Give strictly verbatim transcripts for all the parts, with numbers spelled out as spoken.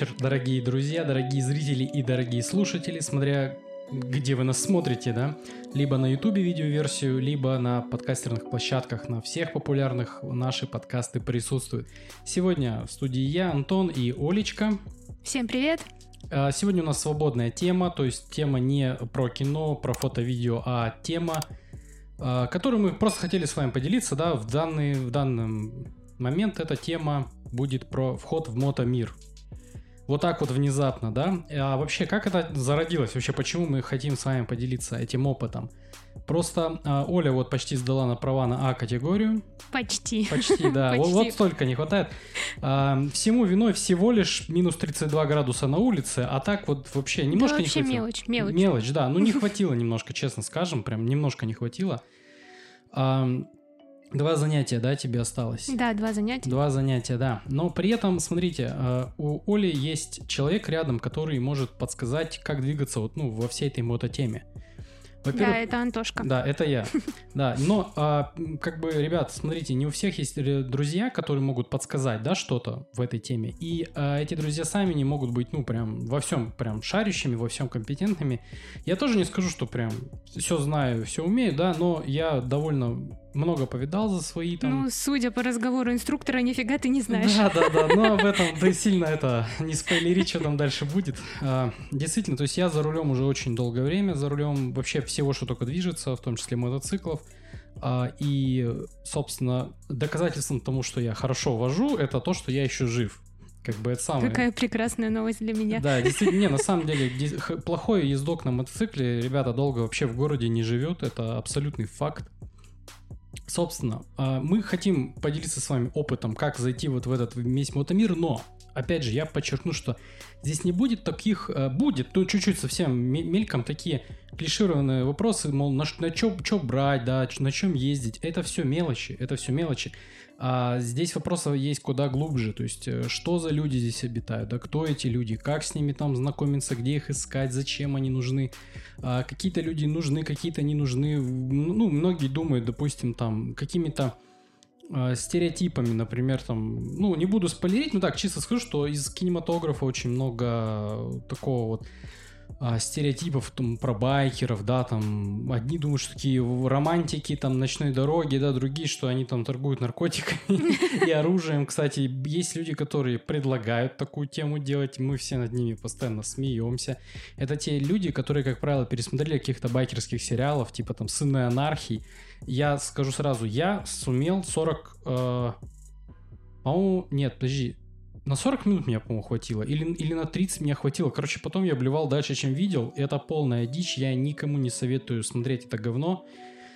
вечер, дорогие друзья, дорогие зрители и дорогие слушатели, смотря где вы нас смотрите, да, либо на ютубе видеоверсию, либо на подкастерных площадках, на всех популярных наши подкасты присутствуют. Сегодня в студии я, Антон и Олечка. Всем привет! Сегодня у нас свободная тема, то есть тема не про кино, про фото-видео, а тема, которую мы просто хотели с вами поделиться, да, в данный, в данный момент эта тема будет про вход в мотомир. Вот так вот внезапно, да? А вообще, как это зародилось? Вообще, почему мы хотим с вами поделиться этим опытом? Просто а, Оля вот почти сдала на права на А-категорию. Почти. Почти, да. Почти. Вот, вот столько не хватает. А, всему виной всего лишь минус тридцать два градуса на улице, а так вот вообще немножко да, не вообще хватило. мелочь, мелочь. Мелочь, да. Ну, не хватило немножко, честно скажем. Прям немножко не хватило. А, Два занятия, да, тебе осталось? Да, два занятия. Два занятия, да. Но при этом, смотрите, у Оли есть человек рядом, который может подсказать, как двигаться вот, ну, во всей этой мототеме. Да, это Антошка. Да, это я. Да, но а, как бы, ребят, смотрите, не у всех есть друзья, которые могут подсказать, да, что-то в этой теме. И а, эти друзья сами не могут быть, ну, прям во всем прям шарящими, во всем компетентными. Я тоже не скажу, что прям все знаю, все умею, да, но я довольно много повидал за свои там... Ну, судя по разговору инструктора, нифига ты не знаешь. Да, да, да, но об этом ты сильно это не спойлери, что там дальше будет. А, действительно, то есть я за рулем уже очень долгое время, за рулем вообще всего, что только движется, в том числе мотоциклов. А, и, собственно, доказательством тому, что я хорошо вожу, это то, что я еще жив. Как бы это самое... Какая прекрасная новость для меня. Да, действительно, не, на самом деле, плохой ездок на мотоцикле, ребята, долго вообще в городе не живет, это абсолютный факт. Собственно, мы хотим поделиться с вами опытом, как зайти вот в этот весь мотомир, но, опять же, я подчеркну, что здесь не будет таких, будет, ну, чуть-чуть совсем мельком такие клишированные вопросы, мол, на, на что брать, да, на чем ездить, это все мелочи, это все мелочи. А здесь вопросов есть куда глубже, то есть, что за люди здесь обитают, да, кто эти люди, как с ними там знакомиться, где их искать, зачем они нужны, а, какие-то люди нужны, какие-то не нужны, ну, многие думают, допустим, там, какими-то а, стереотипами, например, там, ну, не буду спойлерить, но так, чисто скажу, что из кинематографа очень много такого вот стереотипов там, про байкеров, да, там, одни думают, что такие романтики, там, ночной дороги, да, другие, что они там торгуют наркотиками и оружием. Кстати, есть люди, которые предлагают такую тему делать, мы все над ними постоянно смеемся. Это те люди, которые, как правило, пересмотрели каких-то байкерских сериалов, типа там «Сыны анархии». Я скажу сразу, я сумел сорок... Э, по-моему, нет, подожди, на сорок минут меня, по-моему, хватило. Или, или на тридцать меня хватило. Короче, потом я блевал дальше, чем видел. Это полная дичь. Я никому не советую смотреть это говно.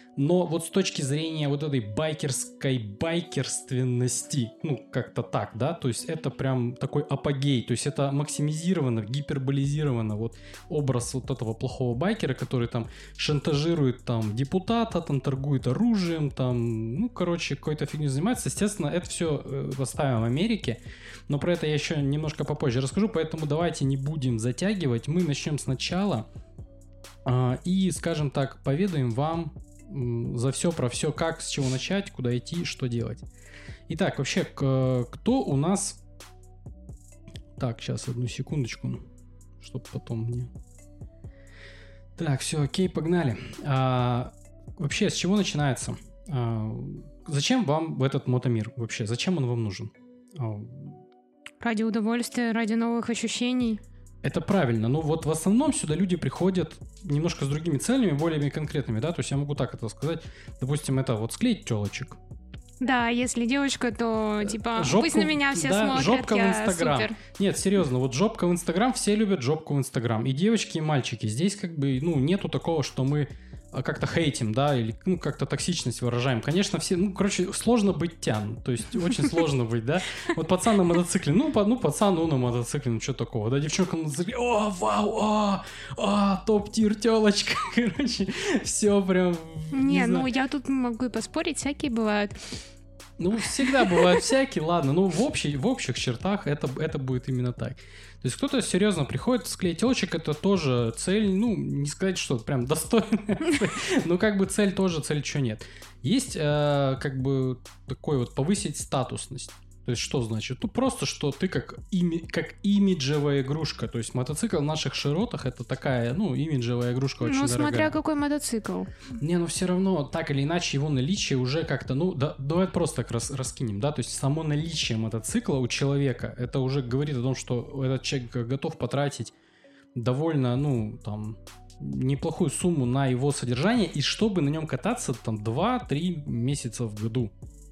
Но вот с точки зрения вот этой байкерской байкерственности, ну, как-то так, да, то есть это прям такой апогей, то есть это максимизировано, гиперболизировано вот образ вот этого плохого байкера, который там шантажирует там депутата, там торгует оружием, там, ну, короче, какой-то фигней занимается. Естественно, это все э, оставим в Америке, но про это я еще немножко попозже расскажу, поэтому давайте не будем затягивать, мы начнем сначала э, и, скажем так, поведаем вам за все, про все, как, с чего начать, куда идти, что делать. Итак, вообще, к, кто у нас... Так, сейчас, одну секундочку, чтобы потом мне... Так, все, окей, погнали. А, вообще, с чего начинается? А, зачем вам этот мотомир вообще? Зачем он вам нужен? А, ради удовольствия, ради новых ощущений. Это правильно, но вот в основном сюда люди приходят немножко с другими целями, более конкретными, да, то есть я могу так это сказать, допустим, это вот склеить телочек. Да, если девочка, то типа жопку, пусть на меня все да, смотрят, жопка я в Инстаграм. супер. Нет, серьезно, вот жопка в Инстаграм, все любят жопку в Инстаграм, и девочки, и мальчики, здесь как бы, ну, нету такого, что мы как-то хейтим, да, или ну, как-то токсичность выражаем. Конечно, все, ну, короче, сложно быть тян, то есть очень сложно быть, да. Вот пацан на мотоцикле, ну, по, ну пацан, ну, на мотоцикле, ну, что такого, да, девчонка на мотоцикле, о, вау, о, о, топ-тир телочка, короче, все прям... Не, не ну, знаю. я тут могу и поспорить, всякие бывают. Ну, всегда бывают всякие, ладно, но в, общей, в общих чертах это, это будет именно так. То есть кто-то серьезно приходит, склеить телочек, это тоже цель, ну, не сказать, что прям достойная, но как бы цель тоже, цель чего нет. Есть как бы такой вот повысить статусность. То есть что значит? Ну просто, что ты как, ими, как имиджевая игрушка. То есть мотоцикл в наших широтах это такая, ну, имиджевая игрушка очень ну, дорогая. Ну смотря какой мотоцикл. Не, ну все равно, так или иначе, его наличие уже как-то, ну, да, давай просто так рас, раскинем, да, то есть само наличие мотоцикла у человека, это уже говорит о том, что этот человек готов потратить довольно, ну, там, неплохую сумму на его содержание, и чтобы на нем кататься, там, два-три месяца в году.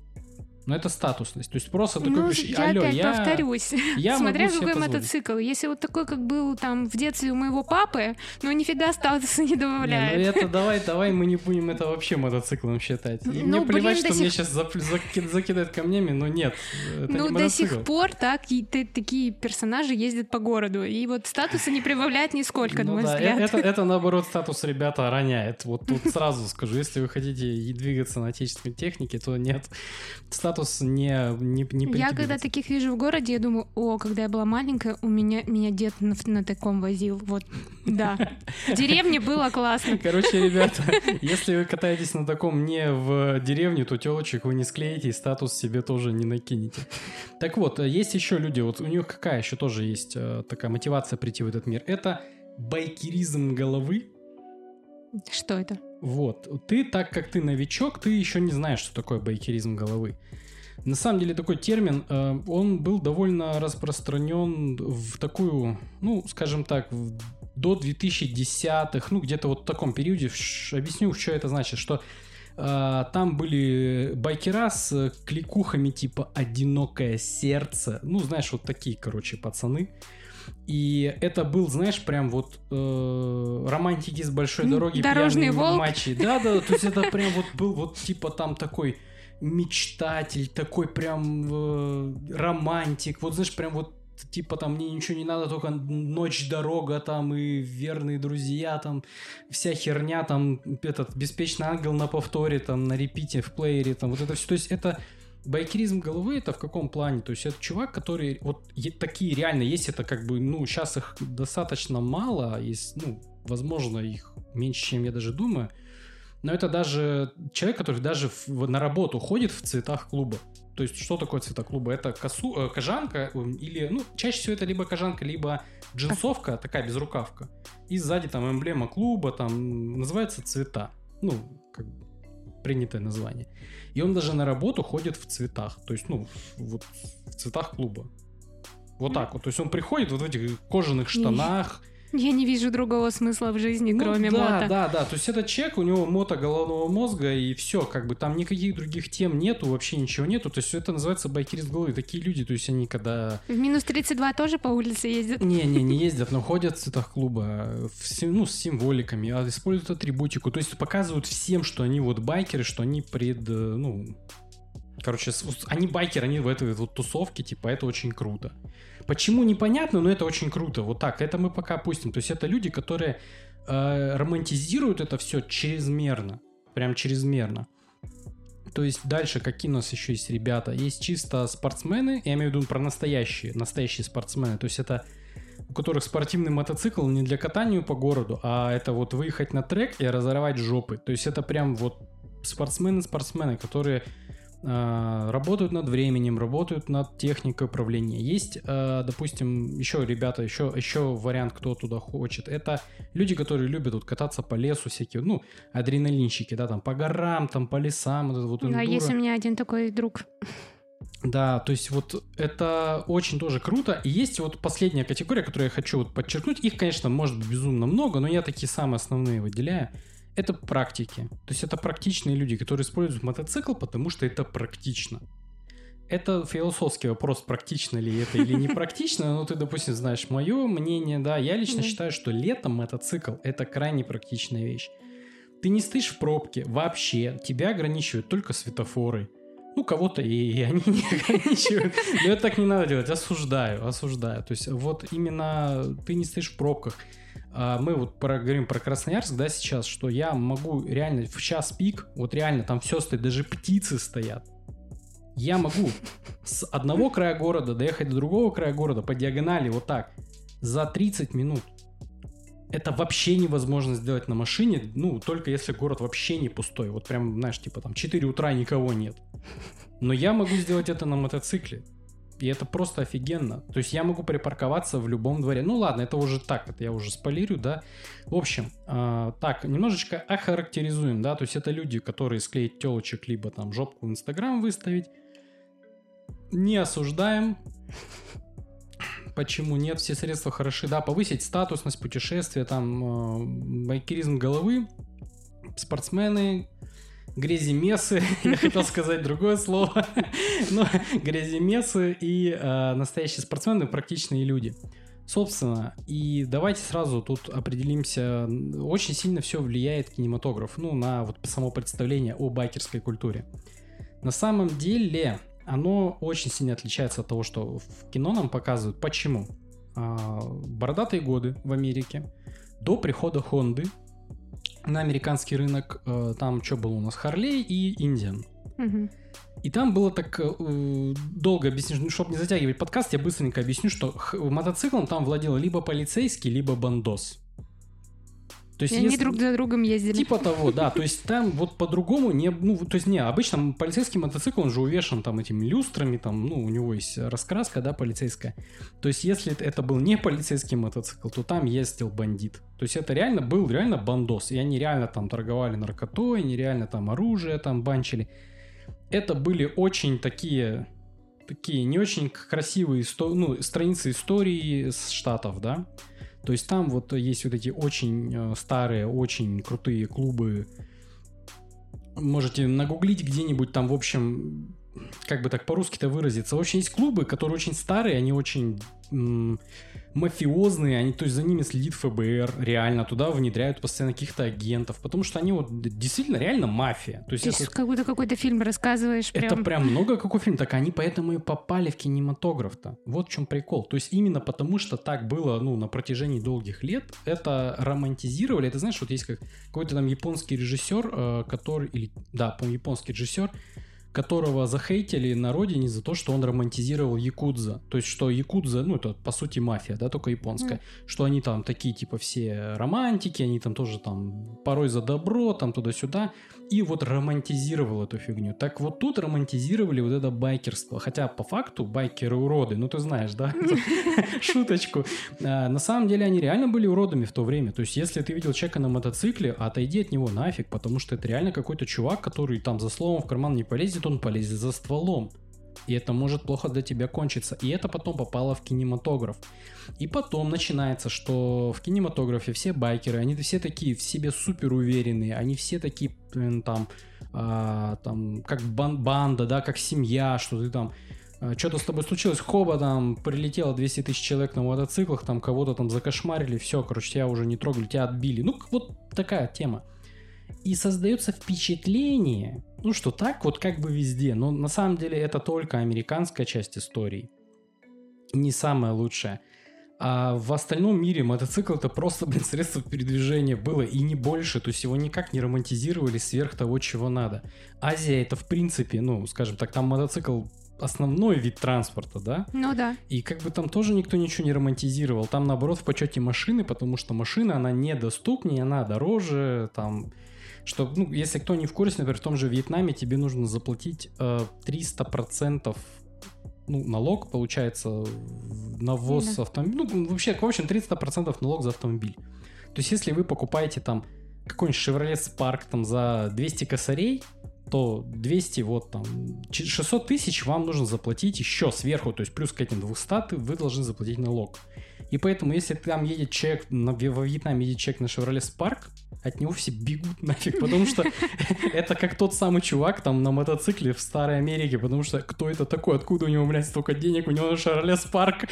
Но это статусность. То есть просто ты ну, купишь... я Алло, опять я... повторюсь. Я Смотря какой позволить. мотоцикл. Если вот такой, как был там в детстве у моего папы, ну нифига статуса не добавляет. Не, ну это давай, давай мы не будем это вообще мотоциклом считать. И ну, мне плевать, блин, что сих... мне сейчас зап... заки... закидают камнями, но нет. Это ну, не до мотоцикл. сих пор так и ты, такие персонажи ездят по городу. И вот статуса не прибавляет нисколько, ну, на мой да, взгляд. Это, это, наоборот, статус ребята роняет. Вот тут сразу скажу, если вы хотите двигаться на отечественной технике, то нет. Статус не... Не, не я когда таких вижу в городе, я думаю, о, когда я была маленькая, у меня, меня дед на, на таком возил. Вот, да. В деревне было классно. Короче, ребята, если вы катаетесь на таком не в деревне, то телочек вы не склеите и статус себе тоже не накинете. Так вот, есть еще люди, вот у них какая еще тоже есть такая мотивация прийти в этот мир. Это байкеризм головы. Что это? Вот. Ты, так как ты новичок, ты еще не знаешь, что такое байкеризм головы. На самом деле такой термин, э, он был довольно распространен в такую, ну, скажем так, в, до двухтысячных, ну, где-то вот в таком периоде. Ш, объясню, что это значит, что э, там были байкера с кликухами типа «Одинокое сердце», ну, знаешь, вот такие, короче, пацаны. И это был, знаешь, прям вот э, романтики с большой дороги, дорожный волк. Матчи. Да-да, то есть это прям вот был вот типа там такой... мечтатель, такой прям э, романтик, вот знаешь, прям вот типа там мне ничего не надо, только ночь, дорога там и верные друзья там, вся херня там, этот беспечный ангел на повторе там, на репите, в плеере там, вот это все, то есть это байкеризм головы, это в каком плане? То есть это чувак, который, вот такие реально есть, это как бы, ну, сейчас их достаточно мало, есть, ну, возможно, их меньше, чем я даже думаю. Но это даже человек, который даже в, на работу ходит в цветах клуба. То есть, что такое цвета клуба? Это косу, э, кожанка или... Ну, чаще всего это либо кожанка, либо джинсовка, такая безрукавка. И сзади там эмблема клуба, там называется цвета. Ну, как бы принятое название. И он даже на работу ходит в цветах. То есть, ну, вот в цветах клуба. Вот так вот. То есть, он приходит вот в этих кожаных штанах... Я не вижу другого смысла в жизни, ну, кроме да, мото. Да, да, да. То есть этот человек, у него мото головного мозга, и все, как бы там никаких других тем нету, вообще ничего нету. То есть это называется байкеризм головы. Такие люди, то есть они когда... В минус тридцать два тоже по улице ездят? Не-не, не ездят, но ходят в цветах клуба, в, ну, с символиками, а используют атрибутику. То есть показывают всем, что они вот байкеры, что они пред... Ну, короче, они байкеры, они в этой вот тусовке, типа, это очень круто. Почему, непонятно, но это очень круто. Вот так, это мы пока опустим. То есть это люди, которые э, романтизируют это все чрезмерно. Прям чрезмерно. То есть дальше какие у нас еще есть ребята? Есть чисто спортсмены, я имею в виду про настоящие, настоящие спортсмены. То есть это у которых спортивный мотоцикл не для катания по городу, а это вот выехать на трек и разорвать жопы. То есть это прям вот спортсмены-спортсмены, которые... работают над временем, работают над техникой управления. Есть, допустим, еще ребята, еще, еще вариант, кто туда хочет. Это люди, которые любят вот кататься по лесу, всякие, ну, адреналинщики, да, там, по горам, там, по лесам. Вот, вот, а есть у меня один такой друг. Да, то есть вот это очень тоже круто. И есть вот последняя категория, которую я хочу вот подчеркнуть. Их, конечно, может быть безумно много, но я такие самые основные выделяю. Это практики. То есть это практичные люди, которые используют мотоцикл, потому что это практично. Это философский вопрос, практично ли это или не практично. Но ты, допустим, знаешь мое мнение, да. Я лично mm-hmm. считаю, что летом мотоцикл – это крайне практичная вещь. Ты не стоишь в пробке вообще. Тебя ограничивают только светофоры. Ну, кого-то и, и они не ограничивают. Но это так не надо делать. Осуждаю, осуждаю. То есть вот именно ты не стоишь в пробках. Мы вот про, говорим про Красноярск, да, сейчас, что я могу реально в час пик, вот реально там все стоит, даже птицы стоят. Я могу с одного края города доехать до другого края города по диагонали вот так за тридцать минут. Это вообще невозможно сделать на машине, ну, только если город вообще не пустой. Вот прям, знаешь, типа там четыре утра никого нет. Но я могу сделать это на мотоцикле. И это просто офигенно. То есть я могу припарковаться в любом дворе. Ну ладно, это уже так, это я уже спойлерю, да. В общем, э, так, немножечко охарактеризуем, да. То есть это люди, которые склеить телочек, либо там жопку в Инстаграм выставить. Не осуждаем. Почему нет? Все средства хороши, да. Повысить статусность путешествия, там, э, байкеризм головы, спортсмены... Гряземесы, я хотел сказать другое слово, но гряземесы и э, настоящие спортсмены, практичные люди. Собственно, и давайте сразу тут определимся, очень сильно все влияет кинематограф, ну, на вот само представление о байкерской культуре. На самом деле, оно очень сильно отличается от того, что в кино нам показывают. Почему? Э, бородатые годы в Америке, до прихода Хонды, на американский рынок, э, там что было у нас? Харлей и Индиан. Угу. И там было так э, долго объяснить, чтобы не затягивать подкаст, я быстренько объясню, что х- мотоциклом там владел либо полицейский, либо бандос. То есть, и они друг за другом ездили. Типа того, да. То есть там вот по-другому не... Ну, то есть не, обычно полицейский мотоцикл, он же увешан там этими люстрами, там, ну, у него есть раскраска, да, полицейская. То есть если это был не полицейский мотоцикл, то там ездил бандит. То есть это реально был реально бандос. И они реально там торговали наркотой, они реально там оружие там банчили. Это были очень такие... Такие не очень красивые исто... ну, страницы истории с Штатов, да. То есть там вот есть вот эти очень старые, очень крутые клубы. Можете нагуглить где-нибудь там, в общем, как бы так по-русски-то выразиться. В общем, есть клубы, которые очень старые, они очень м- мафиозные, они, то есть за ними следит эф бэ эр, реально туда внедряют постоянно каких-то агентов, потому что они вот действительно реально мафия. То есть Ты это, как будто какой-то фильм рассказываешь. Прям... Это прям много какой фильм, так они поэтому и попали в кинематограф-то. Вот в чем прикол. То есть именно потому, что так было, ну, на протяжении долгих лет, это романтизировали. Это, знаешь, вот есть как какой-то там японский режиссер, э, который, или, да, по-моему, японский режиссер, которого захейтили на родине за то, что он романтизировал якудза. То есть, что якудза, ну, это, по сути, мафия, да, только японская. Mm. Что они там такие, типа, все романтики, они там тоже там порой за добро, там туда-сюда. И вот романтизировал эту фигню. Так вот тут романтизировали вот это байкерство. Хотя, по факту, байкеры уроды. Ну, ты знаешь, да? Шуточку. На самом деле, они реально были уродами в то время. То есть, если ты видел человека на мотоцикле, отойди от него нафиг, потому что это реально какой-то чувак, который там за словом в карман не полезет, он полезет за стволом. И это может плохо для тебя кончиться. И это потом попало в кинематограф. И потом начинается, что в кинематографе все байкеры, они все такие в себе супер уверенные, они все такие там, а, там как бан- банда, да, как семья, что ты там, а, что-то с тобой случилось, хоба, там прилетело двести тысяч человек на мотоциклах, там кого-то там закошмарили, все, короче, тебя уже не трогали, тебя отбили. Ну, вот такая тема. И создается впечатление, ну что так вот как бы везде, но на самом деле это только американская часть истории, не самая лучшая. А в остальном мире мотоцикл это просто, блин, средство передвижения было и не больше, то есть его никак не романтизировали сверх того, чего надо. Азия это в принципе, ну скажем так, там мотоцикл основной вид транспорта, да? Ну да. И как бы там тоже никто ничего не романтизировал, там наоборот в почете машины, потому что машина, она недоступнее, она дороже, там... Что, ну, если кто не в курсе, например, в том же Вьетнаме тебе нужно заплатить э, триста процентов ну, налог, получается, на ввоз да. автомобиля. Ну, вообще, в общем, триста процентов налог за автомобиль. То есть, если вы покупаете там какой-нибудь Chevrolet Spark там за двести косарей, то двести, вот там, шестьсот тысяч вам нужно заплатить еще сверху, то есть плюс к этим двумстам вы должны заплатить налог. И поэтому, если там едет человек, на, во Вьетнаме едет человек на Chevrolet Spark, от него все бегут нафиг, потому что это как тот самый чувак там на мотоцикле в Старой Америке, потому что кто это такой, откуда у него, блядь, столько денег, у него Chevrolet Spark.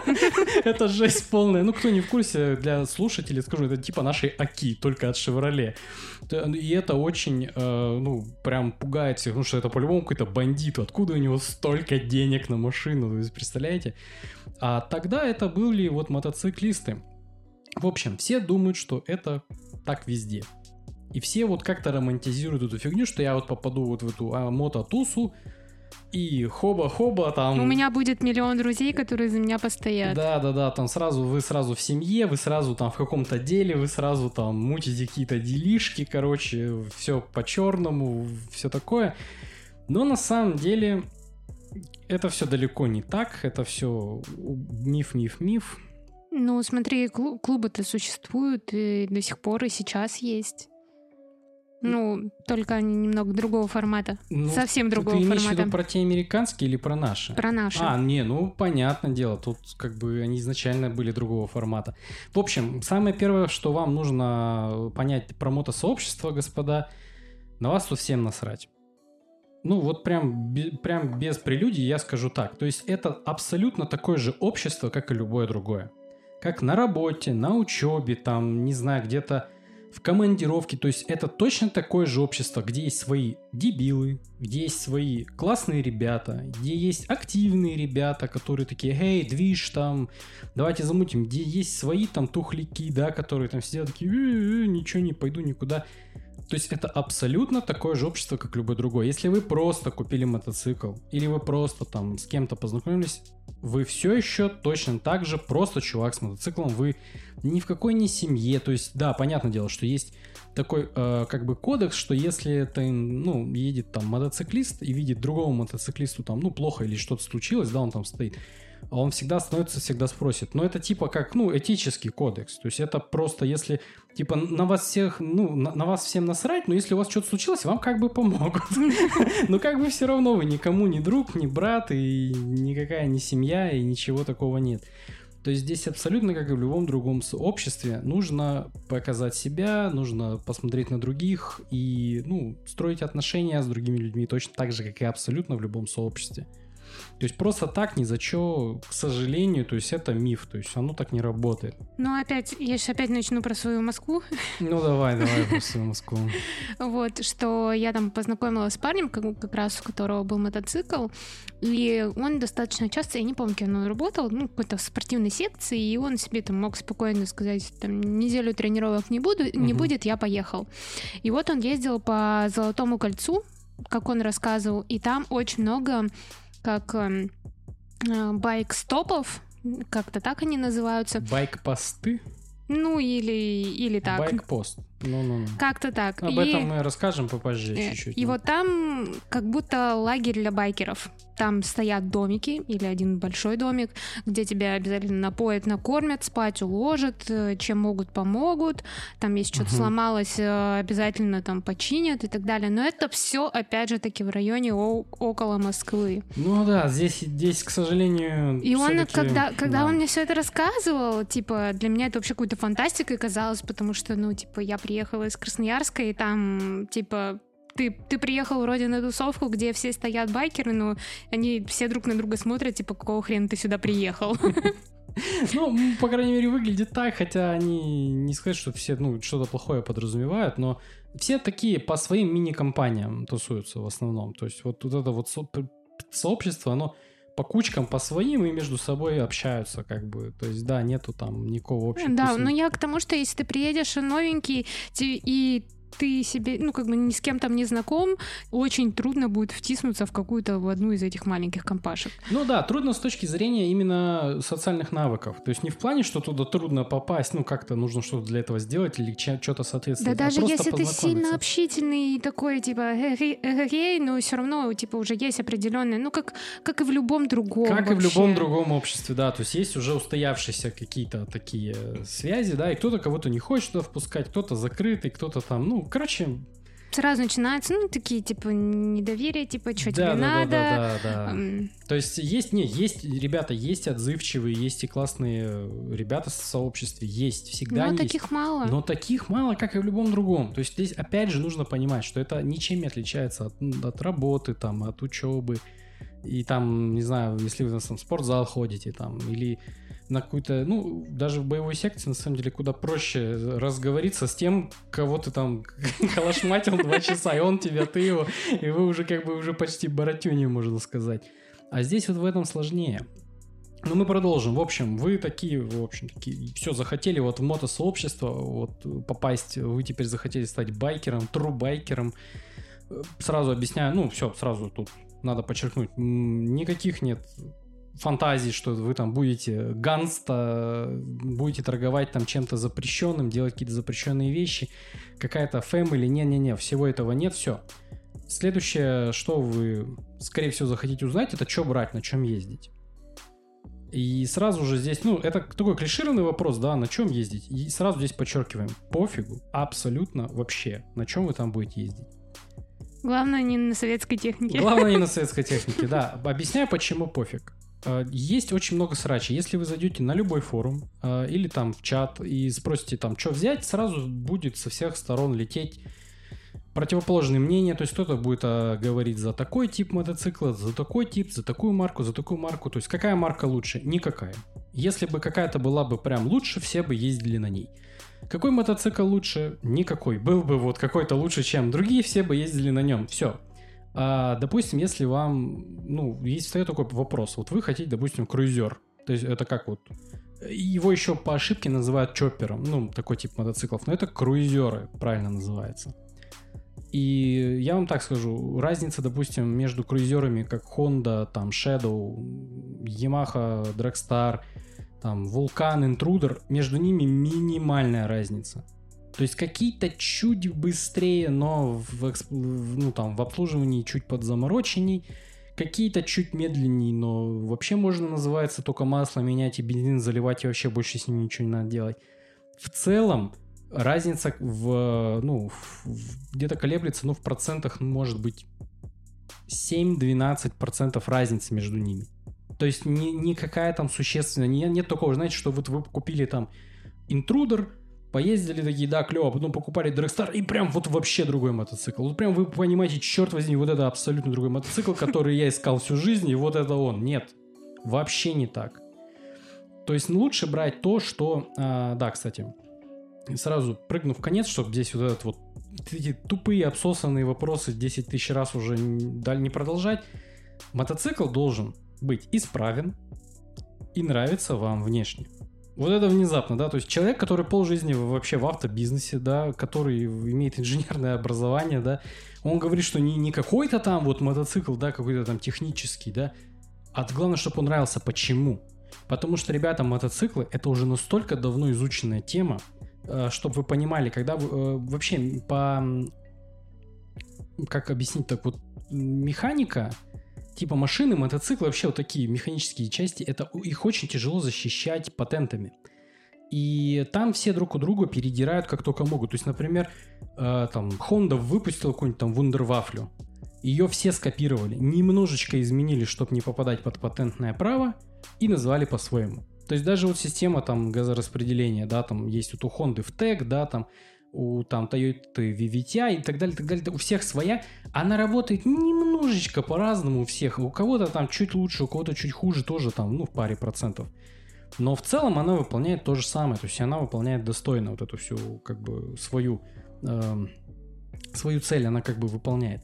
Это жесть полная. Ну, кто не в курсе, для слушателей скажу, это типа нашей Аки, только от Chevrolet. И это очень, ну, прям пугает всех, потому что это по-любому какой-то бандит, откуда у него столько денег на машину, вы представляете? А тогда это были вот мотоциклисты. В общем, все думают, что это так везде. И все вот как-то романтизируют эту фигню, что я вот попаду вот в эту а, мототусу, и хоба-хоба там... У меня будет миллион друзей, которые за меня постоят. Да-да-да, там сразу, вы сразу в семье, вы сразу там в каком-то деле, вы сразу там мутите какие-то делишки, короче, все по-черному, все такое. Но на самом деле Это все далеко не так, это все миф, миф, миф. Ну, смотри, клубы-то существуют и до сих пор и сейчас есть. Ну, только они немного другого формата. Ну, совсем другого формата. Ты имеешь в виду про те американские или про наши? Про наши. А, не, ну, понятное дело. Тут как бы они изначально были другого формата. В общем, самое первое, что вам нужно понять про мотосообщество, господа, на вас тут всем насрать. Ну, вот прям, прям без прелюдий я скажу так. То есть это абсолютно такое же общество, как и любое другое. Как на работе, на учебе, там, не знаю, где-то в командировке. То есть это точно такое же общество, где есть свои дебилы, где есть свои классные ребята, где есть активные ребята, которые такие, эй, движ там, давайте замутим. Где есть свои там тухляки, да, которые там сидят такие, э-э-э, ничего, не пойду никуда. То есть это абсолютно такое же общество, как любое другое. Если вы просто купили мотоцикл, или вы просто там с кем-то познакомились, вы все еще точно так же просто чувак с мотоциклом, вы ни в какой не семье. То есть, да, понятное дело, что есть такой э, как бы кодекс, что если это, ну, едет там мотоциклист и видит другому мотоциклисту там, ну, плохо или что-то случилось, да, он там стоит, он всегда становится, всегда спросит. Но это типа как, ну, этический кодекс. То есть это просто если, типа, на вас всех, ну, на, на вас всем насрать, но если у вас что-то случилось, вам как бы помогут. Но как бы все равно вы никому не друг, не брат, и никакая не семья, и ничего такого нет. То есть здесь абсолютно, как и в любом другом обществе, нужно показать себя, нужно посмотреть на других и, ну, строить отношения с другими людьми точно так же, как и абсолютно в любом сообществе. То есть просто так ни за что, к сожалению, то есть это миф, то есть оно так не работает. Ну опять, я сейчас опять начну про свою Москву. Ну давай, давай про свою Москву. Вот, что я там познакомилась с парнем, как, как раз у которого был мотоцикл, и он достаточно часто, я не помню, кем он работал, ну какой-то в спортивной секции, и он себе там мог спокойно сказать, там, неделю тренировок не, буду, не угу. будет, я поехал. И вот он ездил по Золотому кольцу, как он рассказывал, и там очень много как э, байк-стопов, как-то так они называются. Байк-посты? Ну, или, или так. Байк-пост. Ну-ну-ну. Как-то так. Об и, этом мы расскажем попозже и, чуть-чуть. И ну. вот там как будто лагерь для байкеров. Там стоят домики или один большой домик, где тебя обязательно напоят, накормят, спать уложат, чем могут, помогут. Там если что-то uh-huh. сломалось, обязательно там починят и так далее. Но это все, опять же таки, в районе о- около Москвы. Ну да, здесь, здесь к сожалению... И он, когда, когда да. он мне все это рассказывал, типа, для меня это вообще какой-то фантастикой казалось, потому что, ну, типа, я приехала из Красноярска, и там, типа... Ты, ты приехал вроде на тусовку, где все стоят байкеры, но они все друг на друга смотрят, типа, какого хрена ты сюда приехал? Ну, по крайней мере, выглядит так, хотя они не сказать, что все, ну, что-то плохое подразумевают, но все такие по своим мини-компаниям тусуются в основном. То есть вот, вот это вот со- сообщество, оно по кучкам, по своим и между собой общаются, как бы. То есть, да, нету там никакого общего. Да, но я к тому, что если ты приедешь новенький и ты себе, ну, как бы ни с кем там не знаком, очень трудно будет втиснуться в какую-то в одну из этих маленьких компашек. Ну да, трудно с точки зрения именно социальных навыков. То есть не в плане, что туда трудно попасть, ну, как-то нужно что-то для этого сделать или что-то соответствовать. Да, даже а если ты сильно общительный и такой, типа, эй, но все равно, типа, уже есть определенные, ну, как, как и в любом другом Как вообще. и в любом другом обществе, да. То есть есть уже устоявшиеся какие-то такие связи, да, и кто-то кого-то не хочет туда впускать, кто-то закрытый, кто-то там, ну, короче... Сразу начинаются, ну, такие, типа, недоверие, типа, что да, тебе да, надо. Да, да, да, да. Um... То есть есть, не, есть, ребята, есть отзывчивые, есть и классные ребята в сообществе, есть, всегда Но есть. таких мало. Но таких мало, как и в любом другом. То есть здесь, опять же, нужно понимать, что это ничем не отличается от, от работы, там, от учебы. И там, не знаю, если вы там, в спортзал ходите, там, или... на какую-то, ну, даже в боевой секции, на самом деле, куда проще разговориться с тем, кого ты там калашматил два часа, и он тебя, ты его, и вы уже как бы уже почти баратюни, можно сказать. А здесь вот в этом сложнее. Ну, мы продолжим. В общем, вы такие, в общем, такие, все, захотели вот в мотосообщество вот попасть, вы теперь захотели стать байкером, тру-байкером. Сразу объясняю, ну, все, сразу тут надо подчеркнуть, никаких нет фантазий, что вы там будете ганста, будете торговать там чем-то запрещенным, делать какие-то запрещенные вещи, какая-то фэмили, не-не-не, всего этого нет, все. Следующее, что вы, скорее всего, захотите узнать, это что брать, на чем ездить. И сразу же здесь, ну, это такой клишированный вопрос, да, на чем ездить. И сразу здесь подчеркиваем, пофигу, абсолютно вообще, на чем вы там будете ездить. Главное, не на советской технике. Главное, не на советской технике, да. Объясняю, почему пофиг. Есть очень много срачей. Если вы зайдете на любой форум или там в чат и спросите там, что взять, сразу будет со всех сторон лететь противоположные мнения. То есть кто-то будет а, говорить за такой тип мотоцикла, за такой тип, за такую марку, за такую марку. То есть какая марка лучше? Никакая. Если бы какая-то была бы прям лучше, все бы ездили на ней. Какой мотоцикл лучше? Никакой. Был бы вот какой-то лучше, чем другие, все бы ездили на нем. Все. А, допустим, если вам, ну, есть встает такой вопрос. Вот вы хотите, допустим, круизер. То есть это как вот... Его еще по ошибке называют чоппером. Ну, такой тип мотоциклов. Но это круизеры, правильно называется. И я вам так скажу. Разница, допустим, между круизерами, как Honda, там, Shadow, Yamaha, Dragstar, там, Vulcan, Intruder, между ними минимальная разница. То есть какие-то чуть быстрее, но в, эксп... ну, там, в обслуживании чуть подзамороченней, какие-то чуть медленнее, но вообще можно, называется, только масло менять и бензин заливать, и вообще больше с ним ничего не надо делать. В целом разница в, ну, в, где-то колеблется, ну, в процентах может быть семь-двенадцать процентов разницы между ними. То есть ни, никакая там существенная, нет, нет такого, знаете, что вот вы купили там Intruder, поездили такие, да, клево, потом покупали Dragstar, и прям вот вообще другой мотоцикл. Вот прям вы понимаете, черт возьми, вот это абсолютно другой мотоцикл, который я искал всю жизнь, и вот это он. Нет, вообще не так. То есть лучше брать то, что... А, да, кстати, сразу прыгну в конец, чтобы здесь вот этот вот эти тупые обсосанные вопросы десять тысяч раз уже не, не продолжать. Мотоцикл должен быть исправен и нравится вам внешне. Вот это внезапно, да, то есть человек, который полжизни вообще в автобизнесе, да, который имеет инженерное образование, да, он говорит, что не, не какой-то там вот мотоцикл, да, какой-то там технический, да, а главное, чтобы он нравился. Почему? Потому что, ребята, мотоциклы — это уже настолько давно изученная тема, чтобы вы понимали, когда вы, вообще по, как объяснить так, вот механика, типа машины, мотоциклы, вообще вот такие механические части, это их очень тяжело защищать патентами. И там все друг у друга передирают как только могут. То есть, например, э, там Honda выпустила какую-нибудь там вундервафлю. Ее все скопировали, немножечко изменили, чтобы не попадать под патентное право, и назвали по-своему. То есть даже вот система там газораспределения, да, там есть вот у Honda в тег, да, там у там Toyota ви ви ти ай и так далее, так далее, у всех своя, она работает немножечко по-разному у всех, у кого-то там чуть лучше, у кого-то чуть хуже, тоже там, ну, в паре процентов, но в целом она выполняет то же самое, то есть она выполняет достойно вот эту всю, как бы, свою э, свою цель она как бы выполняет.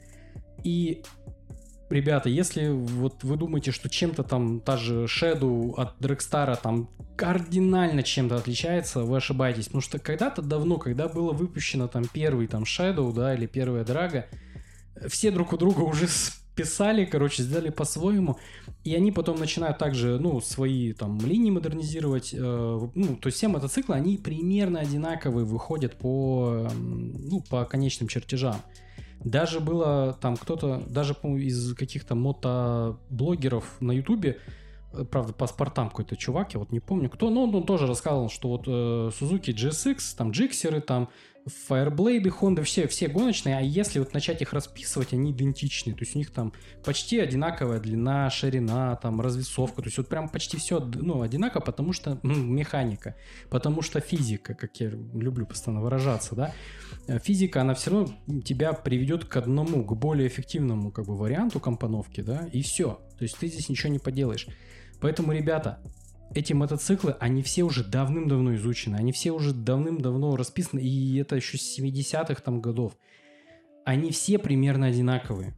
И ребята, если вот вы думаете, что чем-то там та же Shadow от Dragstar там кардинально чем-то отличается, вы ошибаетесь. Потому что когда-то давно, когда было выпущено там первый там Shadow, да, или первая Draga, все друг у друга уже списали, короче, сделали по-своему. И они потом начинают также, ну, свои там линии модернизировать. Э, ну, то есть все мотоциклы, они примерно одинаковые выходят по, ну, по конечным чертежам. Даже было там кто-то, даже, по-моему, из каких-то мотоблогеров на Ютубе, правда, по спортам какой-то чувак, я вот не помню кто, но он, он тоже рассказывал, что вот э, Suzuki джи эс икс, там Gixxer, там Fireblade, Honda, все, все гоночные, а если вот начать их расписывать, они идентичны, то есть у них там почти одинаковая длина, ширина, там развесовка, то есть вот прям почти все, ну, одинаково, потому что ну, механика, потому что физика, как я люблю постоянно выражаться, да, физика, она все равно тебя приведет к одному, к более эффективному как бы варианту компоновки, да, и все, то есть ты здесь ничего не поделаешь. Поэтому, ребята, эти мотоциклы, они все уже давным-давно изучены, они все уже давным-давно расписаны, и это еще с семидесятых там годов. Они все примерно одинаковые.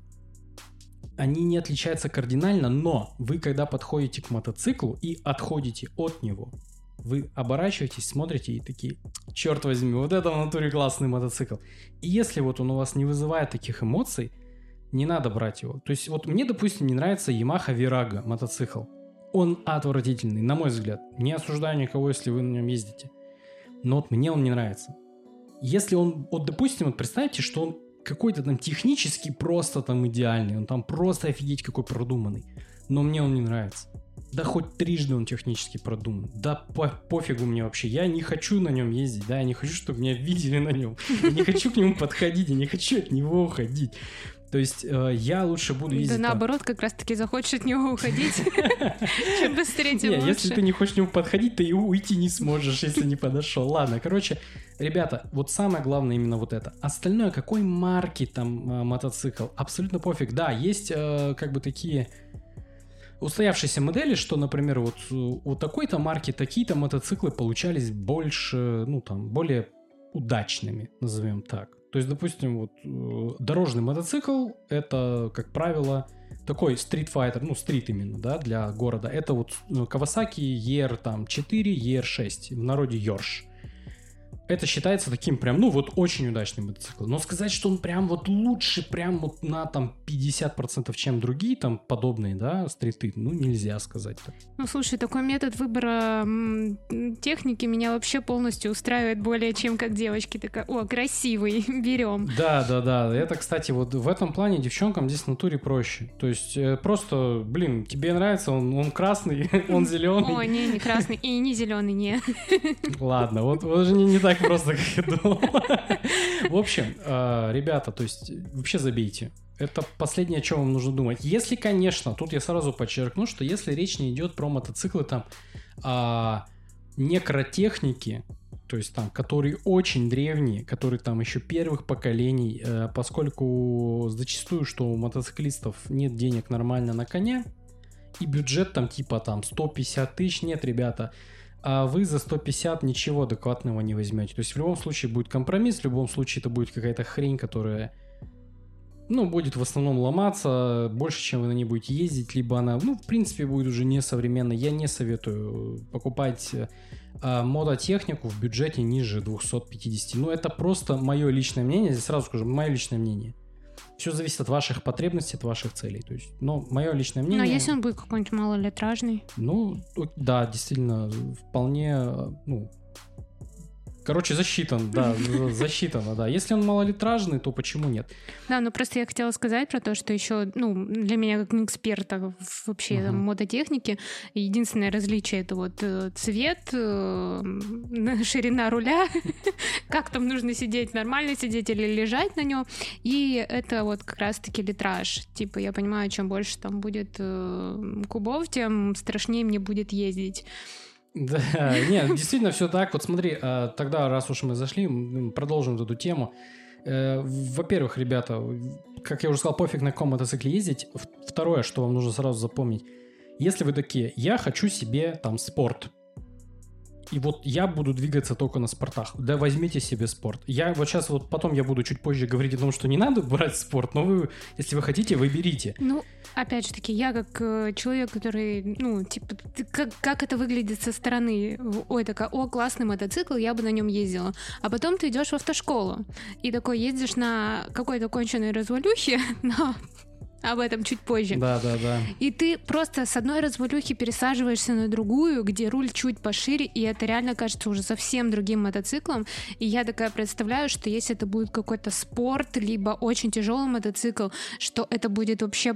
Они не отличаются кардинально, но вы, когда подходите к мотоциклу и отходите от него, вы оборачиваетесь, смотрите и такие, черт возьми, вот это в натуре классный мотоцикл. И если вот он у вас не вызывает таких эмоций, не надо брать его. То есть вот мне, допустим, не нравится Yamaha Virago мотоцикл. Он отвратительный, на мой взгляд. Не осуждаю никого, если вы на нем ездите. Но вот мне он не нравится. Если он, вот допустим, вот представьте, что он какой-то там технически просто там идеальный, он там просто офигеть какой продуманный, но мне он не нравится. Да хоть трижды он технически продуман. Да по пофигу мне вообще. Я не хочу на нем ездить, да, я не хочу, чтобы меня видели на нем. Я не хочу к нему подходить, я не хочу от него уходить. То есть э, я лучше буду ездить... Да наоборот, как раз-таки захочешь от него уходить. Чем быстрее, тем лучше. Если ты не хочешь к нему подходить, ты и уйти не сможешь, если не подошел. Ладно, короче, ребята, вот самое главное именно вот это. Остальное, какой марки там э, мотоцикл, абсолютно пофиг. Да, есть э, как бы такие... устоявшиеся модели, что, например, вот у такой-то марки такие-то мотоциклы получались больше, ну там, более удачными, назовем так. То есть, допустим, вот дорожный мотоцикл — это, как правило, такой стритфайтер, ну, стрит именно, да, для города. Это вот Kawasaki и ар четыре, и ар шесть, в народе Йорш. Это считается таким прям, ну, вот очень удачный мотоцикл. Но сказать, что он прям вот лучше, прям вот на там пятьдесят процентов, чем другие там подобные, да, стриты, ну, нельзя сказать так. Ну, слушай, такой метод выбора м, техники меня вообще полностью устраивает более чем как девочки. Такая, о, красивый, берем. Да, да, да. Это, кстати, вот в этом плане девчонкам здесь в натуре проще. То есть э, просто, блин, тебе нравится, он, он красный, он зеленый. О, не, не красный и не зеленый, не. Ладно, вот уже не, не так просто, как я думал. В общем, э, ребята, то есть вообще забейте. Это последнее, о чем вам нужно думать. Если, конечно, тут я сразу подчеркну, что если речь не идет про мотоциклы там э, некротехники, то есть там, которые очень древние, которые там еще первых поколений, э, поскольку зачастую, что у мотоциклистов нет денег нормально на коня, и бюджет там типа там сто пятьдесят тысяч, нет, ребята, а вы за сто пятьдесят ничего адекватного не возьмете. То есть в любом случае будет компромисс, в любом случае это будет какая-то хрень, которая, ну, будет в основном ломаться больше, чем вы на ней будете ездить, либо она, ну, в принципе, будет уже несовременной. Я не советую покупать а, мототехнику в бюджете ниже двести пятьдесят. Ну, это просто мое личное мнение, здесь сразу скажу, мое личное мнение. Все зависит от ваших потребностей, от ваших целей. То есть, но мое личное мнение... Ну, а если он будет какой-нибудь малолитражный? Ну, да, действительно, вполне, ну... Короче, засчитан, да, засчитано, да. Если он малолитражный, то почему нет? Да, ну просто я хотела сказать про то, что еще, ну, для меня как эксперта в вообще uh-huh. там, мототехнике, единственное различие — это вот цвет, ширина руля, как там нужно сидеть, нормально сидеть или лежать на нем, и это вот как раз-таки литраж. Типа я понимаю, чем больше там будет кубов, тем страшнее мне будет ездить. Да, нет, действительно все так. Вот смотри, тогда, раз уж мы зашли, продолжим эту тему. Во-первых, ребята, как я уже сказал, пофиг на каком мотоцикле ездить. Второе, что вам нужно сразу запомнить. Если вы такие, я хочу себе там спорт, и вот я буду двигаться только на спортах, да возьмите себе спорт. Я вот сейчас вот потом я буду чуть позже говорить о том, что не надо брать спорт, но вы, если вы хотите, вы берите. Ну, опять же таки, я как э, человек, который, ну, типа, как, как это выглядит со стороны, ой, такая, о, классный мотоцикл, я бы на нем ездила. А потом ты идешь в автошколу и такой ездишь на какой-то конченой развалюхе, но... Об этом чуть позже. Да, да, да. И ты просто с одной развалюхи пересаживаешься на другую, где руль чуть пошире, и это реально кажется уже совсем другим мотоциклом. И я такая представляю, что если это будет какой-то спорт, либо очень тяжелый мотоцикл, что это будет вообще,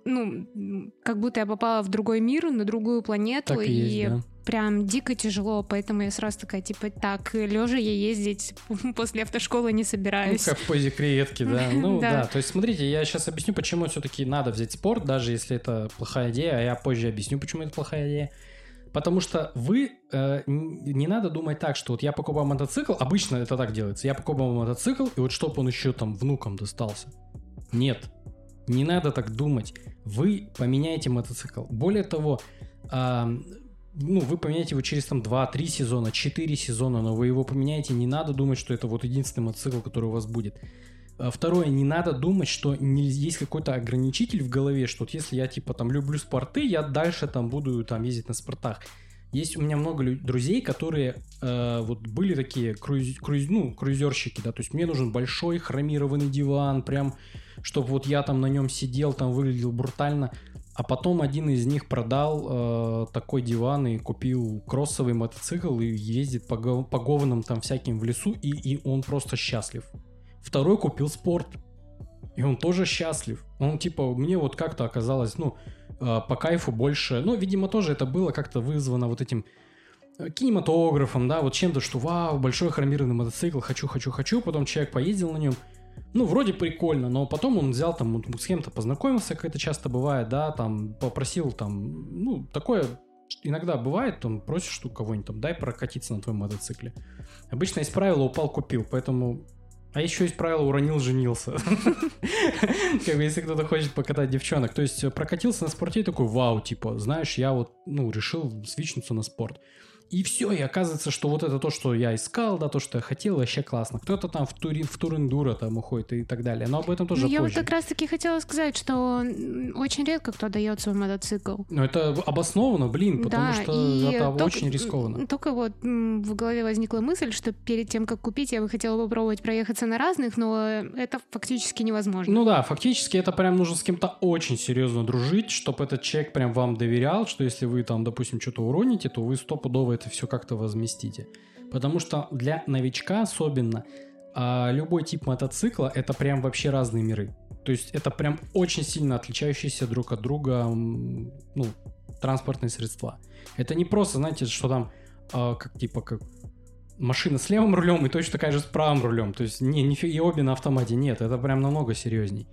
ну, как будто я попала в другой мир, на другую планету. Так и есть, и да. Прям дико тяжело, поэтому я сразу такая, типа, так, лежа я ездить после автошколы не собираюсь. Ну, как в позе креветки, да. Ну, да. То есть, смотрите, я сейчас объясню, почему все-таки надо взять спорт, даже если это плохая идея, а я позже объясню, почему это плохая идея. Потому что вы, э, не надо думать так, что вот я покупаю мотоцикл, обычно это так делается, я покупаю мотоцикл, и вот чтобы он еще там внукам достался. Нет, не надо так думать. Вы поменяете мотоцикл. Более того, э, ну, вы поменяете его через там два-три сезона, четыре сезона, но вы его поменяете, не надо думать, что это вот единственный мотоцикл, который у вас будет. Второе, не надо думать, что не, есть какой-то ограничитель в голове, что вот если я типа там люблю спорты, я дальше там буду там ездить на спортах. Есть у меня много лю- друзей, которые э, вот были такие круиз, круиз, ну, круизерщики, да, то есть мне нужен большой хромированный диван, прям, чтобы вот я там на нем сидел, там выглядел брутально. А потом один из них продал э, такой диван и купил кроссовый мотоцикл и ездит по, по говнам там всяким в лесу, и, и он просто счастлив. Второй купил спорт. И он тоже счастлив. Он типа, мне вот как-то оказалось, ну, по кайфу больше. Ну, видимо, тоже это было как-то вызвано вот этим кинематографом, да, вот чем-то, что вау, большой хромированный мотоцикл, хочу, хочу, хочу. Потом человек поездил на нем. Ну, вроде прикольно, но потом он взял там, с кем-то познакомился, как это часто бывает, да, там, попросил там, ну, такое иногда бывает, там, просишь у кого-нибудь, там, дай прокатиться на твоем мотоцикле. Обычно из правила упал, купил, поэтому... А еще из правила уронил, женился. Как бы, если кто-то хочет покатать девчонок. То есть, прокатился на спорте и такой, вау, типа, знаешь, я вот, ну, решил свичнуться на спорт. И все, и оказывается, что вот это то, что я искал, да, то, что я хотел, вообще классно. Кто-то там в тур, в тур-эндуро там уходит и так далее, но об этом тоже ну, я позже. вот как раз-таки хотела сказать, что очень редко кто дает свой мотоцикл. Ну, это обоснованно, блин, потому да, что это только, очень рискованно. Только вот в голове возникла мысль, что перед тем, как купить, я бы хотела попробовать проехаться на разных, но это фактически невозможно. Ну да, фактически это прям нужно с кем-то очень серьезно дружить, чтобы этот человек прям вам доверял, что если вы там, допустим, что-то уроните, то вы стопудово это все как-то возместите. Потому что для новичка особенно а, любой тип мотоцикла это прям вообще разные миры. То есть это прям очень сильно отличающиеся друг от друга ну, транспортные средства. Это не просто, знаете, что там а, как типа как машина с левым рулем и точно такая же с правым рулем. То есть не, не, и обе на автомате. Нет, это прям намного серьезней.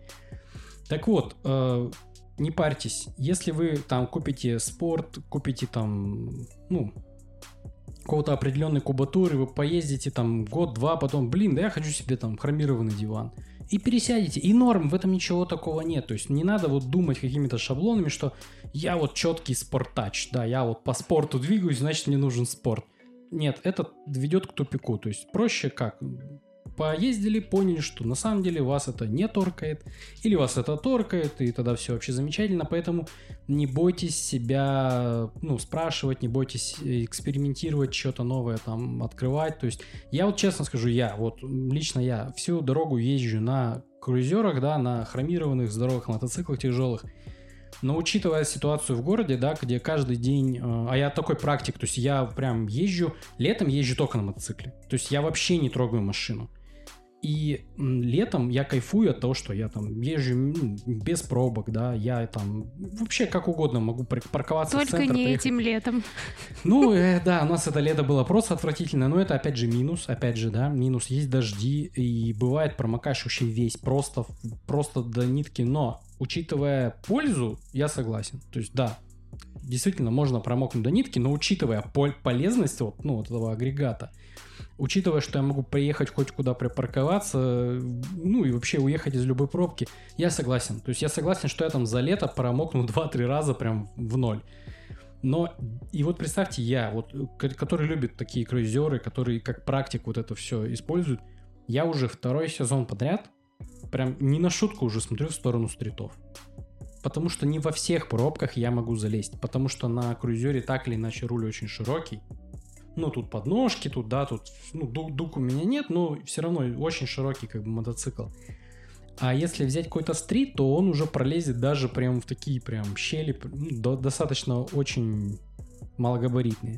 Так вот, э, не парьтесь. Если вы там купите спорт, купите там, ну, какого-то определенной кубатуры, вы поездите там год-два, потом, блин, да я хочу себе там хромированный диван. И пересядете. И норм, в этом ничего такого нет. То есть не надо вот думать какими-то шаблонами, что я вот четкий спортач, да, я вот по спорту двигаюсь, значит мне нужен спорт. Нет, это ведет к тупику. То есть проще как? Поездили, поняли, что на самом деле вас это не торкает, или вас это торкает, и тогда все вообще замечательно. Поэтому не бойтесь себя, ну, спрашивать, не бойтесь экспериментировать, что-то новое там открывать. То есть я вот честно скажу, я, вот лично я всю дорогу езжу на круизерах, да, на хромированных здоровых мотоциклах тяжелых. Но учитывая ситуацию в городе, да, где каждый день... Э, а я такой практик, то есть я прям езжу... Летом езжу только на мотоцикле. То есть я вообще не трогаю машину. И м, летом я кайфую от того, что я там езжу ну, без пробок, да, я там вообще как угодно могу парковаться только в центр. Только не приехать. этим летом. Ну, э, да, у нас это лето было просто отвратительно, но это опять же минус, опять же, да, минус. Есть дожди, и бывает промокаешь вообще весь, просто, просто до нитки, но... Учитывая пользу, я согласен. То есть, да, действительно, можно промокнуть до нитки, но учитывая пол- полезность вот, ну, вот этого агрегата, учитывая, что я могу приехать хоть куда припарковаться, ну, и вообще уехать из любой пробки, я согласен. То есть, я согласен, что я там за лето промокну два-три раза прям в ноль. Но, и вот представьте, я, вот, который любит такие круизеры, которые как практик вот это все используют, я уже второй сезон подряд прям не на шутку уже смотрю в сторону стритов. Потому что не во всех пробках я могу залезть. Потому что на круизере так или иначе руль очень широкий. Ну, тут подножки, тут, да, тут, ну, дуг, дуг у меня нет, но все равно очень широкий как бы мотоцикл. А если взять какой-то стрит, то он уже пролезет даже прям в такие прям щели, ну, достаточно очень малогабаритные.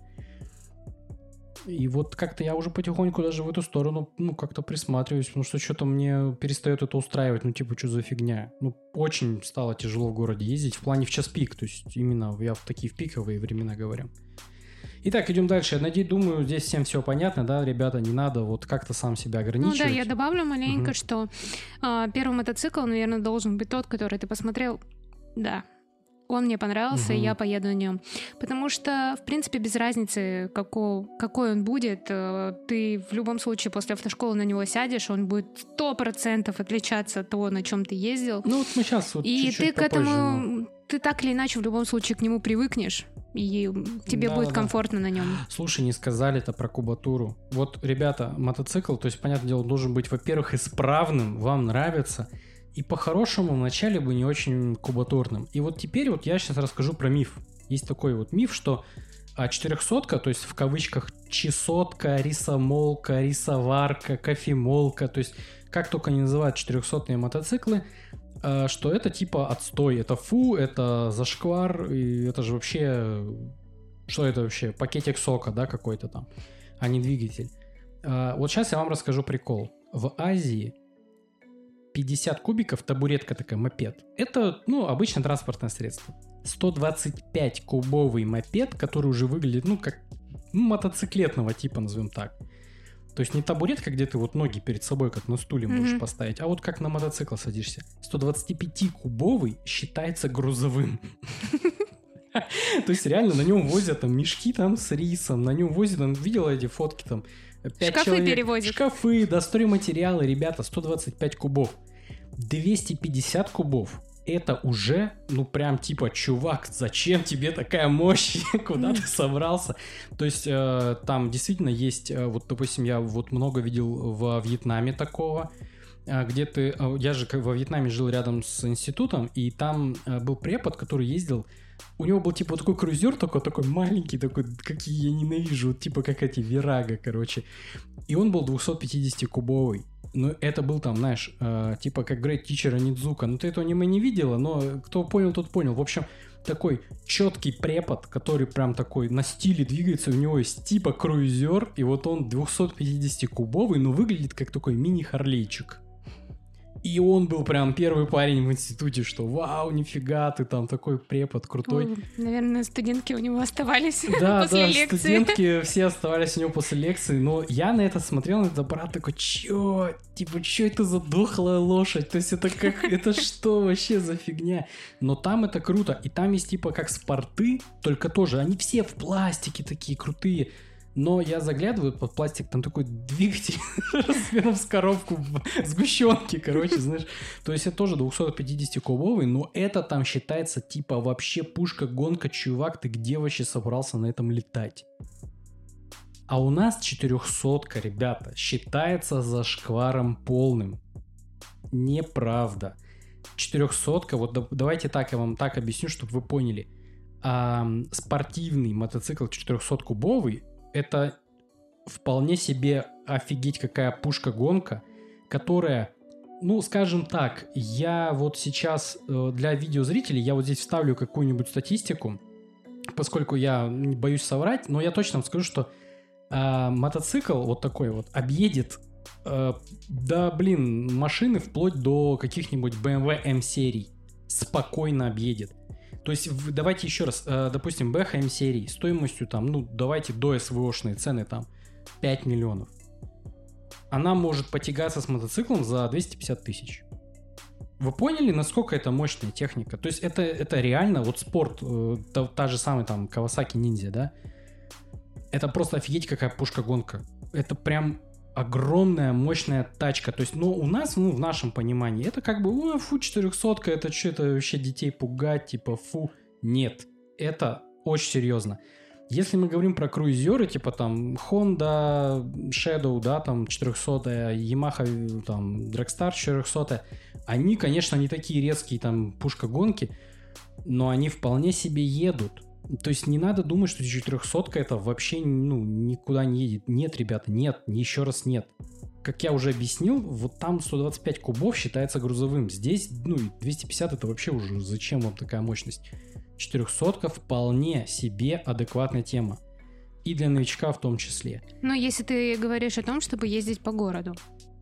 И вот как-то я уже потихоньку даже в эту сторону, ну, как-то присматриваюсь, потому что что-то мне перестает это устраивать, ну, типа, что за фигня. Ну, очень стало тяжело в городе ездить, в плане в час пик, то есть именно я в такие в пиковые времена говорю. Итак, идем дальше. Я надеюсь, думаю, здесь всем все понятно, да, ребята, не надо вот как-то сам себя ограничивать. Ну да, я добавлю маленько, угу. что а, первый мотоцикл, наверное, должен быть тот, который ты посмотрел, да, он мне понравился, угу. и я поеду на нем. Потому что, в принципе, без разницы, какой, какой он будет, ты в любом случае после автошколы на него сядешь, он будет сто процентов отличаться от того, на чем ты ездил. Ну вот мы сейчас вот и чуть-чуть ты попозже, к этому, но... ты так или иначе в любом случае к нему привыкнешь, и тебе да, будет да, комфортно да. на нем. Слушай, не сказали-то про кубатуру. Вот, ребята, мотоцикл, то есть, понятное дело, должен быть, во-первых, исправным, вам нравится, и по-хорошему вначале бы не очень кубатурным. И вот теперь вот я сейчас расскажу про миф. Есть такой вот миф, что а четырехсотка, то есть в кавычках чесотка, рисомолка, рисоварка, кофемолка, то есть как только не называют четырехсотные мотоциклы, что это типа отстой, это фу, это зашквар, и это же вообще... Что это вообще? Пакетик сока, да, какой-то там, а не двигатель. Вот сейчас я вам расскажу прикол. В Азии пятьдесят кубиков, табуретка такая, мопед. Это, ну, обычное транспортное средство. сто двадцать пять кубовый мопед, который уже выглядит, ну, как ну, мотоциклетного типа, назовем так. То есть не табуретка, где ты вот ноги перед собой как на стуле можешь mm-hmm. поставить, а вот как на мотоцикл садишься. сто двадцать пять кубовый считается грузовым. То есть реально на нем возят там мешки там с рисом, на нем возят, там, видела эти фотки там, пять шкафы человек, перевозят. Шкафы, да, стройматериалы, ребята, сто двадцать пять кубов. двести пятьдесят кубов. Это уже, ну, прям типа, чувак, зачем тебе такая мощь? Куда ты собрался? То есть э, там действительно есть, э, вот, допустим, я вот много видел во Вьетнаме такого, э, где ты... Э, я же во Вьетнаме жил рядом с институтом, и там э, был препод, который ездил. У него был типа вот такой крузер, такой, такой маленький, такой, какие я ненавижу, вот, типа как эти Вирага, короче. И он был двухсотпятидесятикубовый. Ну, это был там, знаешь, э, типа как Great Teacher Онидзука. Ну, ты это аниме не видела, но кто понял, тот понял. В общем, такой четкий препод, который прям такой на стиле двигается. У него есть типа круизер, и вот он двухсотпятидесятикубовый, но выглядит как такой мини-харлейчик. И он был прям первый парень в институте, что вау, нифига, ты там такой препод крутой. Ой, наверное, студентки у него оставались да, после да, лекции. Студентки все оставались у него после лекции, но я на это смотрел, на этот аппарат такой, чё? Типа, чё это за дохлая лошадь? То есть это как, это что вообще за фигня? Но там это круто, и там есть типа как спорты, только тоже, они все в пластике такие крутые. Но я заглядываю под пластик, там такой двигатель размером с коробку сгущенки, короче, знаешь. То есть это тоже двухсотпятидесятикубовый, но это там считается типа вообще пушка-гонка, чувак, ты где вообще собрался на этом летать? А у нас четырехсотка, ребята, считается зашкваром полным. Неправда. Четырехсотка, вот давайте так, я вам так объясню, чтобы вы поняли. А, спортивный мотоцикл четырехсоткубовый это вполне себе офигеть какая пушка-гонка, которая, ну, скажем так, я вот сейчас э, для видеозрителей, я вот здесь вставлю какую-нибудь статистику, поскольку я не боюсь соврать, но я точно вам скажу, что э, мотоцикл вот такой вот объедет, э, да, блин, машины вплоть до каких-нибудь бэ эм вэ эм-серий спокойно объедет. То есть, давайте еще раз, э, допустим, бэ эйч эм-серии стоимостью там, ну, давайте до эс вэ о-шные цены там пять миллионов. Она может потягаться с мотоциклом за двести пятьдесят тысяч. Вы поняли, насколько это мощная техника? То есть, это, это реально, вот спорт, э, та, та же самая там Kawasaki Ninja, да? Это просто офигеть какая пушка-гонка. Это прям огромная, мощная тачка. То есть, ну, у нас, ну, в нашем понимании, это как бы, ой, фу, четырехсотка, это что, это вообще детей пугать, типа, фу. Нет, это очень серьезно. Если мы говорим про круизеры, типа, там, Honda Shadow, да, там, четырехсотая, Yamaha, там, Dragstar четырехсотая, они, конечно, не такие резкие, там, пушка-гонки, но они вполне себе едут. То есть не надо думать, что четырехсотка это вообще, ну, никуда не едет. Нет, ребята, нет, еще раз нет. Как я уже объяснил, вот там сто двадцать пять кубов считается грузовым. Здесь, ну, двести пятьдесят это вообще уже зачем вам такая мощность? четырехсотка вполне себе адекватная тема. И для новичка в том числе. Но если ты говоришь о том, чтобы ездить по городу.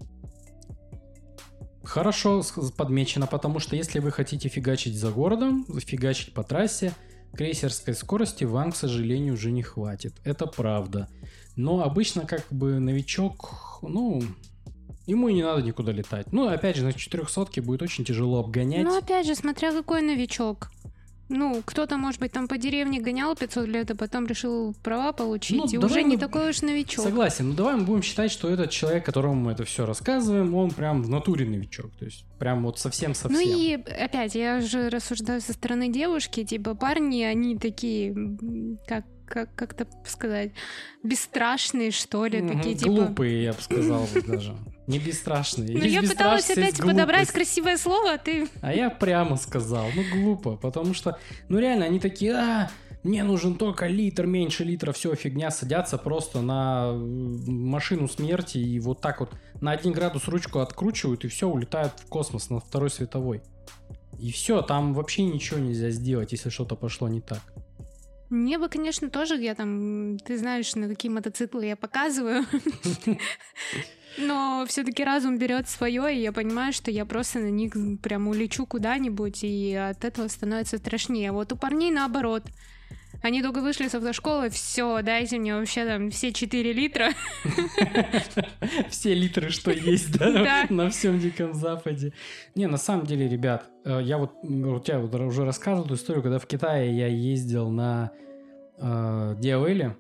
Хорошо подмечено, потому что если вы хотите фигачить за городом, фигачить по трассе, крейсерской скорости вам, к сожалению, уже не хватит. Это правда. Но обычно как бы новичок, ну, ему и не надо никуда летать. Ну, опять же, на четырехсотке будет очень тяжело обгонять. Ну, опять же, смотря какой новичок. Ну, кто-то, может быть, там по деревне гонял пятьсот лет, а потом решил права получить, ну, и уже не такой уж новичок. Согласен, но давай мы будем считать, что этот человек, которому мы это все рассказываем, он прям в натуре новичок, то есть прям вот совсем-совсем. Ну и опять, я же рассуждаю со стороны девушки, типа парни, они такие, как, как, как-то сказать, бесстрашные, что ли, mm-hmm, такие, типа... Глупые, я бы сказал даже. Не бесстрашные. Ну, я пыталась опять подобрать красивое слово, а ты... А я прямо сказал, ну, глупо, потому что, ну, реально, они такие, а, мне нужен только литр, меньше литра, все, фигня, садятся просто на машину смерти и вот так вот на один градус ручку откручивают и все, улетают в космос на второй световой. И все, там вообще ничего нельзя сделать, если что-то пошло не так. Мне бы, конечно, тоже, я там, ты знаешь, на какие мотоциклы я показываю, но все-таки разум берет свое, и я понимаю, что я просто на них прям улечу куда-нибудь, и от этого становится страшнее. Вот у парней наоборот. Они только вышли с автошколы, все, дайте мне вообще там все четыре литра. Все литры, что есть, да, на всем Диком Западе. Не, на самом деле, ребят, я вот у тебя вот уже рассказывал эту историю, когда в Китае я ездил на ди эл эл.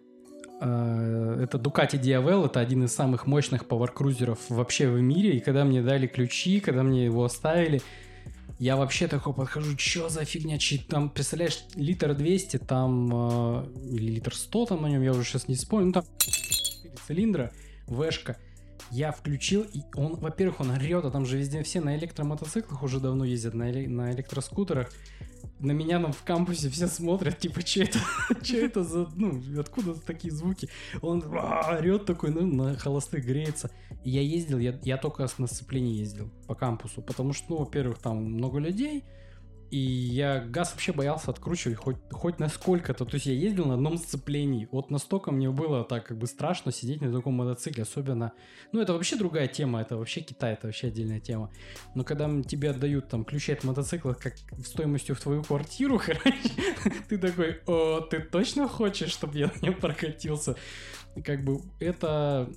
Это Ducati ди эл эл, это один из самых мощных пауэркрузеров вообще в мире, и когда мне дали ключи, когда мне его оставили, я вообще такой подхожу, что за фигня, там, представляешь, литр двести, там, э, или литр сто там на нем, я уже сейчас не вспомню, ну там цилиндра, вэшка, я включил, и он, во-первых, он орет, а там же везде все на электромотоциклах уже давно ездят, на, эле- на электроскутерах, на меня там в кампусе все смотрят, типа, что это, что это за, ну, откуда такие звуки? Он орет такой, ну, на холостых греется. И я ездил, я, я только на сцеплении ездил по кампусу, потому что, ну, во-первых, там много людей, и я газ вообще боялся откручивать хоть, хоть насколько-то. То есть я ездил на одном сцеплении. Вот настолько мне было так как бы страшно сидеть на таком мотоцикле. Особенно... Ну, это вообще другая тема. Это вообще Китай, это вообще отдельная тема. Но когда тебе отдают там ключи от мотоцикла как стоимостью в твою квартиру, короче, ты такой, о, ты точно хочешь, чтобы я на нем прокатился? И как бы это...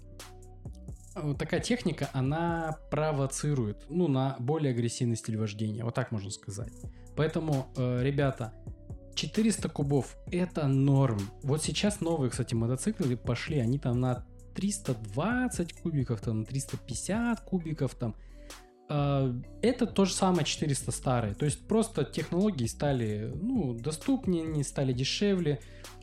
Вот такая техника, она провоцирует, ну, на более агрессивный стиль вождения, вот так можно сказать. Поэтому, э, ребята, четыреста кубов — это норм. Вот сейчас новые, кстати, мотоциклы пошли, они там на триста двадцать кубиков, там на триста пятьдесят кубиков, там. Э, это то же самое четыреста старые. То есть просто технологии стали, ну, доступнее, они стали дешевле.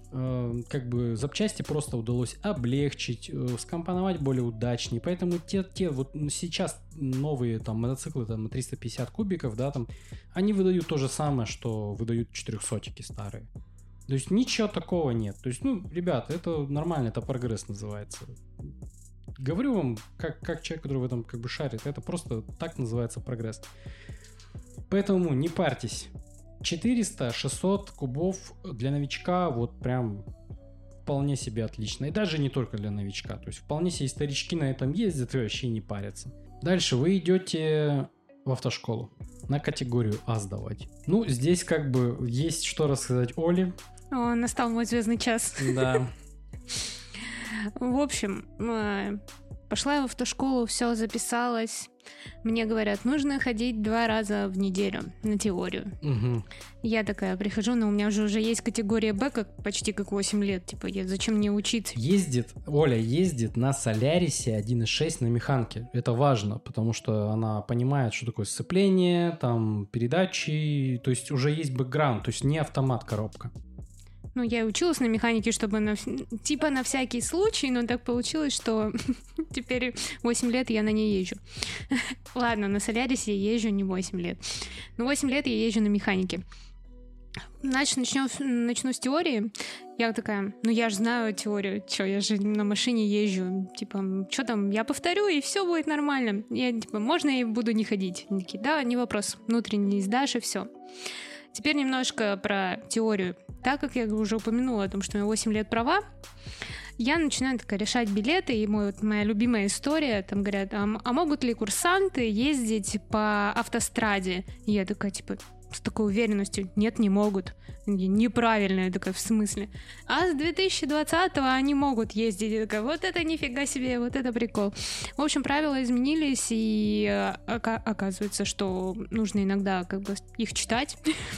Как бы запчасти просто удалось облегчить, скомпоновать более удачнее. Поэтому те, те вот сейчас новые там мотоциклы там на триста пятьдесят кубиков, да, там, они выдают то же самое, что выдают четырехсотики старые. То есть ничего такого нет. То есть, ну, ребята, это нормально, это прогресс называется. Говорю вам, как, как человек, который в этом как бы шарит, это просто так называется прогресс. Поэтому не парьтесь. четыреста-шестьсот кубов для новичка вот прям вполне себе отлично. И даже не только для новичка. То есть вполне себе старички на этом ездят и вообще не парятся. Дальше вы идете в автошколу на категорию А сдавать. Ну, здесь как бы есть что рассказать Оле. О, настал мой звездный час. Да. В общем, пошла я в автошколу, все записалась. Мне говорят, нужно ходить два раза в неделю на теорию. Угу. Я такая прихожу, но у меня же уже есть категория Б, как почти как восемь лет. Типа, я, зачем мне учиться? Ездит, Оля ездит на Солярисе один и шесть на механке. Это важно, потому что она понимает, что такое сцепление, там, передачи. То есть уже есть бэкграунд, то есть не автомат коробка. Ну, я и училась на механике, чтобы на, типа на всякий случай, но так получилось, что теперь восемь лет я на ней езжу. Ладно, на Солярисе я езжу не восемь лет. Но восемь лет я езжу на механике. Значит, начнем, начну с теории. Я такая, ну я же знаю теорию, что я же на машине езжу. Типа, что там, я повторю, и все будет нормально. Я, типа, можно я буду не ходить? Они такие, да, не вопрос, внутренний сдашь, и все. Теперь немножко про теорию. Так как я уже упомянула о том, что у меня восемь лет права, я начинаю такая решать билеты, и мой, вот, моя любимая история, там говорят, а, а могут ли курсанты ездить по автостраде? И я такая, типа, с такой уверенностью, нет, не могут. Неправильно, я такая, в смысле? А с две тысячи двадцатого они могут ездить. Я такая, вот это нифига себе, вот это прикол. В общем, правила изменились, и оказывается, что нужно иногда как бы их читать.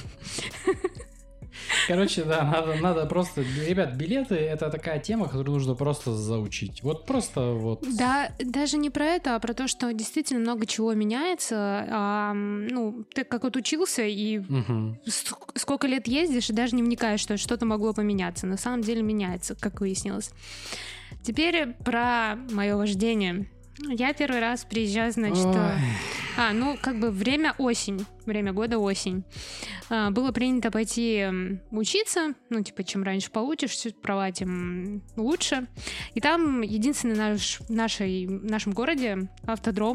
Короче, да, надо, надо просто... Ребят, билеты — это такая тема, которую нужно просто заучить. Вот просто вот... Да, даже не про это, а про то, что действительно много чего меняется. А, ну, ты как вот учился, и угу. сколько лет ездишь, и даже не вникаешь, что что-то могло поменяться. На самом деле меняется, как выяснилось. Теперь про мое вождение. Я первый раз приезжаю, значит... Ой. А, ну, как бы время осень, время года осень. А, было принято пойти учиться, ну, типа, чем раньше получишь права, тем лучше. И там единственный наш, в нашей, в нашем городе автодром,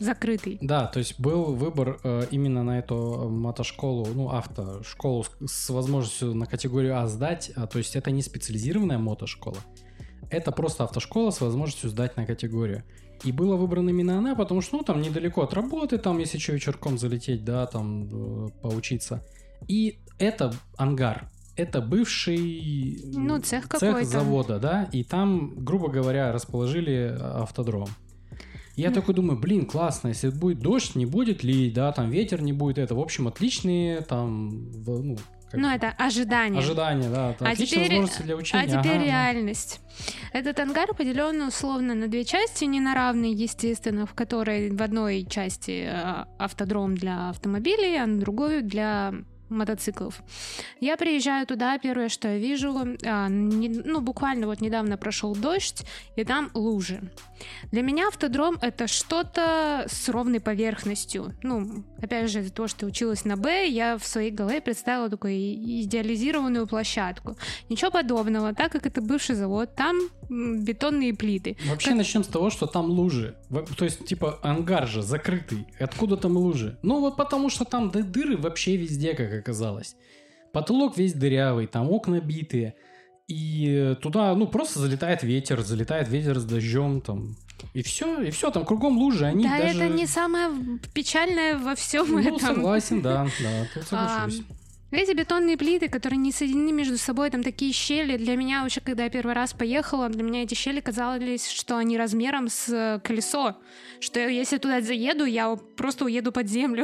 закрытый. Да, то есть был выбор э, именно на эту мотошколу, ну, автошколу с, с возможностью на категорию А сдать, а, то есть это не специализированная мотошкола, это просто автошкола с возможностью сдать на категорию. И было выбрано именно она, потому что, ну, там недалеко от работы, там, если что, вечерком залететь, да, там, э, поучиться. И это ангар. Это бывший ну, цех, цех завода, да, и там, грубо говоря, расположили автодром. Я mm. такой думаю, блин, классно, если будет дождь, не будет лить, да, там ветер не будет, это, в общем, отличные там, ну, ну, это ожидание. Ожидание, да. Это а отличные теперь, возможности для учения. А теперь ага, реальность. Ну. Этот ангар поделен условно на две части, не на равные, естественно, в которой в одной части автодром для автомобилей, а на другой для мотоциклов. Я приезжаю туда, первое, что я вижу, а, не, ну, буквально вот недавно прошел дождь, и там лужи. Для меня автодром — это что-то с ровной поверхностью. Ну, опять же, из-за того, что училась на Б, я в своей голове представила такую идеализированную площадку. Ничего подобного, так как это бывший завод, там бетонные плиты. Вообще как... начнем с того, что там лужи. То есть, типа, ангар же закрытый. Откуда там лужи? Ну, вот потому что там дыры вообще везде, как оказалось. Потолок весь дырявый, там окна битые. И туда, ну, просто залетает ветер, залетает ветер с дождем, там, и все, и все, там кругом лужи, они да, даже... это не самое печальное во всем ну, этом. Ну, согласен, да, да, тут соглашусь. А, эти бетонные плиты, которые не соединены между собой, там такие щели, для меня вообще, когда я первый раз поехала, для меня эти щели казались, что они размером с колесо, что если туда заеду, я просто уеду под землю.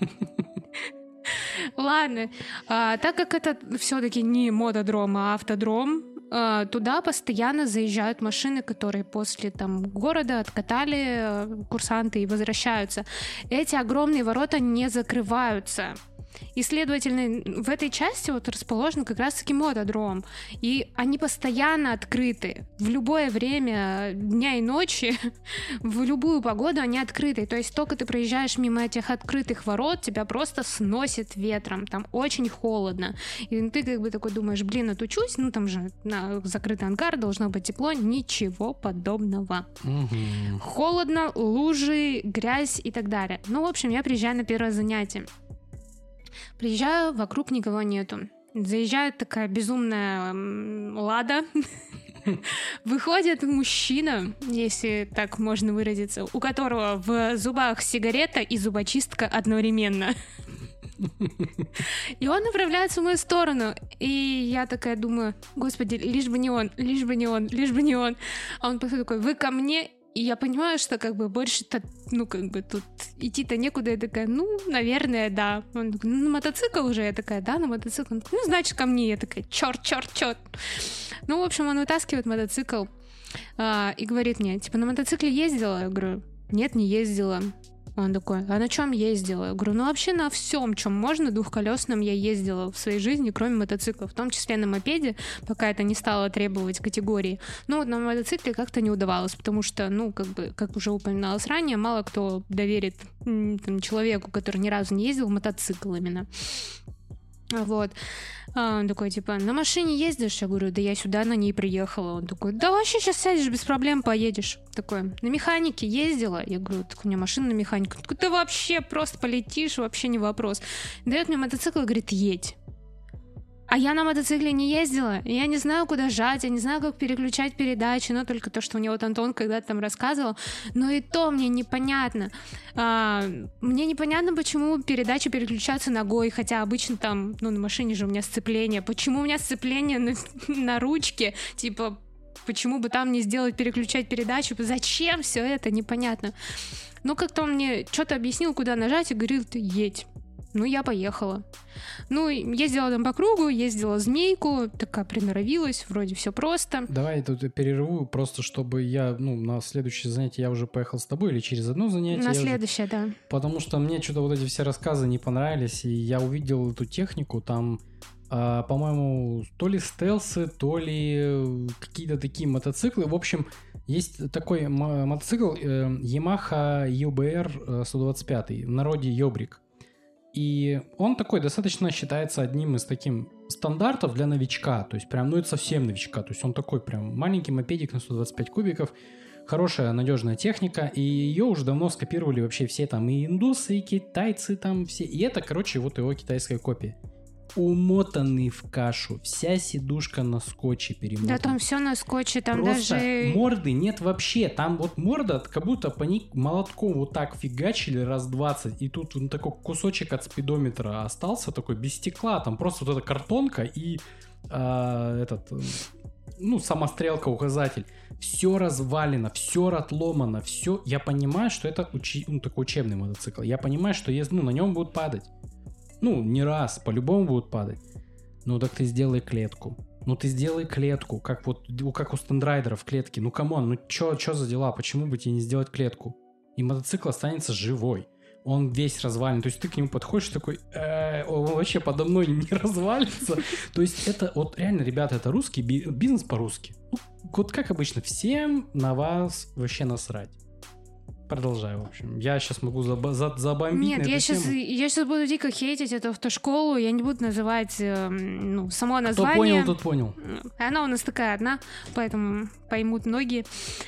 Ладно, а, так как это все-таки не мотодром, а автодром, а, туда постоянно заезжают машины, которые после там города откатали а, курсанты и возвращаются. Эти огромные ворота не закрываются. И, следовательно, в этой части вот расположен как раз-таки мотодром. И они постоянно открыты. В любое время дня и ночи, в любую погоду они открыты. То есть только ты проезжаешь мимо этих открытых ворот, тебя просто сносит ветром. Там очень холодно. И ты как бы такой думаешь, блин, отучусь, ну там же на закрытый ангар, должно быть тепло. Ничего подобного. Угу. Холодно, лужи, грязь и так далее. Ну, в общем, я приезжаю на первое занятие. Приезжаю, вокруг никого нету. Заезжает такая безумная м, лада. Выходит мужчина, если так можно выразиться, у которого в зубах сигарета и зубочистка одновременно. И он направляется в мою сторону. И я такая думаю, господи, лишь бы не он, лишь бы не он, лишь бы не он. А он такой, вы ко мне? И я понимаю, что как бы больше-то, ну, как бы тут идти-то некуда. Я такая, ну, наверное, да. Он такой, ну, на мотоцикл уже. Я такая, да, на мотоцикл. Он такой, ну, значит, ко мне. Я такая, черт, черт, черт. Ну, в общем, он вытаскивает мотоцикл а, и говорит мне, типа, на мотоцикле ездила? Я говорю, нет, не ездила. Он такой, а на чем ездила? Я говорю, ну вообще на всем, чем можно, двухколесном я ездила в своей жизни, кроме мотоцикла, в том числе на мопеде, пока это не стало требовать категории. Но вот на мотоцикле как-то не удавалось, потому что, ну, как бы, как уже упоминалось ранее, мало кто доверит там, человеку, который ни разу не ездил, мотоцикл именно. Вот. А он такой, типа, на машине ездишь? Я говорю, да я сюда на ней приехала. Он такой, да вообще сейчас сядешь, без проблем поедешь. Такой, на механике ездила? Я говорю, так у меня машина на механике. Он такой, да вообще просто полетишь, вообще не вопрос. Дает мне мотоцикл и говорит, едь. А я на мотоцикле не ездила, я не знаю, куда жать, я не знаю, как переключать передачи, но только то, что мне вот Антон когда-то там рассказывал, но и то мне непонятно. А, мне непонятно, почему передачи переключаются ногой, хотя обычно там, ну, на машине же у меня сцепление. Почему у меня сцепление на, на ручке? Типа, почему бы там не сделать переключать передачу? Зачем все это? Непонятно. Ну, как-то он мне что-то объяснил, куда нажать, и говорил, ты едь. Ну, я поехала. Ну, ездила там по кругу, ездила змейку, такая приноровилась, вроде все просто. Давай я тут перерву, просто чтобы я, ну, на следующее занятие я уже поехал с тобой или через одно занятие. На следующее, уже... да. Потому что мне что-то вот эти все рассказы не понравились, и я увидел эту технику, там, а, по-моему, то ли стелсы, то ли какие-то такие мотоциклы. В общем, есть такой мо- мотоцикл э, Yamaha ю би ар сто двадцать пять, в народе Йобрик. И он такой достаточно считается одним из таких стандартов для новичка. То есть прям, ну это совсем новичка. То есть он такой прям маленький мопедик на сто двадцать пять кубиков. хорошая, надежная техника, и ее уже давно скопировали вообще все там и индусы, и китайцы там все. И это, короче, вот его китайская копия. Умотанный в кашу, вся сидушка на скотче перемотана. Да там все на скотче, там Просто даже... морды нет вообще. Там вот морда, как будто по ней молотком вот так фигачили раз двадцать, и тут ну, такой кусочек от спидометра остался такой без стекла. Там просто вот эта картонка и э, этот, ну, самострелка, указатель. Все развалено, все отломано, все. Я понимаю, что это учи... ну, такой учебный мотоцикл. Я понимаю, что если, ну, на нем будут падать. Ну, не раз, по-любому будут падать. Ну, так ты сделай клетку. Ну, ты сделай клетку, как вот как у стендрайдеров клетки. Ну, камон, ну, чё, чё за дела? Почему бы тебе не сделать клетку? И мотоцикл останется живой. Он весь развален. То есть ты к нему подходишь такой, э, он вообще подо мной не развалится. То есть это вот реально, ребята, это русский бизнес по-русски. Ну, вот как обычно, всем на вас вообще насрать. Продолжаю, в общем. Я сейчас могу заб- за- забомбить Нет, на эту я тему. сейчас, я сейчас буду дико хейтить эту автошколу, я не буду называть э, ну, само название. Кто понял, тот понял. Она у нас такая одна, поэтому поймут многие.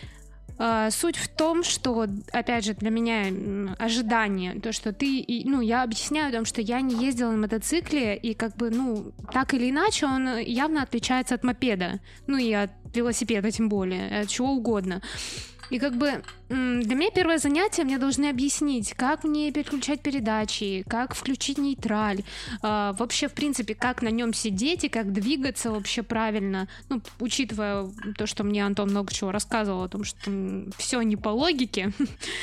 А, суть в том, что, опять же, для меня ожидание, то, что ты, ну, я объясняю о том, что я не ездила на мотоцикле, и как бы, ну, так или иначе он явно отличается от мопеда, ну, и от велосипеда тем более, от чего угодно. И как бы для меня первое занятие, мне должны объяснить, как мне переключать передачи, как включить нейтраль, э, вообще, в принципе, как на нем сидеть и как двигаться вообще правильно. Ну, учитывая то, что мне Антон много чего рассказывал о том, что все не по логике,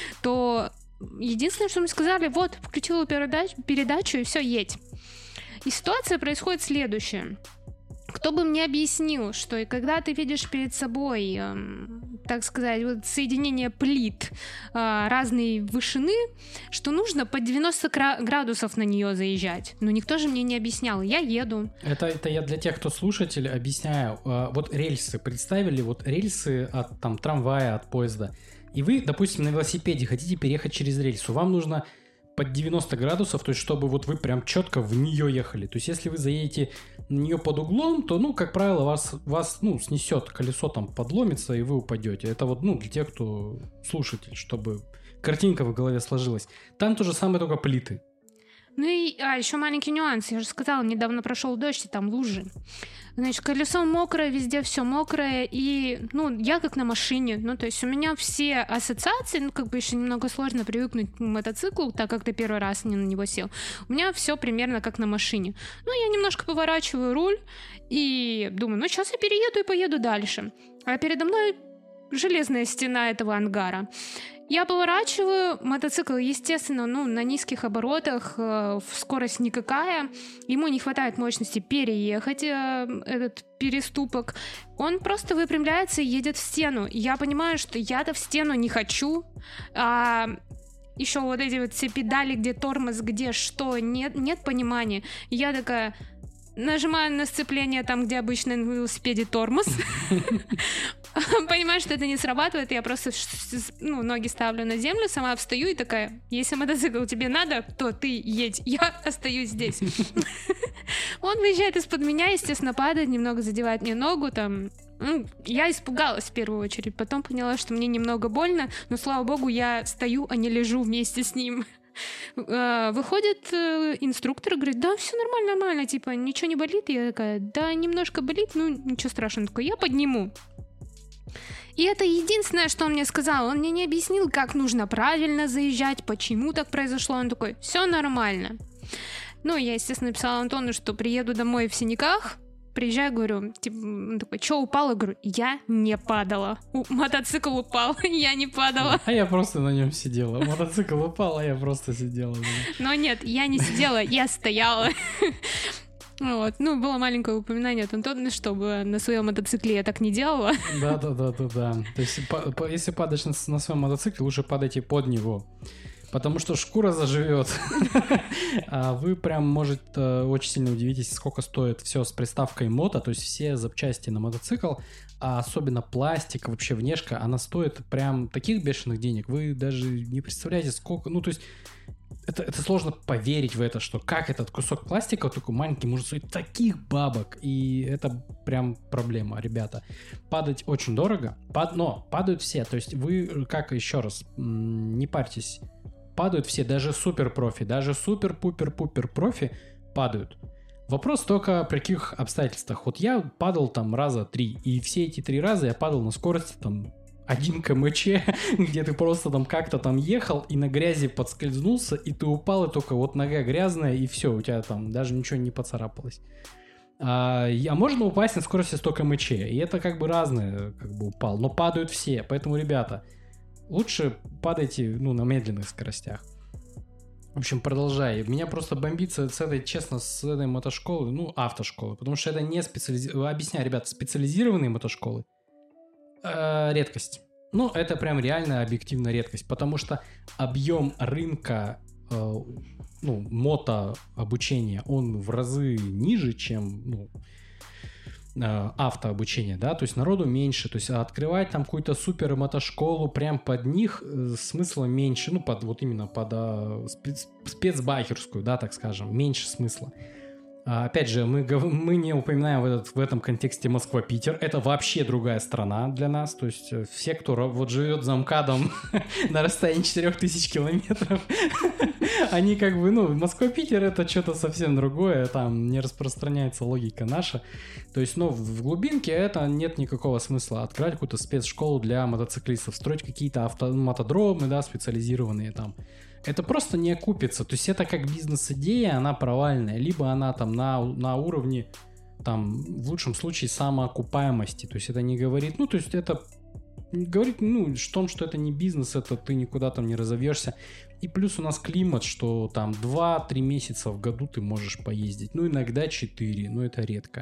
то единственное, что мне сказали, вот, включила передач- передачу и все, едь. И ситуация происходит следующая. Кто бы мне объяснил, что и когда ты видишь перед собой, э, так сказать, вот соединение плит э, разной вышины, что нужно по девяносто градусов на нее заезжать. Но никто же мне не объяснял. Я еду. Это, это я для тех, кто слушатель, объясняю. Э, вот рельсы, представили, вот рельсы от там, трамвая, от поезда. И вы, допустим, на велосипеде хотите переехать через рельсу. Вам нужно под девяносто градусов, то есть чтобы вот вы прям четко в нее ехали. То есть если вы заедете на нее под углом, то, ну, как правило, вас, вас ну, снесет, колесо там подломится, и вы упадете. Это вот, ну, для тех, кто слушатель, чтобы картинка в голове сложилась. Там то же самое, только плиты. Ну и, а, еще маленький нюанс. Я же сказала, недавно прошел дождь, и там лужи. Значит, колесо мокрое, везде все мокрое, и, ну, я как на машине, ну, то есть у меня все ассоциации, ну, как бы еще немного сложно привыкнуть к мотоциклу, так как ты первый раз не на него сел. У меня все примерно как на машине. Ну, я немножко поворачиваю руль и думаю, ну, сейчас я перееду и поеду дальше. А передо мной железная стена этого ангара. Я поворачиваю, мотоцикл, естественно, ну, на низких оборотах, э, скорость никакая, ему не хватает мощности переехать э, этот переступок, он просто выпрямляется и едет в стену. Я понимаю, что я-то в стену не хочу, а еще вот эти вот все педали, где тормоз, где что, нет, нет понимания. Я такая... Нажимаю на сцепление там, где обычно на велосипеде тормоз. Понимаю, что это не срабатывает, я просто ну, ноги ставлю на землю, сама встаю и такая, если мотоцикл тебе надо, то ты едь, я остаюсь здесь. Он выезжает из-под меня, естественно, падает, немного задевает мне ногу, там... Ну, я испугалась в первую очередь, потом поняла, что мне немного больно, но, слава богу, я стою, а не лежу вместе с ним. Выходит инструктор и говорит, да, все нормально, нормально, типа, ничего не болит? Я такая, да, немножко болит, ну, ничего страшного. Такой, я подниму. И это единственное, что он мне сказал. Он мне не объяснил, как нужно правильно заезжать, почему так произошло. Он такой, все нормально. Ну, я, естественно, написала Антону, что приеду домой в синяках. Приезжаю, говорю, типа, он такой, что, упала? Говорю, я не падала. У- мотоцикл упал, я не падала. А я просто на нем сидела. Мотоцикл упал, а я просто сидела. Но нет, я не сидела, я стояла. Вот. Ну, было маленькое упоминание от Антона, чтобы на своем мотоцикле я так не делала. Да-да-да-да-да. То есть, по- по- если падаешь на, на своем мотоцикле, лучше падайте под него. Потому что шкура заживет. А вы прям, может, очень сильно удивитесь, сколько стоит все с приставкой мото, то есть все запчасти на мотоцикл, а особенно пластик, вообще внешка, она стоит прям таких бешеных денег. Вы даже не представляете, сколько... Ну, то есть это, это сложно поверить в это, что как этот кусок пластика, такой маленький, может стоить таких бабок. И это прям проблема, ребята. Падать очень дорого, пад, но падают все. То есть вы, как еще раз, не парьтесь, падают все, даже супер-профи, даже супер-пупер-пупер-профи падают. Вопрос только при каких обстоятельствах. Вот я падал там раза три, и все эти три раза я падал на скорости там один километр, где ты просто там как-то там ехал и на грязи подскользнулся, и ты упал, и только вот нога грязная, и все, у тебя там даже ничего не поцарапалось. А, а можно упасть на скорости сто километров, и это как бы разное, как бы упал, но падают все, поэтому, ребята, лучше падайте, ну, на медленных скоростях. В общем, продолжай. Меня просто бомбит с этой, честно, с этой мотошколы, ну, автошколы, потому что это не специализированные... Объясняю, ребята, специализированные мотошколы э, редкость. Ну, это прям реально объективно редкость, потому что объем рынка э, ну, мотообучения, он в разы ниже, чем, ну, автообучение, да, то есть народу меньше, то есть открывать там какую-то супер мотошколу прям под них смысла меньше, ну, под вот именно под а, спец, спецбайкерскую, да, так скажем, меньше смысла. А, опять же, мы, мы не упоминаем в, этот, в этом контексте Москва-Питер, это вообще другая страна для нас, то есть все, кто вот живет за МКАДом на расстоянии четырех тысяч километров, они как бы, ну, Москва-Питер это что-то совсем другое, там не распространяется логика наша. То есть, ну, в глубинке это нет никакого смысла открывать какую-то спецшколу для мотоциклистов, строить какие-то авто, мотодромы, да, специализированные там. Это просто не окупится. То есть это как бизнес-идея, она провальная. Либо она там на, на уровне, там, в лучшем случае, самоокупаемости. То есть это не говорит, ну, то есть это говорит, ну, о том, что это не бизнес, это ты никуда там не разовьешься. И плюс у нас климат, что там два-три месяца в году ты можешь поездить. Ну, иногда четыре, но это редко.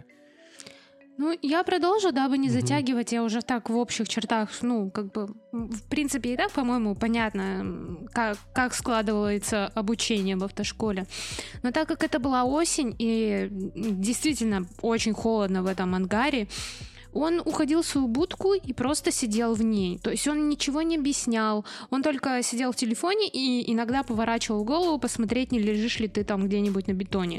Ну, я продолжу, дабы не затягивать, я уже так в общих чертах, ну, как бы, в принципе, и так, по-моему, понятно, как, как складывается обучение в автошколе. Но так как это была осень и действительно очень холодно в этом ангаре, он уходил в свою будку и просто сидел в ней. То есть он ничего не объяснял. Он только сидел в телефоне и иногда поворачивал голову посмотреть, не лежишь ли ты там где-нибудь на бетоне.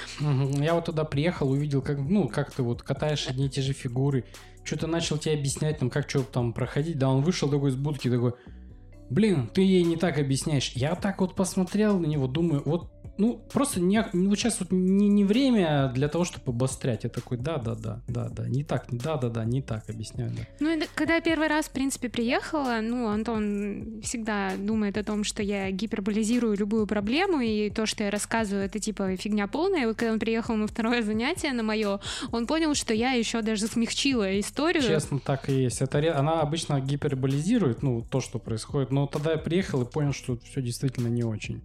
Я вот туда приехал, увидел, как, ну, как ты вот катаешь одни и те же фигуры. Что-то начал тебе объяснять, там, как что там проходить. Да, он вышел такой из будки, такой, блин, ты ей не так объясняешь. Я так вот посмотрел на него, думаю, вот, ну, просто не, вот сейчас вот не, не время для того, чтобы обострять. Я такой, да-да-да, да-да, не так, да-да-да, не так объясняю, да. Ну, и когда я первый раз, в принципе, приехала, ну, Антон всегда думает о том, что я гиперболизирую любую проблему, и то, что я рассказываю, это, типа, фигня полная. И вот когда он приехал на второе занятие, на мое, он понял, что я еще даже смягчила историю. Честно, так и есть. Это, она обычно гиперболизирует, ну, то, что происходит, но тогда я приехал и понял, что все действительно не очень.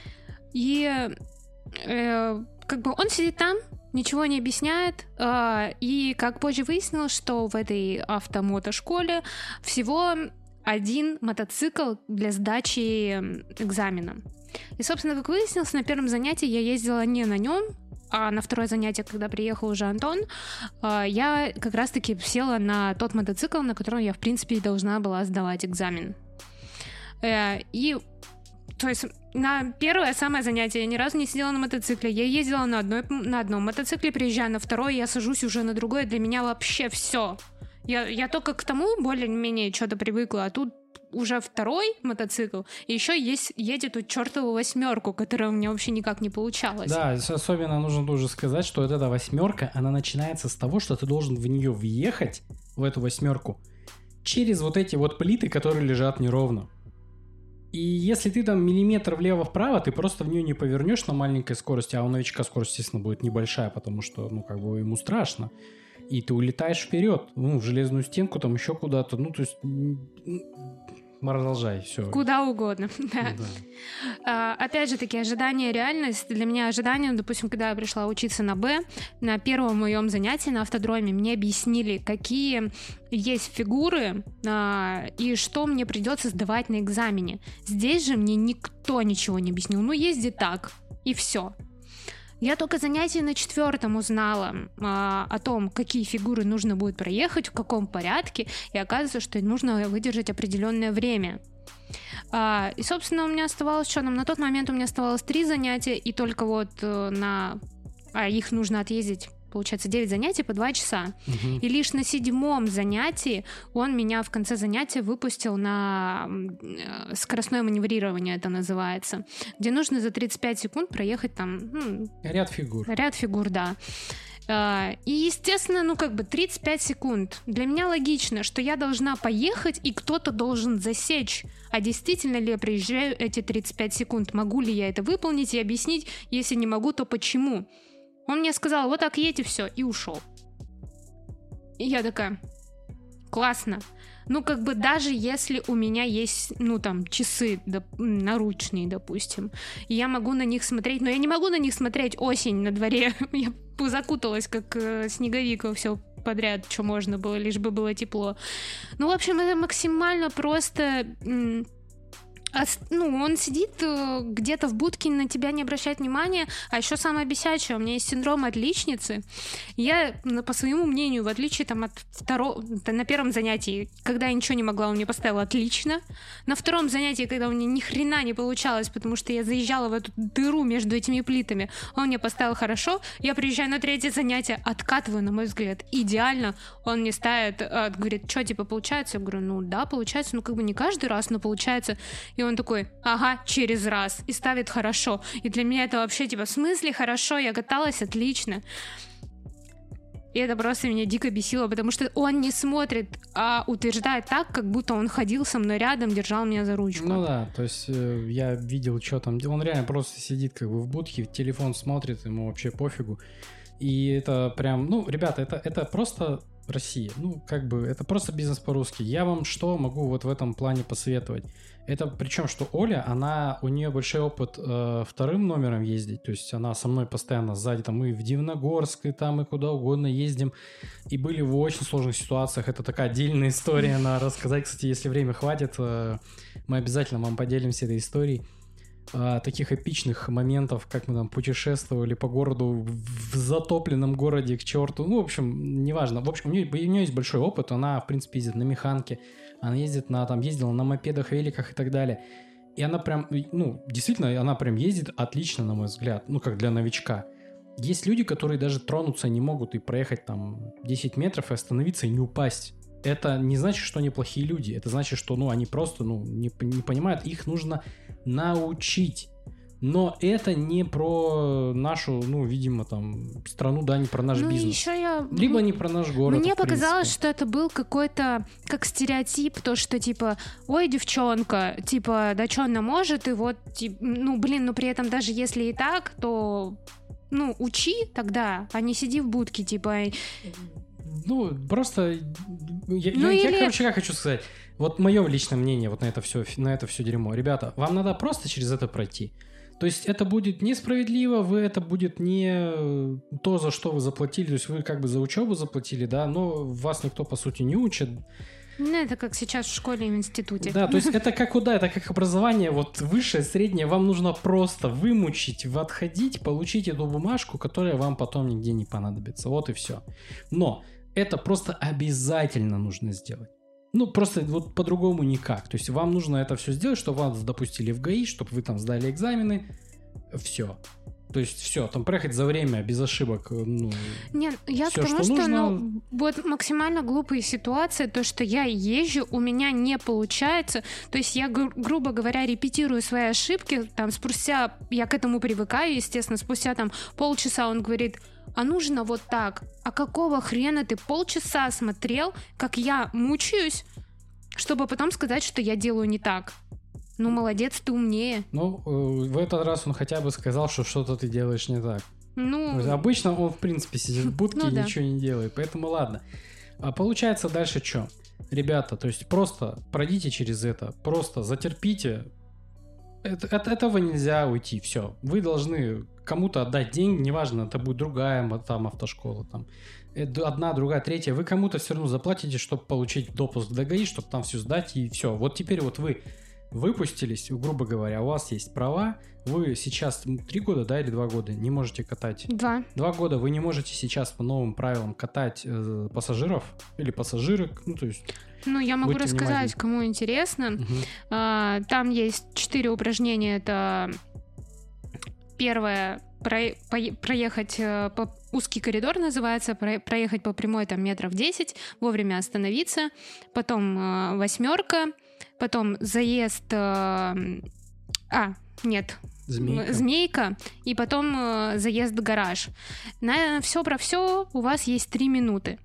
И э, как бы он сидит там, ничего не объясняет, э, и как позже выяснилось, что в этой автомотошколе всего один мотоцикл для сдачи экзамена. И, собственно, как выяснилось, на первом занятии я ездила не на нем, а на второе занятие, когда приехал уже Антон, э, я как раз-таки села на тот мотоцикл, на котором я, в принципе, должна была сдавать экзамен. Э, и То есть на первое самое занятие я ни разу не сидела на мотоцикле. Я ездила на, одной, на одном мотоцикле, приезжаю на второй, я сажусь уже на другой. Для меня вообще все. Я, я только к тому более-менее что-то привыкла, а тут уже второй мотоцикл, и еще есть, едет тут чертову восьмерку, которая у меня вообще никак не получалась. Да, особенно нужно тоже сказать, что вот эта восьмерка, она начинается с того, что ты должен в нее въехать, в эту восьмерку, через вот эти вот плиты, которые лежат неровно. И если ты там миллиметр влево-вправо, ты просто в нее не повернешь на маленькой скорости, а у новичка скорость, естественно, будет небольшая, потому что, ну, как бы ему страшно. И ты улетаешь вперед, ну, в железную стенку, там еще куда-то, ну, то есть... Продолжай, все. Куда угодно, да. да. А, опять же таки, ожидание, реальность. Для меня ожидание, допустим, когда я пришла учиться на Б, на первом моем занятии на автодроме мне объяснили, какие есть фигуры а, и что мне придется сдавать на экзамене. Здесь же мне никто ничего не объяснил. Ну, езди так, и все. Я только занятие на четвертом узнала а, о том, какие фигуры нужно будет проехать, в каком порядке, и оказывается, что нужно выдержать определенное время. А, и, собственно, у меня оставалось что там? На тот момент у меня оставалось три занятия, и только вот э, на... А их нужно отъездить, получается, девять занятий по два часа. Угу. И лишь на седьмом занятии он меня в конце занятия выпустил на э, скоростное маневрирование, это называется, где нужно за тридцать пять секунд проехать там... Ну, ряд фигур. Ряд фигур, да. И, естественно, ну как бы тридцать пять секунд. Для меня логично, что я должна поехать, и кто-то должен засечь. А действительно ли я приезжаю эти тридцать пять секунд? Могу ли я это выполнить и объяснить? Если не могу, то почему? Он мне сказал, вот так едь и все, и ушел. И я такая, классно. Ну, как бы даже если у меня есть, ну, там, часы доп- наручные, допустим, и я могу на них смотреть, но я не могу на них смотреть осень на дворе. Я закуталась, как э, снеговик, во все подряд, что можно было, лишь бы было тепло. Ну, в общем, это максимально просто... М- А, ну, он сидит э, где-то в будке, на тебя не обращает внимания. А еще самое бесячее, у меня есть синдром отличницы. Я, ну, по своему мнению, в отличие там, от второго... На первом занятии, когда я ничего не могла, он мне поставил отлично. На втором занятии, когда у меня ни хрена не получалось, потому что я заезжала в эту дыру между этими плитами, он мне поставил хорошо. Я приезжаю на третье занятие, откатываю, на мой взгляд, идеально. Он мне ставит, э, говорит, что, типа, получается? Я говорю, ну да, получается, ну как бы не каждый раз, но получается. И он такой, ага, через раз. И ставит хорошо. И для меня это вообще, типа, в смысле хорошо? Я каталась отлично. И это просто меня дико бесило, потому что он не смотрит, а утверждает так, как будто он ходил со мной рядом, держал меня за ручку. Ну да, то есть э, я видел, что там. Он реально просто сидит как бы в будке, в телефон смотрит, ему вообще пофигу. И это прям, ну, ребята, это, это просто Россия. Ну, как бы, это просто бизнес по-русски. Я вам что могу вот в этом плане посоветовать? Это причем, что Оля, она, у нее большой опыт э, вторым номером ездить, то есть она со мной постоянно сзади, там мы в Дивногорск, и там и куда угодно ездим, и были в очень сложных ситуациях, это такая отдельная история на рассказать, кстати, если время хватит, э, мы обязательно вам поделимся этой историей, э, таких эпичных моментов, как мы там путешествовали по городу, в затопленном городе к черту, ну, в общем, неважно, в общем, у нее, у нее есть большой опыт, она, в принципе, ездит на механке, она ездит на, там, ездила на мопедах, великах и так далее. И она прям, ну, действительно, она прям ездит отлично, на мой взгляд. Ну, как для новичка. Есть люди, которые даже тронуться не могут и проехать там десять метров и остановиться и не упасть. Это не значит, что они плохие люди. Это значит, что, ну, они просто, ну, не, не понимают. Их нужно научить. Но это не про нашу, ну, видимо, там, страну, да, не про наш ну, бизнес. Еще я... Либо не про наш город. Мне показалось, что это был какой-то, как стереотип, то, что, типа, ой, девчонка, типа, да что она может, и вот, типа, ну, блин, ну, при этом даже если и так, то, ну, учи тогда, а не сиди в будке, типа... Ну, просто... Я, ну, я, или... я, короче, как хочу сказать. Вот мое личное мнение вот на это все, на это все дерьмо. Ребята, вам надо просто через это пройти. То есть это будет несправедливо, вы это будет не то, за что вы заплатили, то есть вы как бы за учебу заплатили, да, но вас никто, по сути, не учит. Ну, это как сейчас в школе и в институте. Да, то есть это как куда, это как образование, вот высшее, среднее, вам нужно просто вымучить, отходить, получить эту бумажку, которая вам потом нигде не понадобится, вот и все. Но это просто обязательно нужно сделать. Ну, просто вот по-другому никак. То есть вам нужно это все сделать, чтобы вас допустили в ГАИ, чтобы вы там сдали экзамены. Все. То есть все, там проехать за время без ошибок. Ну, нет, я все, к тому, что, что, нужно... ну, вот максимально глупая ситуация, то, что я езжу, у меня не получается. То есть я, гру- грубо говоря, репетирую свои ошибки. Там спустя, я к этому привыкаю, естественно, спустя там полчаса он говорит... А нужно вот так. А какого хрена ты полчаса смотрел, как я мучаюсь, чтобы потом сказать, что я делаю не так? Ну, молодец, ты умнее. Ну, в этот раз он хотя бы сказал, что что-то ты делаешь не так. Ну... Обычно он, в принципе, сидит в будке ну, и да. ничего не делает. Поэтому ладно. А получается дальше что? Ребята, то есть просто пройдите через это. Просто затерпите. Это, от этого нельзя уйти. Все. Вы должны кому-то отдать деньги. Неважно, это будет другая там автошкола. Там. Одна, другая, третья. Вы кому-то все равно заплатите, чтобы получить допуск до ГАИ, чтобы там все сдать. И все. Вот теперь вот вы выпустились, грубо говоря, у вас есть права, вы сейчас три года, да, или два года не можете катать? Два. Два года вы не можете сейчас по новым правилам катать э, пассажиров или пассажирок, ну, то есть... Ну, я могу рассказать, кому интересно. Угу. А, там есть четыре упражнения. Это первое, про, по, проехать по узкий коридор называется, про, проехать по прямой там метров десять, вовремя остановиться, потом э, восьмерка, потом заезд... Э, а, нет... Змейка. Змейка, и потом э, заезд в гараж. На все про все у вас есть три минуты.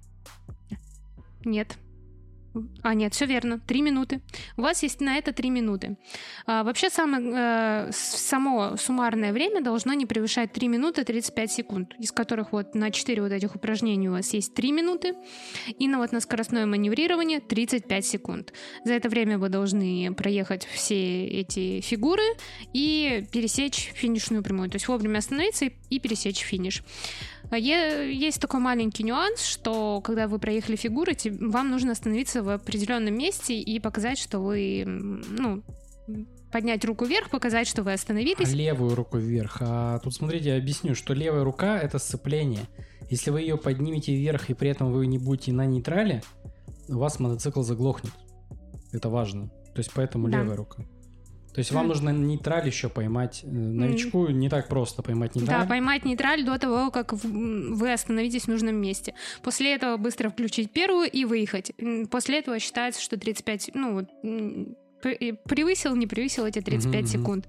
Нет. А, нет, все верно, три минуты. У вас есть на это три минуты. А, вообще самое, э, само суммарное время должно не превышать три минуты тридцать пять секунд, из которых вот на четыре вот этих упражнения у вас есть три минуты, и на вот на скоростное маневрирование тридцать пять секунд. За это время вы должны проехать все эти фигуры и пересечь финишную прямую, то есть вовремя остановиться и, и пересечь финиш. Есть такой маленький нюанс, что когда вы проехали фигуры, вам нужно остановиться в определенном месте и показать, что вы, ну, поднять руку вверх, показать, что вы остановились. А левую руку вверх. А тут, смотрите, я объясню, что левая рука — это сцепление. Если вы ее поднимете вверх и при этом вы не будете на нейтрале, у вас мотоцикл заглохнет. Это важно. То есть поэтому да. левая рука. То есть вам mm. нужно нейтраль еще поймать. Новичку mm. не так просто поймать нейтраль. Да, поймать нейтраль до того, как вы остановитесь в нужном месте. После этого быстро включить первую и выехать. После этого считается, что тридцать пять... Ну, превысил, не превысил эти тридцать пять mm-hmm. секунд.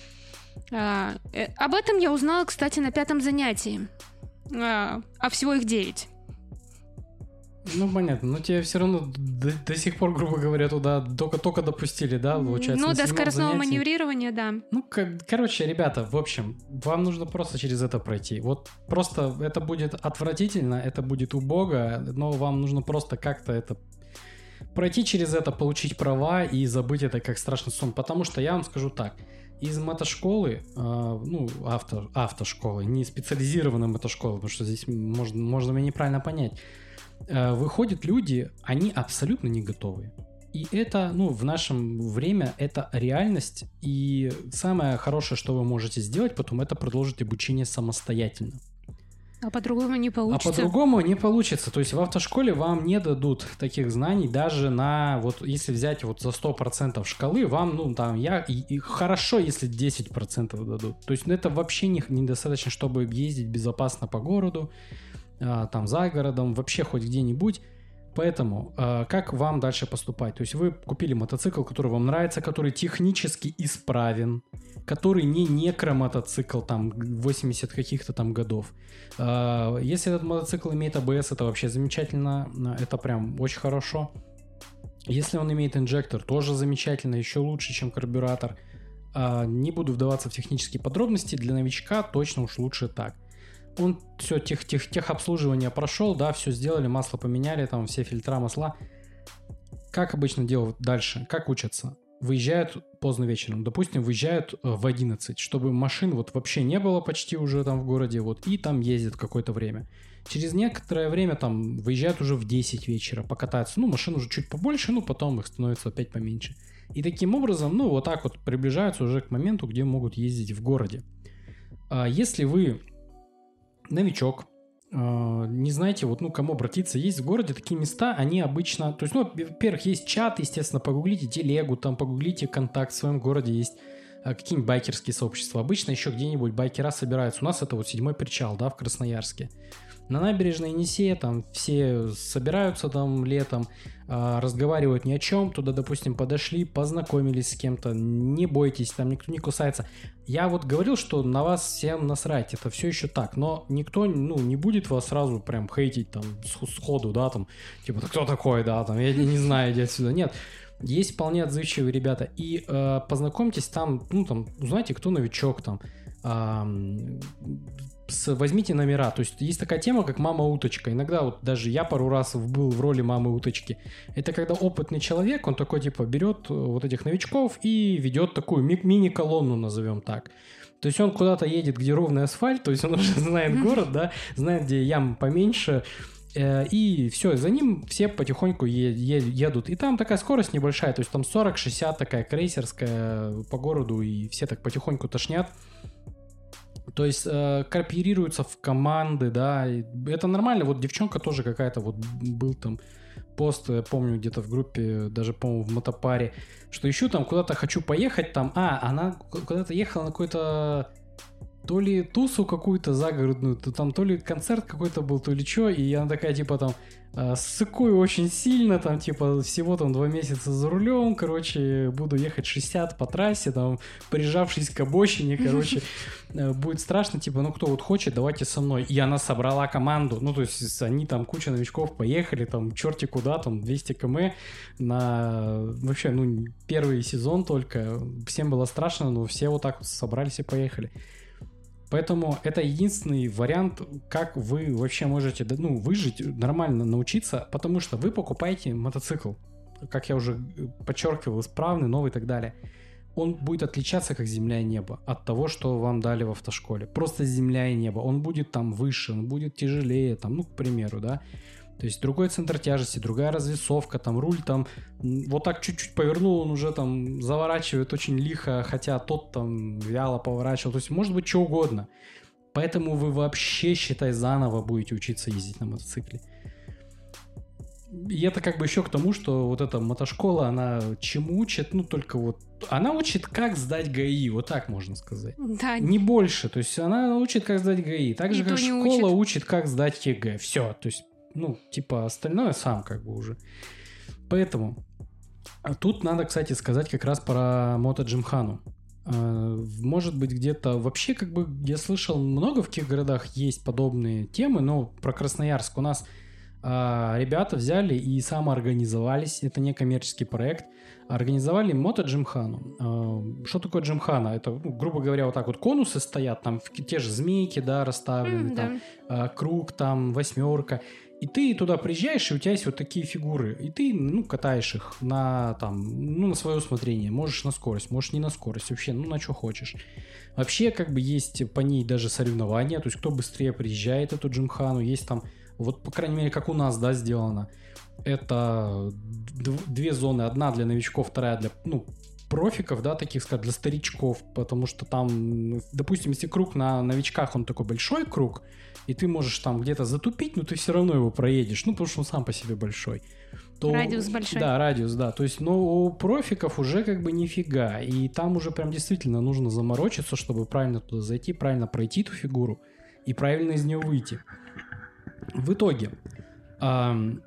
А, об этом я узнала, кстати, на пятом занятии. А, а всего их девять. Ну, понятно, но тебе все равно до, до сих пор, грубо говоря, туда только, только допустили, да, получается? Ну, до скоростного занятии. Маневрирования, да. Ну, как, короче, ребята, в общем, вам нужно просто через это пройти. Вот просто это будет отвратительно, это будет убого, но вам нужно просто как-то это пройти через это, получить права и забыть это как страшный сон. Потому что я вам скажу так, из мотошколы, э, ну, авто, автошколы, не специализированной мотошколы, потому что здесь можно, можно меня неправильно понять, выходят люди, они абсолютно не готовы. И это, ну, в нашем время это реальность. И самое хорошее, что вы можете сделать потом, это продолжить обучение самостоятельно. А по-другому не получится. А по-другому не получится. То есть в автошколе вам не дадут таких знаний даже на, вот если взять вот за сто процентов шкалы, вам, ну, там, я, и, и хорошо, если десять процентов дадут. То есть ну, это вообще не, недостаточно, чтобы ездить безопасно по городу, там за городом, вообще хоть где-нибудь. Поэтому как вам дальше поступать? То есть вы купили мотоцикл, который вам нравится, который технически исправен, который не некромотоцикл там восемьдесят каких-то там годов. Если этот мотоцикл имеет АБС, это вообще замечательно, это прям очень хорошо. Если он имеет инжектор, тоже замечательно, еще лучше, чем карбюратор. Не буду вдаваться в технические подробности, для новичка точно уж лучше так. Он все, тех, тех, техобслуживание прошел, да, все сделали, масло поменяли, там все фильтра, масла. Как обычно делают дальше? Как учатся? Выезжают поздно вечером, допустим, выезжают в одиннадцать, чтобы машин вот вообще не было почти уже там в городе, вот, и там ездят какое-то время. Через некоторое время там выезжают уже в десять вечера покататься, ну, машин уже чуть побольше, ну, потом их становится опять поменьше. И таким образом, ну, вот так вот приближаются уже к моменту, где могут ездить в городе. А если вы новичок, не знаете, вот, ну, кому обратиться, есть в городе такие места, они обычно, то есть, ну, во-первых, есть чат, естественно, погуглите телегу, там, погуглите контакт в своем городе, есть какие-нибудь байкерские сообщества, обычно еще где-нибудь байкера собираются, у нас это вот седьмой причал, да, в Красноярске. На набережной Енисея там все собираются там летом, э, разговаривают ни о чем, туда, допустим, подошли, познакомились с кем-то, не бойтесь, там никто не кусается. Я вот говорил, что на вас всем насрать, это все еще так, но никто, ну, не будет вас сразу прям хейтить там сходу, да, там, типа, кто такой, да, там, я не знаю, иди отсюда, нет. Есть вполне отзывчивые ребята, и э, познакомьтесь там, ну, там, узнайте, кто новичок там, э, с, возьмите номера, то есть есть такая тема, как мама-уточка, иногда вот даже я пару раз был в роли мамы-уточки, это когда опытный человек, он такой, типа, берет вот этих новичков и ведет такую ми- мини-колонну, назовем так. То есть он куда-то едет, где ровный асфальт, то есть он уже знает город, да, знает, где ям поменьше, И все, за ним все потихоньку е- е- едут. И там такая скорость небольшая, то есть там сорок-шестьдесят такая крейсерская по городу, и все так потихоньку тошнят. То есть э, кооперируются в команды, да, и это нормально. Вот девчонка тоже какая-то, вот был там пост, я помню, где-то в группе, даже, по-моему, в мотопаре, что ищу там куда-то, хочу поехать там. А, она куда-то ехала на какой-то то ли тусу какую-то загородную, то там то ли концерт какой-то был, то ли что, и она такая, типа, там, э, ссыкую очень сильно, там, типа, всего там два месяца за рулем, короче, буду ехать шестьдесят по трассе, там, прижавшись к обочине, короче, э, будет страшно, типа, ну, кто вот хочет, давайте со мной. И она собрала команду, ну, то есть они там, куча новичков поехали, там, черти куда, там, двести километров на, вообще, ну, первый сезон только, всем было страшно, но все вот так вот собрались и поехали. Поэтому это единственный вариант, как вы вообще можете, ну, выжить, нормально научиться, потому что вы покупаете мотоцикл, как я уже подчеркивал, исправный, новый и так далее. Он будет отличаться как земля и небо от того, что вам дали в автошколе. Просто земля и небо. Он будет там выше, он будет тяжелее, там, ну, к примеру, да. То есть другой центр тяжести, другая развесовка, там руль там вот так чуть-чуть повернул, он уже там заворачивает очень лихо, хотя тот там вяло поворачивал. То есть может быть что угодно. Поэтому вы вообще, считай, заново будете учиться ездить на мотоцикле. И это как бы еще к тому, что вот эта мотошкола, она чему учит? Ну, только вот... Она учит, как сдать ГАИ, вот так можно сказать. Да. Не больше. То есть она учит, как сдать ГАИ. Так же, как школа учит. учит, как сдать ЕГЭ. Все. То есть ну, типа, остальное сам как бы уже. Поэтому тут надо, кстати, сказать как раз про MotoGymkhana. Может быть, где-то вообще, как бы, я слышал, много в каких городах есть подобные темы, но про Красноярск у нас а, ребята взяли и самоорганизовались, это не коммерческий проект, организовали MotoGymkhana. А, что такое Джимхана? Это, ну, грубо говоря, вот так вот конусы стоят, там те же змейки, да, расставлены, mm, там да. а, круг, там восьмерка. И ты туда приезжаешь, и у тебя есть вот такие фигуры. И ты, ну, катаешь их на, там, ну, на свое усмотрение. Можешь на скорость, можешь не на скорость. Вообще, ну, на что хочешь. Вообще, как бы, есть по ней даже соревнования. То есть, кто быстрее приезжает эту Джимхану. Есть там, вот, по крайней мере, как у нас, да, сделано. Это две зоны. Одна для новичков, вторая для, ну, профиков, да, таких, сказать, для старичков. Потому что там, допустим, если круг на новичках, он такой большой круг, и ты можешь там где-то затупить, но ты все равно его проедешь, ну, потому что он сам по себе большой. То, радиус большой. Да, радиус, да. То есть, но у профиков уже как бы нифига. И там уже прям действительно нужно заморочиться, чтобы правильно туда зайти, правильно пройти эту фигуру и правильно из нее выйти. В итоге, эм,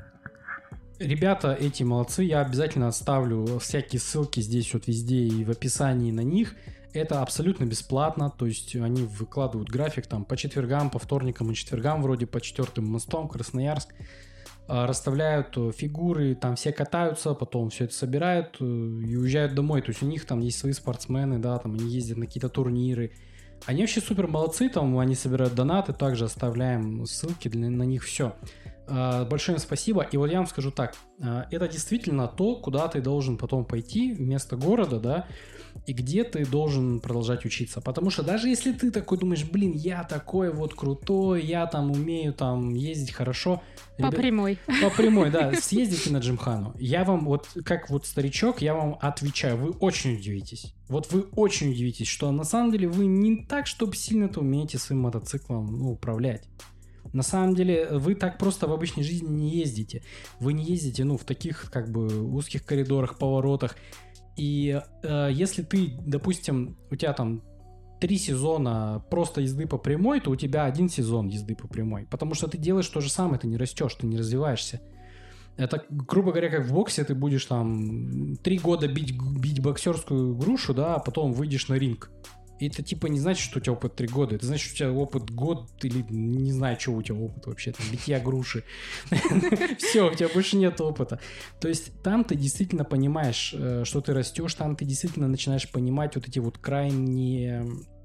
ребята эти молодцы, я обязательно оставлю всякие ссылки здесь вот везде и в описании на них. Это абсолютно бесплатно, то есть они выкладывают график там по четвергам, по вторникам и четвергам, вроде по четвертым мостом, Красноярск, расставляют фигуры, там все катаются, потом все это собирают и уезжают домой. То есть у них там есть свои спортсмены, да, там они ездят на какие-то турниры. Они вообще супер молодцы, там они собирают донаты, также оставляем ссылки для, на них, все. Большое им спасибо. И вот я вам скажу так, это действительно то, куда ты должен потом пойти вместо города, да, и где ты должен продолжать учиться. Потому что даже если ты такой думаешь, блин, я такой вот крутой, я там умею там ездить хорошо. По ребят, прямой. По прямой, да, съездите на Джимхану. Я вам вот, как вот старичок, я вам отвечаю, вы очень удивитесь. Вот вы очень удивитесь, что на самом деле вы не так, чтобы сильно-то умеете своим мотоциклом, ну, управлять. На самом деле, вы так просто в обычной жизни не ездите. Вы не ездите, ну, в таких, как бы, узких коридорах, поворотах. И э, если ты, допустим, у тебя там три сезона просто езды по прямой, то у тебя один сезон езды по прямой. Потому что ты делаешь то же самое, ты не растешь, ты не развиваешься. Это, грубо говоря, как в боксе, ты будешь там три года бить, бить боксерскую грушу, да, а потом выйдешь на ринг. И это типа не значит, что у тебя опыт три года. Это значит, что у тебя опыт год или не знаю, что у тебя опыт вообще. Там, битья груши. Все, у тебя больше нет опыта. То есть там ты действительно понимаешь, что ты растешь. Там ты действительно начинаешь понимать вот эти вот крайние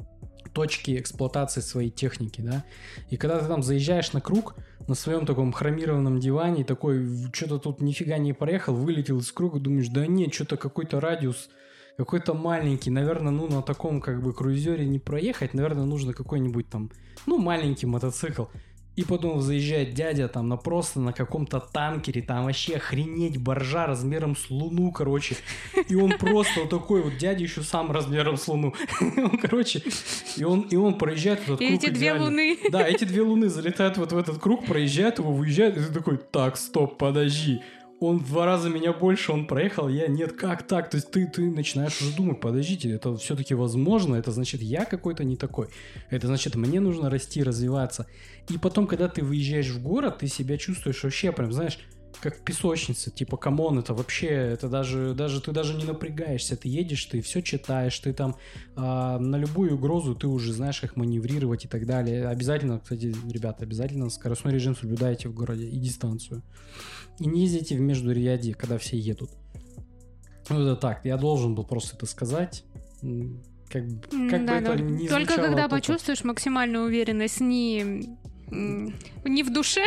точки эксплуатации своей техники, да. И когда ты там заезжаешь на круг на своем таком хромированном диване, такой, что-то тут нифига не проехал, вылетел из круга, думаешь, да нет, что-то какой-то радиус какой-то маленький, наверное, ну, на таком, как бы, круизере не проехать, наверное, нужно какой-нибудь там, ну, маленький мотоцикл. И потом заезжает дядя там на просто на каком-то танкере, там вообще охренеть боржа размером с Луну, короче. И он просто вот такой вот, дядя еще сам размером с Луну. Он, короче, и он, и он проезжает этот и круг эти две идеально. луны. Да, эти две луны залетают вот в этот круг, проезжают его, выезжают, и ты такой, так, стоп, подожди. Он в два раза меня больше, он проехал, я нет, как так? То есть ты, ты начинаешь уже думать, подождите, это все-таки возможно, это значит, я какой-то не такой. Это значит, мне нужно расти, развиваться. И потом, когда ты выезжаешь в город, ты себя чувствуешь вообще прям, знаешь, как в песочнице, типа, камон, это вообще, это даже, даже, ты даже не напрягаешься, ты едешь, ты все читаешь, ты там а, на любую угрозу ты уже знаешь, как маневрировать и так далее. Обязательно, кстати, ребята, обязательно скоростной режим соблюдайте в городе и дистанцию. И не ездите в междуряде, когда все едут. Ну, это так, я должен был просто это сказать. Как, как да, бы это да. ни Только звучало, когда только... почувствуешь максимальную уверенность не, не в душе.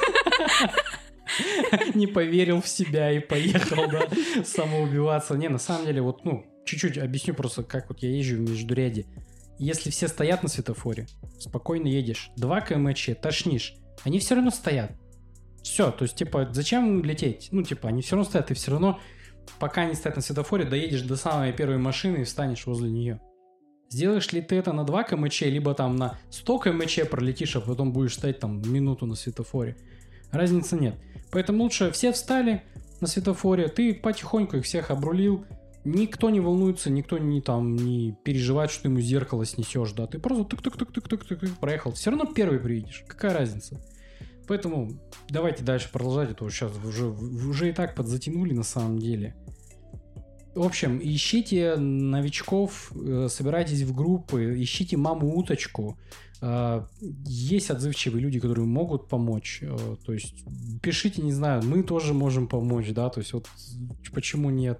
Не поверил в себя и поехал, да, самоубиваться. Не, на самом деле, вот, ну, чуть-чуть объясню просто, как вот я езжу в междуряде. Если все стоят на светофоре, спокойно едешь, два километра тошнишь, они все равно стоят. Все, то есть, типа, зачем лететь? Ну, типа, они все равно стоят, ты все равно, пока они стоят на светофоре, доедешь до самой первой машины и встанешь возле нее. Сделаешь ли ты это на два километра, либо там на сто километров пролетишь, а потом будешь стоять там минуту на светофоре. Разницы нет. Поэтому лучше все встали на светофоре, ты потихоньку их всех обрулил, никто не волнуется, никто не там не переживает, что ты ему зеркало снесешь, да, ты просто тык-тык-тык-тык-тык проехал, все равно первый приедешь, какая разница? Поэтому давайте дальше продолжать, это сейчас уже, уже и так подзатянули на самом деле. В общем, ищите новичков, собирайтесь в группы, ищите маму-уточку. Есть отзывчивые люди, которые могут помочь. То есть пишите, не знаю, мы тоже можем помочь, да, то есть вот почему нет.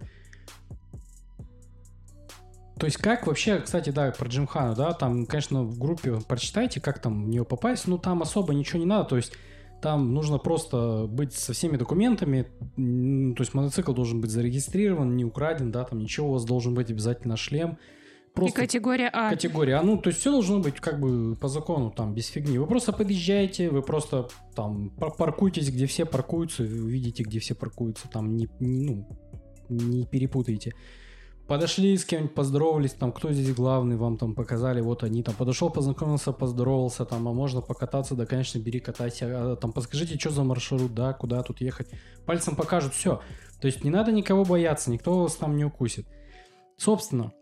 То есть как вообще, кстати, да, про Джимхану, да, там, конечно, в группе прочитайте, как там в нее попасть, ну там особо ничего не надо, то есть там нужно просто быть со всеми документами, то есть мотоцикл должен быть зарегистрирован, не украден, да, там ничего, у вас должен быть обязательно шлем. Просто и категория А. Категория А, ну, то есть все должно быть как бы по закону, там, без фигни. Вы просто подъезжаете, вы просто там паркуйтесь, где все паркуются, вы увидите, где все паркуются, там, не, не, ну, не перепутайте. Подошли с кем-нибудь, поздоровались, там, кто здесь главный, вам там показали, вот они там, подошел, познакомился, поздоровался, там, а можно покататься, да, конечно, бери, катайся, а, там, подскажите, что за маршрут, да, куда тут ехать, пальцем покажут, все. То есть не надо никого бояться, никто вас там не укусит. Собственно,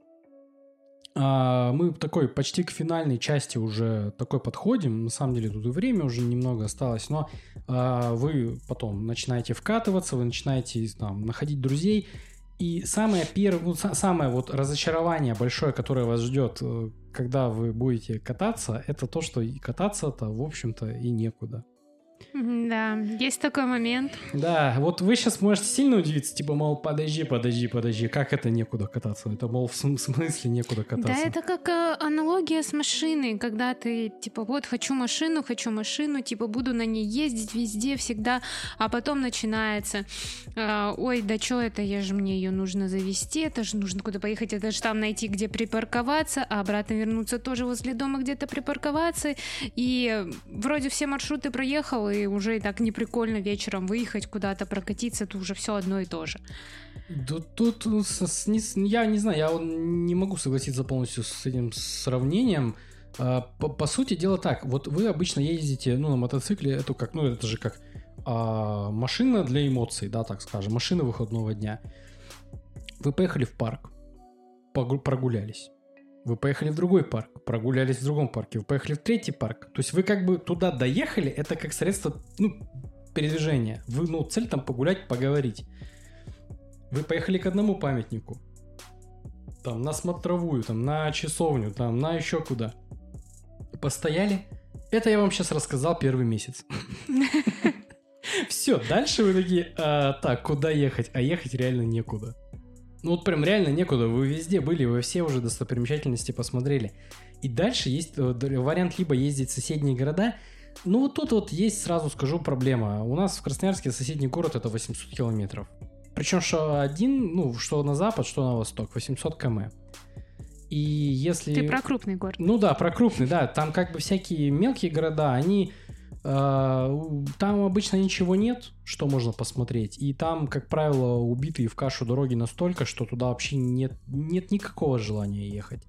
а, мы такой почти к финальной части уже такой подходим, на самом деле тут и время уже немного осталось, но а, вы потом начинаете вкатываться, вы начинаете там находить друзей. И самое первое, самое вот разочарование большое, которое вас ждет, когда вы будете кататься, это то, что кататься-то, в общем-то, и некуда. Да, есть такой момент. Да, вот вы сейчас можете сильно удивиться, типа, мол, подожди, подожди, подожди, как это некуда кататься? Это, мол, в смысле некуда кататься? Да, это как э, аналогия с машиной, когда ты, типа, вот, хочу машину, хочу машину, типа, буду на ней ездить везде, всегда, а потом начинается, э, ой, да что это, я же, мне ее нужно завести, это же нужно куда поехать, это же там найти, где припарковаться, а обратно вернуться тоже возле дома где-то припарковаться, и вроде все маршруты проехал, и уже и так не прикольно вечером выехать куда-то, прокатиться, это уже все одно и то же. Да, тут я не знаю, я не могу согласиться полностью с этим сравнением. По, по сути дела так, вот вы обычно ездите, ну, на мотоцикле, это как, ну, это же как а, машина для эмоций, да, так скажем, машина выходного дня. Вы поехали в парк, прогулялись. Вы поехали в другой парк, прогулялись в другом парке, вы поехали в третий парк. То есть вы как бы туда доехали, это как средство, ну, передвижения. Вы, ну, цель там погулять, поговорить. Вы поехали к одному памятнику, там, на смотровую, там, на часовню, там, на еще куда. Постояли. Это я вам сейчас рассказал первый месяц. Все, дальше вы такие, так, куда ехать? А ехать реально некуда. Ну вот прям реально некуда, вы везде были, вы все уже достопримечательности посмотрели. И дальше есть вариант либо ездить в соседние города. Ну вот тут вот есть, сразу скажу, проблема. У нас в Красноярске соседний город это восемьсот километров. Причем что один, ну что на запад, что на восток, восемьсот километров. И если... Ты про крупный город. Ну да, про крупный, да. Там как бы всякие мелкие города, они... Там обычно ничего нет, что можно посмотреть. И там, как правило, убитые в кашу дороги настолько, что туда вообще нет, нет никакого желания ехать.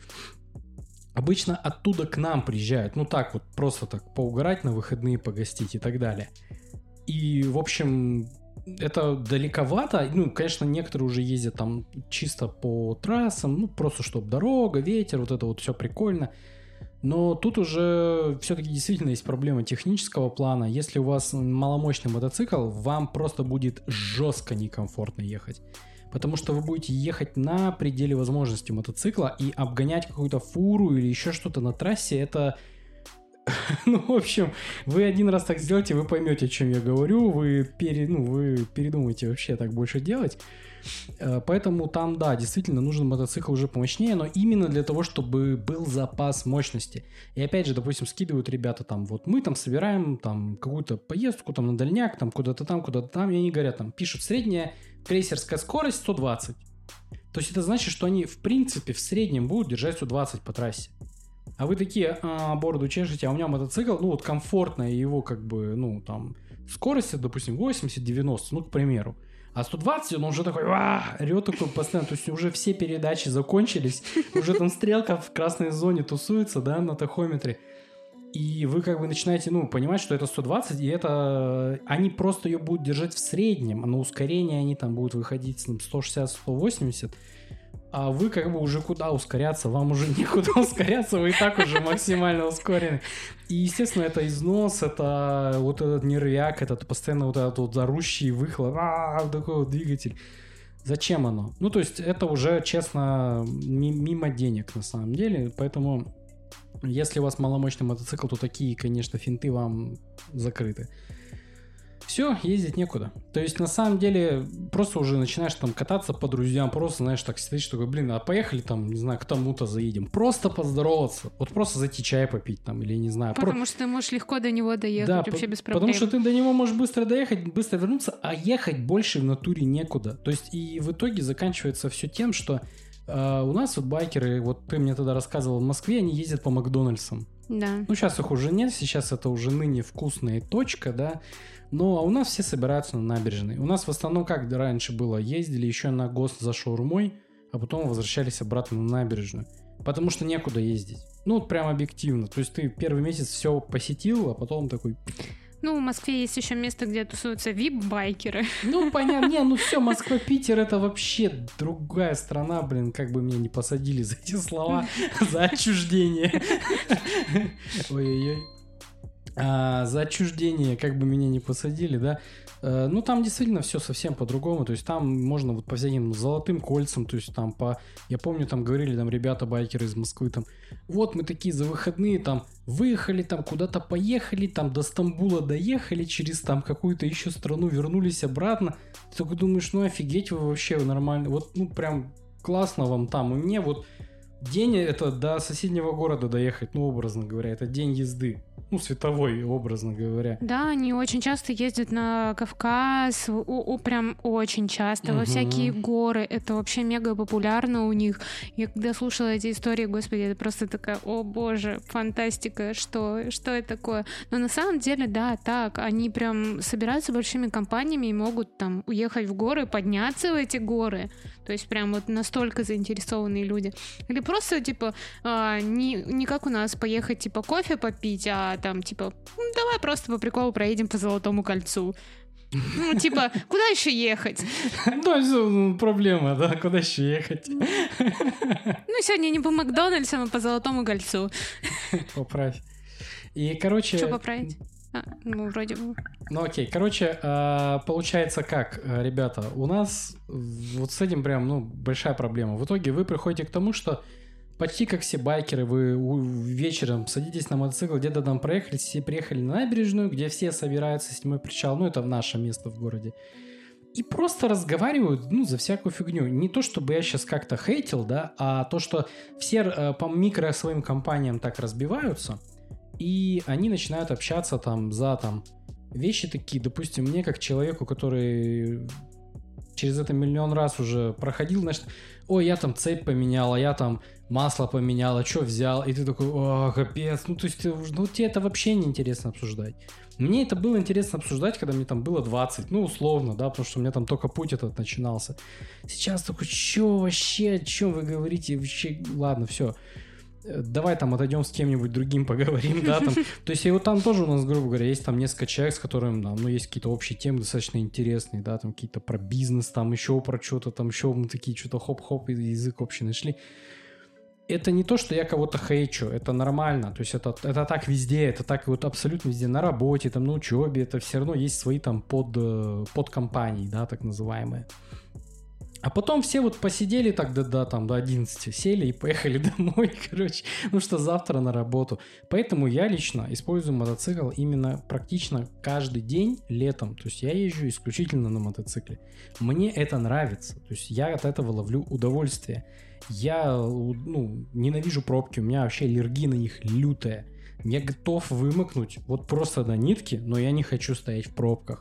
Обычно оттуда к нам приезжают. Ну так вот, просто так поугарать на выходные, погостить и так далее. И, в общем, это далековато. Ну, конечно, некоторые уже ездят там чисто по трассам. Ну, просто чтобы дорога, ветер, вот это вот все прикольно. Но тут уже все-таки действительно есть проблема технического плана. Если у вас маломощный мотоцикл, вам просто будет жестко некомфортно ехать. Потому что вы будете ехать на пределе возможностей мотоцикла, и обгонять какую-то фуру или еще что-то на трассе, это... Ну, в общем, вы один раз так сделаете, вы поймете, о чем я говорю, вы, пере... ну, вы передумаете вообще так больше делать. Поэтому там, да, действительно нужен мотоцикл уже помощнее, но именно для того, чтобы был запас мощности. И опять же, допустим, скидывают ребята там, вот мы там собираем там какую-то поездку там на дальняк, там куда-то там, куда-то там, и они говорят, там пишут средняя крейсерская скорость сто двадцать. То есть это значит, что они в принципе в среднем будут держать сто двадцать по трассе. А вы такие, а, бороду чешете, а у меня мотоцикл, ну вот комфортная его как бы, ну там скорость, допустим, восемьдесят-девяносто, ну к примеру. А сто двадцать, он уже такой, орет такой постоянно, то есть уже все передачи закончились, уже там стрелка в красной зоне тусуется, да, на тахометре. И вы как бы начинаете, ну, понимать, что это сто двадцать, и это... Они просто ее будут держать в среднем, а на ускорение они там будут выходить сто шестьдесят - сто восемьдесят, а вы как бы уже куда ускоряться, вам уже некуда ускоряться, вы и так уже максимально ускорены. И, естественно, это износ, это вот этот нервяк, это постоянно вот этот вот орущий выхлоп, а такой вот двигатель. Зачем оно? Ну, то есть это уже, честно, мимо денег на самом деле, поэтому если у вас маломощный мотоцикл, то такие, конечно, финты вам закрыты. Все, ездить некуда. То есть, на самом деле, просто уже начинаешь там кататься по друзьям, просто, знаешь, так сидишь, такой, блин, а поехали там, не знаю, к тому-то заедем. Просто поздороваться. Вот просто зайти чай попить там, или не знаю. Потому про... что ты можешь легко до него доехать, да, вообще по- без проблем. Потому что ты до него можешь быстро доехать, быстро вернуться, а ехать больше в натуре некуда. То есть, и в итоге заканчивается все тем, что э, у нас вот байкеры, вот ты мне тогда рассказывал, в Москве они ездят по Макдональдсам. Да. Ну, сейчас их уже нет, сейчас это уже ныне вкусная точка, да. Но у нас все собираются на набережной. У нас в основном, как раньше было, ездили еще на ГОСТ за шаурмой, а потом возвращались обратно на набережную. Потому что некуда ездить. Ну, вот прям объективно. То есть ты первый месяц все посетил, а потом такой... Ну, в Москве есть еще место, где тусуются вип-байкеры. Ну, понятно. Не, ну все, Москва, Питер — это вообще другая страна, блин. Как бы меня не посадили за эти слова, за отчуждение. Ой-ой-ой. А, за отчуждение, как бы меня не посадили, да, а, ну там действительно все совсем по-другому, то есть там можно вот по всяким золотым кольцам, то есть там по, я помню, там говорили там ребята-байкеры из Москвы, там, вот мы такие за выходные там выехали, там куда-то поехали, там до Стамбула доехали, через там какую-то еще страну вернулись обратно, ты такой думаешь, ну офигеть вы вообще, вы нормально, вот, ну прям классно вам там, и мне вот день это до соседнего города доехать, ну образно говоря, это день езды. Ну, световой, образно говоря. Да, они очень часто ездят на Кавказ, о, о, прям очень часто, Угу. во всякие горы. Это вообще мега популярно у них. Я когда слушала эти истории, господи, это просто такая, о боже, фантастика, что, что это такое? Но на самом деле, да, так, они прям собираются большими компаниями и могут там уехать в горы, подняться в эти горы. То есть прям вот настолько заинтересованные люди. Или просто, типа, а, не, не как у нас поехать, типа, кофе попить, а там, типа, давай просто по приколу проедем по Золотому кольцу. Ну, типа, куда еще ехать? Ну, проблема, да, куда еще ехать? Ну, сегодня не по Макдональдсам, а по Золотому кольцу. Поправь. И, короче... Что поправить? А, ну, вроде бы. Ну, окей. Короче, получается как, ребята, у нас вот с этим прям, ну, большая проблема. В итоге вы приходите к тому, что почти как все байкеры, вы вечером садитесь на мотоцикл, где-то там проехали, все приехали на набережную, где все собираются, седьмой причал, ну, это наше место в городе, и просто разговаривают, ну, за всякую фигню. Не то, чтобы я сейчас как-то хейтил, да, а то, что все по микро своим компаниям так разбиваются, и они начинают общаться там за там вещи такие, допустим, мне как человеку, который через это миллион раз уже проходил, значит, ой, я там цепь поменял, а я там масло поменял, а что взял, и ты такой, о, капец, ну, то есть, ну, тебе это вообще не интересно обсуждать. Мне это было интересно обсуждать, когда мне там было двадцать, ну, условно, да, потому что у меня там только путь этот начинался. Сейчас такой, что вообще, о чем вы говорите, вообще, ладно, все. Давай там отойдем с кем-нибудь другим поговорим, да, там. То есть и вот там тоже у нас, грубо говоря, есть там несколько человек, с которыми, да, ну, есть какие-то общие темы достаточно интересные, да, там какие-то про бизнес, там еще про что-то, там еще мы такие что-то хоп-хоп, язык общий нашли. Это не то, что я кого-то хейчу, это нормально, то есть это, это так везде, это так вот абсолютно везде, на работе, там, на учебе, это все равно есть свои там под, подкомпании, да, так называемые. А потом все вот посидели так до, до, там, до одиннадцати, сели и поехали домой, короче, ну что завтра на работу. Поэтому я лично использую мотоцикл именно практично каждый день летом. То есть я езжу исключительно на мотоцикле. Мне это нравится, то есть я от этого ловлю удовольствие. Я, ну, ненавижу пробки, у меня вообще аллергия на них лютая. Я готов вымокнуть вот просто до нитки, но я не хочу стоять в пробках.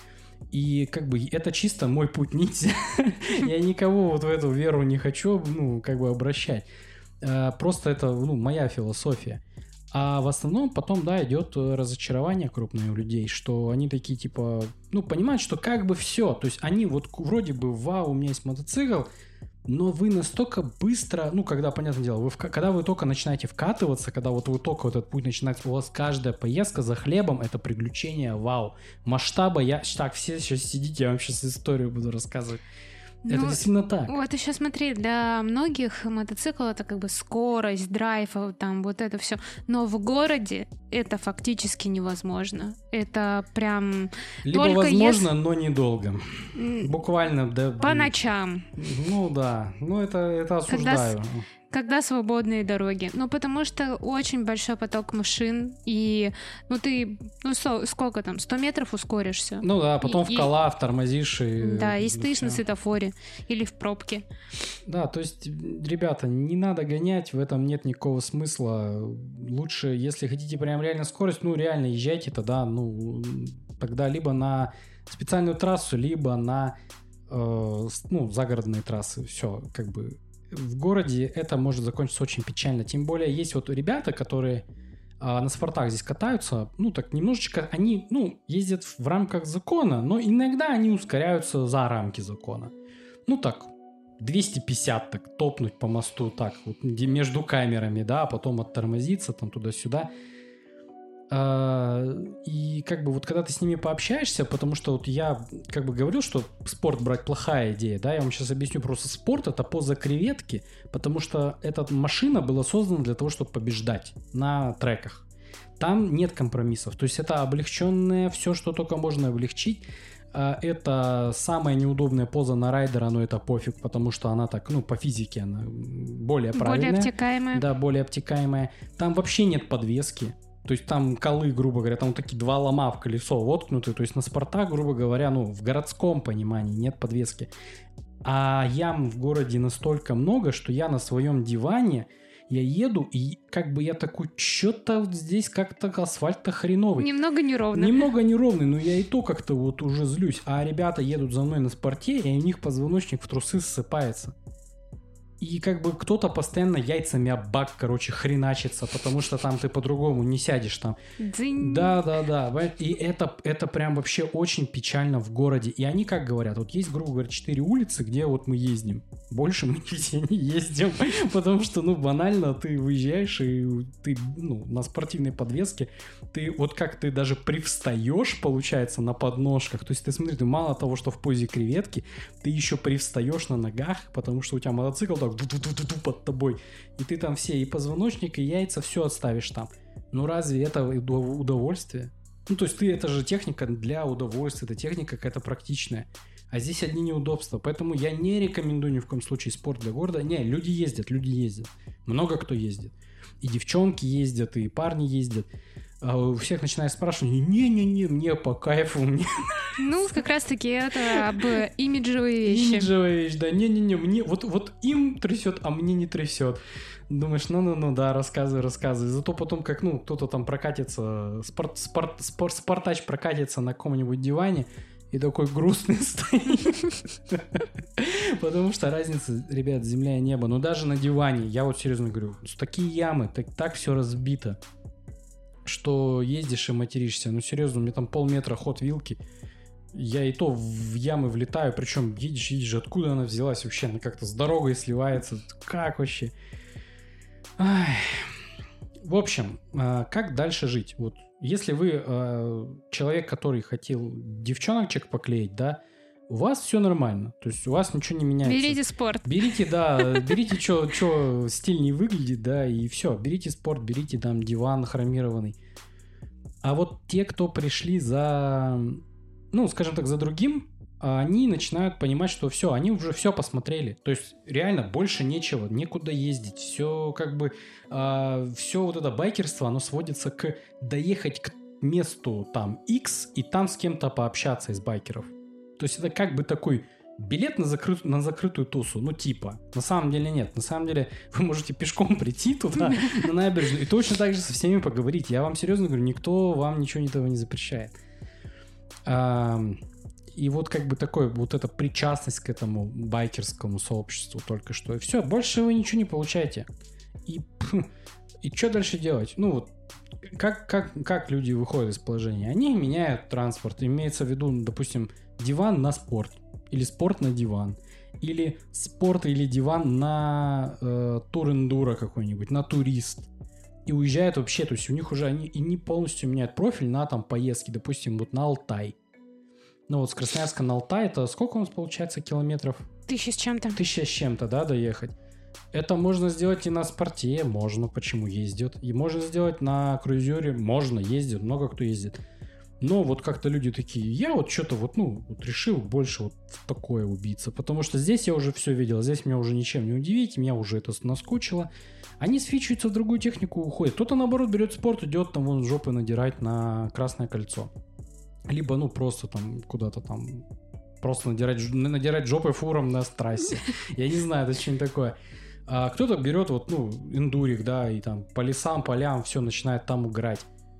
И как бы это чисто мой путь ниндзя. Я никого вот в эту веру не хочу, ну, как бы обращать. Просто это, ну, моя философия. А в основном потом, да, идет разочарование крупное у людей, что они такие, типа, ну, понимают, что как бы все. То есть они вот вроде бы, вау, у меня есть мотоцикл, но вы настолько быстро, ну, когда, понятное дело, вы в, когда вы только начинаете вкатываться, когда вот вы только вот этот путь начинаете, у вас каждая поездка за хлебом — это приключение, вау. Масштаба я... Так, все сейчас сидите, я вам сейчас историю буду рассказывать. Ну, это действительно так. Вот еще смотри, для многих мотоцикл — это как бы скорость, драйв, там вот это все. Но в городе это фактически невозможно. Это прям... Либо только возможно, если... но недолго. Буквально, да. По ночам. Ну да, ну это, это осуждаю. Когда... Когда свободные дороги. Ну, потому что очень большой поток машин, и, ну, ты, ну, со, сколько там, сто метров ускоришься. Ну да, потом и, в коллав тормозишь. И, да, и стоишь все. На светофоре или в пробке. Да, то есть, ребята, не надо гонять, в этом нет никакого смысла. Лучше, если хотите прям реально скорость, ну, реально езжайте тогда, ну, тогда либо на специальную трассу, либо на, э, ну, загородные трассы. Все, как бы... В городе это может закончиться очень печально. Тем более есть вот ребята, которые а, на спортах здесь катаются, ну так немножечко, они, ну, ездят в рамках закона, но иногда они ускоряются за рамки закона. Ну так, двести пятьдесят так топнуть по мосту так, вот между камерами, да, а потом оттормозиться там туда-сюда. И как бы вот когда ты с ними пообщаешься, потому что вот я как бы говорил, что спорт брать плохая идея, да, я вам сейчас объясню, просто спорт — это поза креветки, потому что эта машина была создана для того, чтобы побеждать на треках. Там нет компромиссов, то есть это облегченное, все, что только можно облегчить. Это самая неудобная поза на райдера, но это пофиг, потому что она так, ну, по физике она более правильная. Более обтекаемая. Да, более обтекаемая. Там вообще нет подвески. То есть там колы, грубо говоря, там вот такие два лома в колесо воткнуты. То есть на спортах, грубо говоря, ну, в городском понимании нет подвески. А ям в городе настолько много, что я на своем диване, я еду, и как бы я такой, что-то вот здесь как-то асфальт-то хреновый. Немного неровный. Немного неровный, но я и то как-то вот уже злюсь. А ребята едут за мной на спорте, и у них позвоночник в трусы ссыпается. И как бы кто-то постоянно яйцами об бак, короче, хреначится, потому что там ты по-другому не сядешь там. Дзинь. Да, да, да. И это, это прям вообще очень печально в городе. И они как говорят, вот есть, грубо говоря, четыре улицы, где вот мы ездим. Больше мы нигде не ездим, потому что, ну, банально, ты выезжаешь, и ты, ну, на спортивной подвеске, ты вот как ты даже привстаешь, получается, на подножках. То есть ты смотри, ты мало того, что в позе креветки, ты еще привстаешь на ногах, потому что у тебя мотоцикл так ду-ду-ду-ду под тобой, и ты там все, и позвоночник, и яйца, все отставишь там. Ну разве это удовольствие? Ну то есть ты, это же техника для удовольствия, это техника какая-то практичная. А здесь одни неудобства, поэтому я не рекомендую ни в коем случае спорт для города. Не, люди ездят, люди ездят. Много кто ездит. И девчонки ездят, и парни ездят. А у всех начинают спрашивать, не-не-не, мне по кайфу, мне... Ну, как раз-таки это об имиджевые вещи. Имиджевая вещь, да, не-не-не, мне вот, вот им трясет, а мне не трясет. Думаешь, ну-ну-ну, да, рассказывай, рассказывай. Зато потом, как, ну, кто-то там прокатится, спорт, спорт, спорт, спортач прокатится на каком-нибудь диване, и такой грустный стоит. Потому что разница, ребят, земля и небо. Но даже на диване, я вот серьезно говорю, такие ямы, так, так все разбито, что ездишь и материшься. Ну серьезно, у меня там полметра ход вилки. Я и то в ямы влетаю, причем едешь, едешь, откуда она взялась вообще? Она как-то с дорогой сливается. Как вообще? Ай. В общем, как дальше жить? Вот если вы человек, который хотел девчоночек поклеить, да, у вас все нормально, то есть у вас ничего не меняется. Берите спорт. Берите, да, берите, что стиль не выглядит, да, и все. Берите спорт, берите там диван хромированный. А вот те, кто пришли за, ну, скажем так, за другим, они начинают понимать, что все, они уже все посмотрели. То есть реально больше нечего, некуда ездить. Все как бы, э, все вот это байкерство, оно сводится к доехать к месту там X и там с кем-то пообщаться из байкеров. То есть это как бы такой билет на, закрыт, на закрытую тусу, ну типа. На самом деле нет. На самом деле вы можете пешком прийти туда, на набережную, и точно так же со всеми поговорить. Я вам серьезно говорю, никто вам ничего этого не запрещает. И вот как бы такой, вот эта причастность к этому байкерскому сообществу только что. И все, больше вы ничего не получаете. И, и что дальше делать? Ну вот, как, как, как люди выходят из положения? Они меняют транспорт. Имеется в виду, допустим, диван на спорт. Или спорт на диван. Или спорт или диван на э, тур-эндуро какой-нибудь, на турист. И уезжают вообще, то есть у них уже они, они полностью меняют профиль на там поездки, допустим, вот на Алтай. Ну вот с Красноярска на Алтай, это сколько у нас получается километров? Тысяча с чем-то. Тысяча с чем-то, да, доехать. Это можно сделать и на спорте, можно, почему ездят. И можно сделать на крузере, можно, ездят, много кто ездит. Но вот как-то люди такие, я вот что-то вот, ну, вот решил больше вот в такое убиться. Потому что здесь я уже все видел, здесь меня уже ничем не удивить, меня уже это наскучило. Они сфичиваются в другую технику, уходят. Кто-то, наоборот, берет спорт, идет там вон жопой надирать на Красное кольцо. Либо, ну, просто там куда-то там просто надирать, надирать жопой фуром на трассе. Я не знаю, это что-нибудь такое. А кто-то берет вот, ну, эндурик, да, и там по лесам, полям все начинает там играть.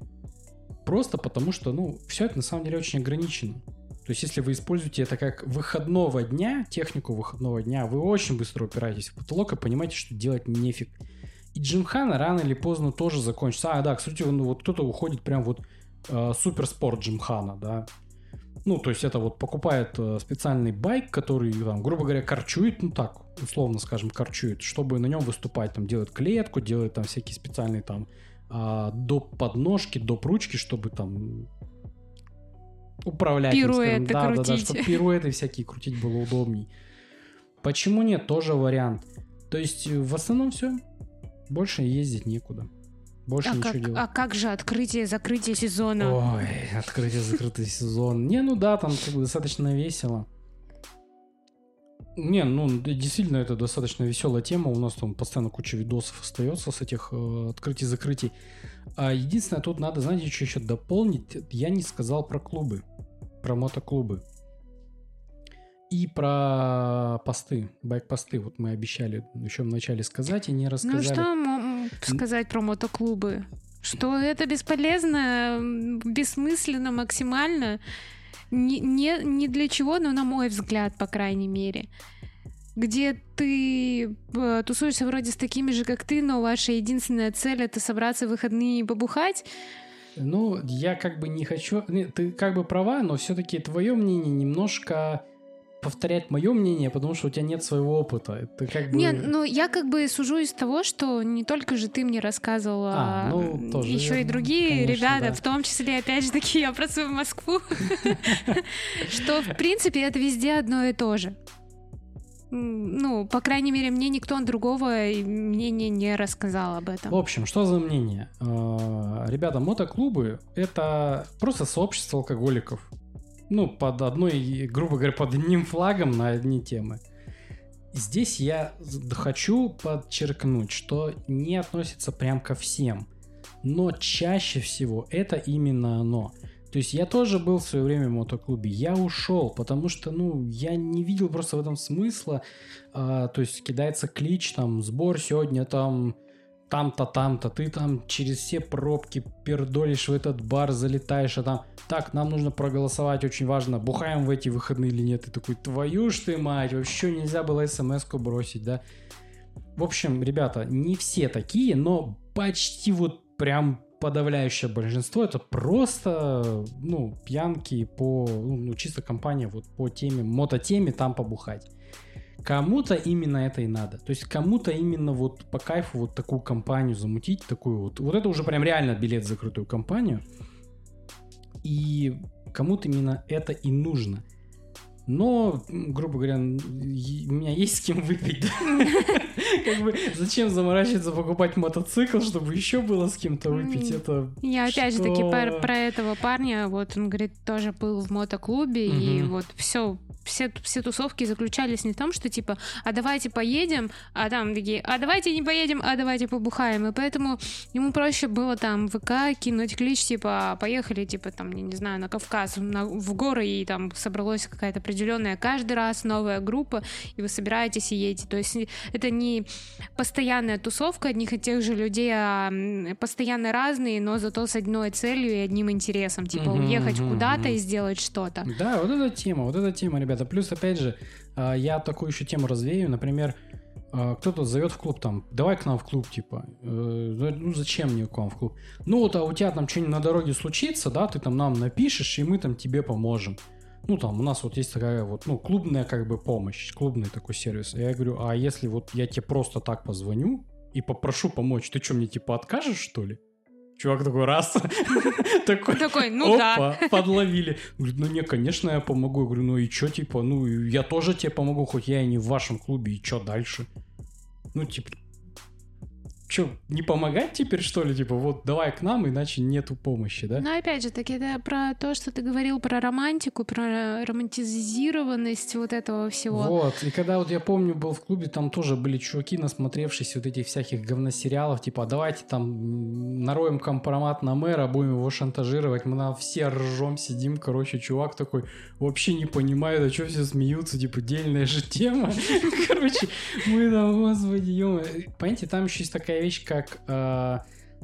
Просто потому что, ну, все это на самом деле очень ограничено. То есть, если вы используете это как выходного дня, технику выходного дня, вы очень быстро упираетесь в потолок и понимаете, что делать нефиг. И джимхана рано или поздно тоже закончится. А, да, кстати, ну, вот кто-то уходит прям вот э, суперспорт джимхана, да. Ну, то есть, это вот покупает э, специальный байк, который, там, грубо говоря, корчует, ну так, условно скажем, корчует, чтобы на нем выступать, там, делает клетку, делает там всякие специальные там доп подножки, доп ручки, чтобы там управлять. Пируэты да, крутить. Да, да, чтобы пируэты всякие крутить было удобней. Почему нет? Тоже вариант. То есть в основном все. Больше ездить некуда. Больше а ничего как, делать. А как же открытие, закрытие сезона? Ой, открытие, закрытый сезон. Не, ну да, там как бы достаточно весело. Не, ну, действительно, это достаточно веселая тема. У нас там постоянно куча видосов остается с этих э, открытий-закрытий. А единственное, тут надо, знаете, что еще дополнить? Я не сказал про клубы, про мотоклубы. И про посты, байк-посты. Вот мы обещали еще в начале сказать и не рассказали. Ну, что м- сказать про мотоклубы? Что это бесполезно, бессмысленно максимально. Ни, не, ни для чего, но на мой взгляд, по крайней мере. Где ты э, тусуешься вроде с такими же, как ты, но ваша единственная цель — это собраться в выходные и побухать. Ну, я как бы не хочу... Ты как бы права, но все-таки твое мнение немножко повторять мое мнение, потому что у тебя нет своего опыта. Это как бы... Нет, ну я как бы сужу из того, что не только же ты мне рассказывал, а, а ну, тоже еще верно. и другие Конечно, ребята, да. в том числе, опять же таки, я про свою Москву, что, в принципе, это везде одно и то же. Ну, по крайней мере, мне никто другого мнения не рассказал об этом. В общем, что за мнение? Ребята, мотоклубы — это просто сообщество алкоголиков. Ну, под одной, грубо говоря, под одним флагом на одни темы. Здесь я хочу подчеркнуть, что не относится прям ко всем. Но чаще всего это именно оно. То есть я тоже был в свое время в мотоклубе. Я ушел, потому что, ну, я не видел просто в этом смысла. А, то есть кидается клич, там, сбор сегодня, там, там-то, там-то, ты там через все пробки пердолишь в этот бар, залетаешь, а там, так, нам нужно проголосовать, очень важно, бухаем в эти выходные или нет. Ты такой, твою ж ты мать, вообще нельзя было смс-ку бросить, да. В общем, ребята, не все такие, но почти вот прям подавляющее большинство это просто, ну, пьянки по, ну, чисто компания вот по теме, мототеме там побухать. Кому-то именно это и надо. То есть кому-то именно вот по кайфу вот такую компанию замутить, такую вот. Вот это уже прям реально билет в закрытую компанию. И кому-то именно это и нужно. Но, грубо говоря, у меня есть с кем выпить, да? Как бы зачем заморачиваться, покупать мотоцикл, чтобы еще было с кем-то выпить? Это Я опять же таки про этого парня, вот он говорит, тоже был в мотоклубе, и вот все Все, все тусовки заключались не в том, что типа, а давайте поедем, а там такие, а давайте не поедем, а давайте побухаем. И поэтому ему проще было там в ВК кинуть клич, типа, поехали, типа, там, я не знаю, на Кавказ, на, в горы, и там собралась какая-то определенная каждый раз новая группа, и вы собираетесь и едете. То есть это не постоянная тусовка одних и тех же людей, а постоянно разные, но зато с одной целью и одним интересом, типа, Мгм, уехать мгм, куда-то мгм. и сделать что-то. Да, вот эта тема, вот эта тема, ребята. Плюс, опять же, а, я такую еще тему развею. Например, а, кто-то зовет в клуб там, давай к нам в клуб, типа. Э, Ну, зачем мне к вам в клуб? Ну, вот, а у тебя там что-нибудь на дороге случится, да, ты там нам напишешь, и мы там тебе поможем. Ну, там, у нас вот есть такая вот, ну, клубная как бы помощь, клубный такой сервис. Я говорю, а если вот я тебе просто так позвоню и попрошу помочь, ты что, мне типа откажешь, что ли? Чувак такой, раз. Такой, Такой, ну да. опа, подловили. Говорит, ну не, конечно, я помогу. Я говорю, ну и чё, типа, ну я тоже тебе помогу, хоть я и не в вашем клубе, и чё дальше? Ну, типа, чё, не помогать теперь, что ли? Типа, вот давай к нам, иначе нету помощи, да? Но опять же таки, это про то, что ты говорил про романтику, про романтизированность вот этого всего. Вот, и когда вот я помню, был в клубе, там тоже были чуваки, насмотревшись вот этих всяких говносериалов, типа, а давайте там м, нароем компромат на мэра, будем его шантажировать, мы там все ржем, сидим, короче, чувак такой, вообще не понимает, а что все смеются, типа, дельная же тема. Короче, мы там, господи, ё. Понимаете, там еще есть такая вещь, как... э,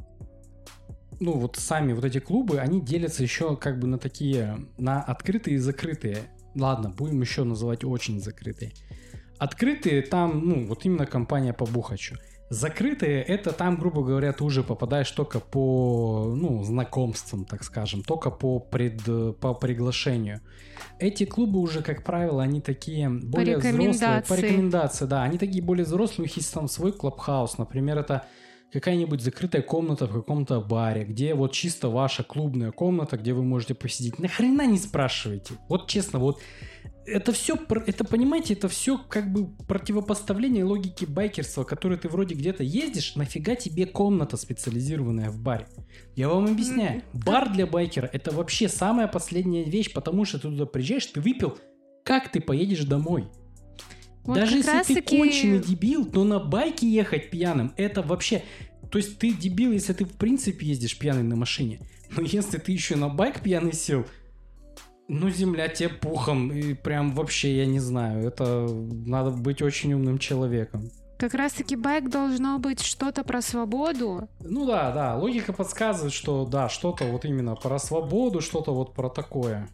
ну, вот сами вот эти клубы, они делятся еще как бы на такие, на открытые и закрытые. Ладно, будем еще называть очень закрытые. Открытые там, ну, вот именно компания по бухачу. Закрытые, это там, грубо говоря, ты уже попадаешь только по, ну, знакомствам, так скажем, только по, пред, по приглашению. Эти клубы уже, как правило, они такие более взрослые. По рекомендации, да. Они такие более взрослые, у них есть там свой клабхаус. Например, это какая-нибудь закрытая комната в каком-то баре, где вот чисто ваша клубная комната, где вы можете посидеть. Нахрена не спрашивайте? Вот честно, вот это все, это, понимаете, это все как бы противопоставление логики байкерства, которое ты вроде где-то ездишь, нафига тебе комната специализированная в баре? Я вам объясняю. Бар для байкера — это вообще самая последняя вещь, потому что ты туда приезжаешь, ты выпил, как ты поедешь домой? Вот даже если ты таки... конченый дебил, то на байке ехать пьяным, это вообще... То есть ты дебил, если ты в принципе ездишь пьяный на машине. Но если ты еще на байк пьяный сел, ну земля тебе пухом. И прям вообще, я не знаю, это надо быть очень умным человеком. Как раз-таки байк должно быть что-то про свободу. Ну да, да, логика подсказывает, что да, что-то вот именно про свободу, что-то вот про такое.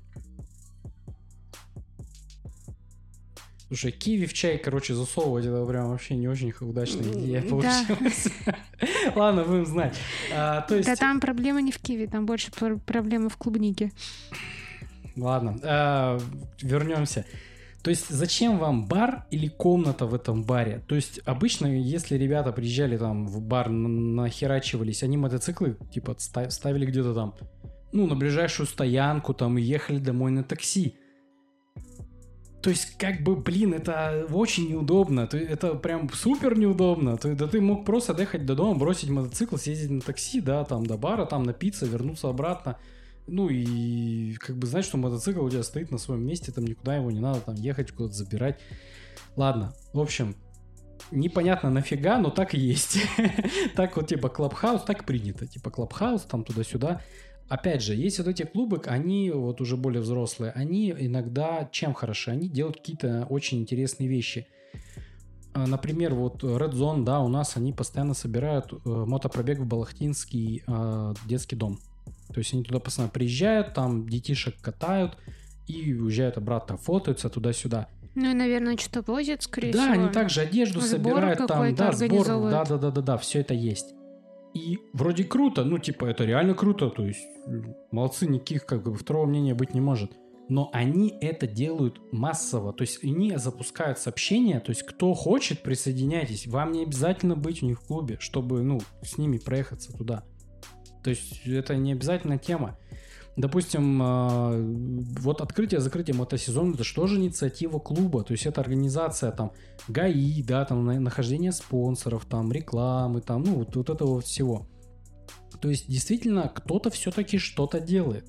Слушай, киви в чай, короче, засовывать, это прям вообще не очень удачная идея получилась. Да. Ладно, будем знать. А, то есть... Да там проблема не в киви, там больше проблема в клубнике. Ладно, а, вернемся. То есть зачем вам бар или комната в этом баре? То есть обычно, если ребята приезжали там в бар, нахерачивались, они мотоциклы типа ставили где-то там, ну, на ближайшую стоянку там и ехали домой на такси. То есть, как бы, блин, это очень неудобно. Это прям супер неудобно. Да ты мог просто доехать до дома, бросить мотоцикл, съездить на такси, да, там до бара, там напиться, вернуться обратно. Ну и как бы знать, что мотоцикл у тебя стоит на своем месте, там никуда его не надо там ехать, куда-то забирать. Ладно, в общем, непонятно нафига, но так и есть. Так вот, типа, клабхаус, так принято. Типа, клабхаус, там туда-сюда. Опять же, есть вот эти клубы, они вот уже более взрослые, они иногда чем хороши? Они делают какие-то очень интересные вещи. например, вот Red Zone, да, у нас они постоянно собирают э, мотопробег в Балахтинский э, детский дом. То есть они туда постоянно приезжают, там детишек катают и уезжают обратно, фотаются туда-сюда. Ну и, наверное, что-то возят, скорее да, всего. Да, они также одежду сбор собирают, там, да, сбор, да-да-да-да, все это есть. И вроде круто, ну, типа, это реально круто, то есть молодцы, никаких, как бы, второго мнения быть не может. Но они это делают массово, то есть они запускают сообщения, то есть кто хочет, присоединяйтесь, вам не обязательно быть у них в клубе, чтобы, ну, с ними проехаться туда. То есть это не обязательная тема. Допустим, вот открытие-закрытие мотосезона, это что же инициатива клуба, то есть это организация там ГАИ, да, там нахождение спонсоров, там рекламы, там, ну, вот, вот этого всего. То есть действительно кто-то все-таки что-то делает.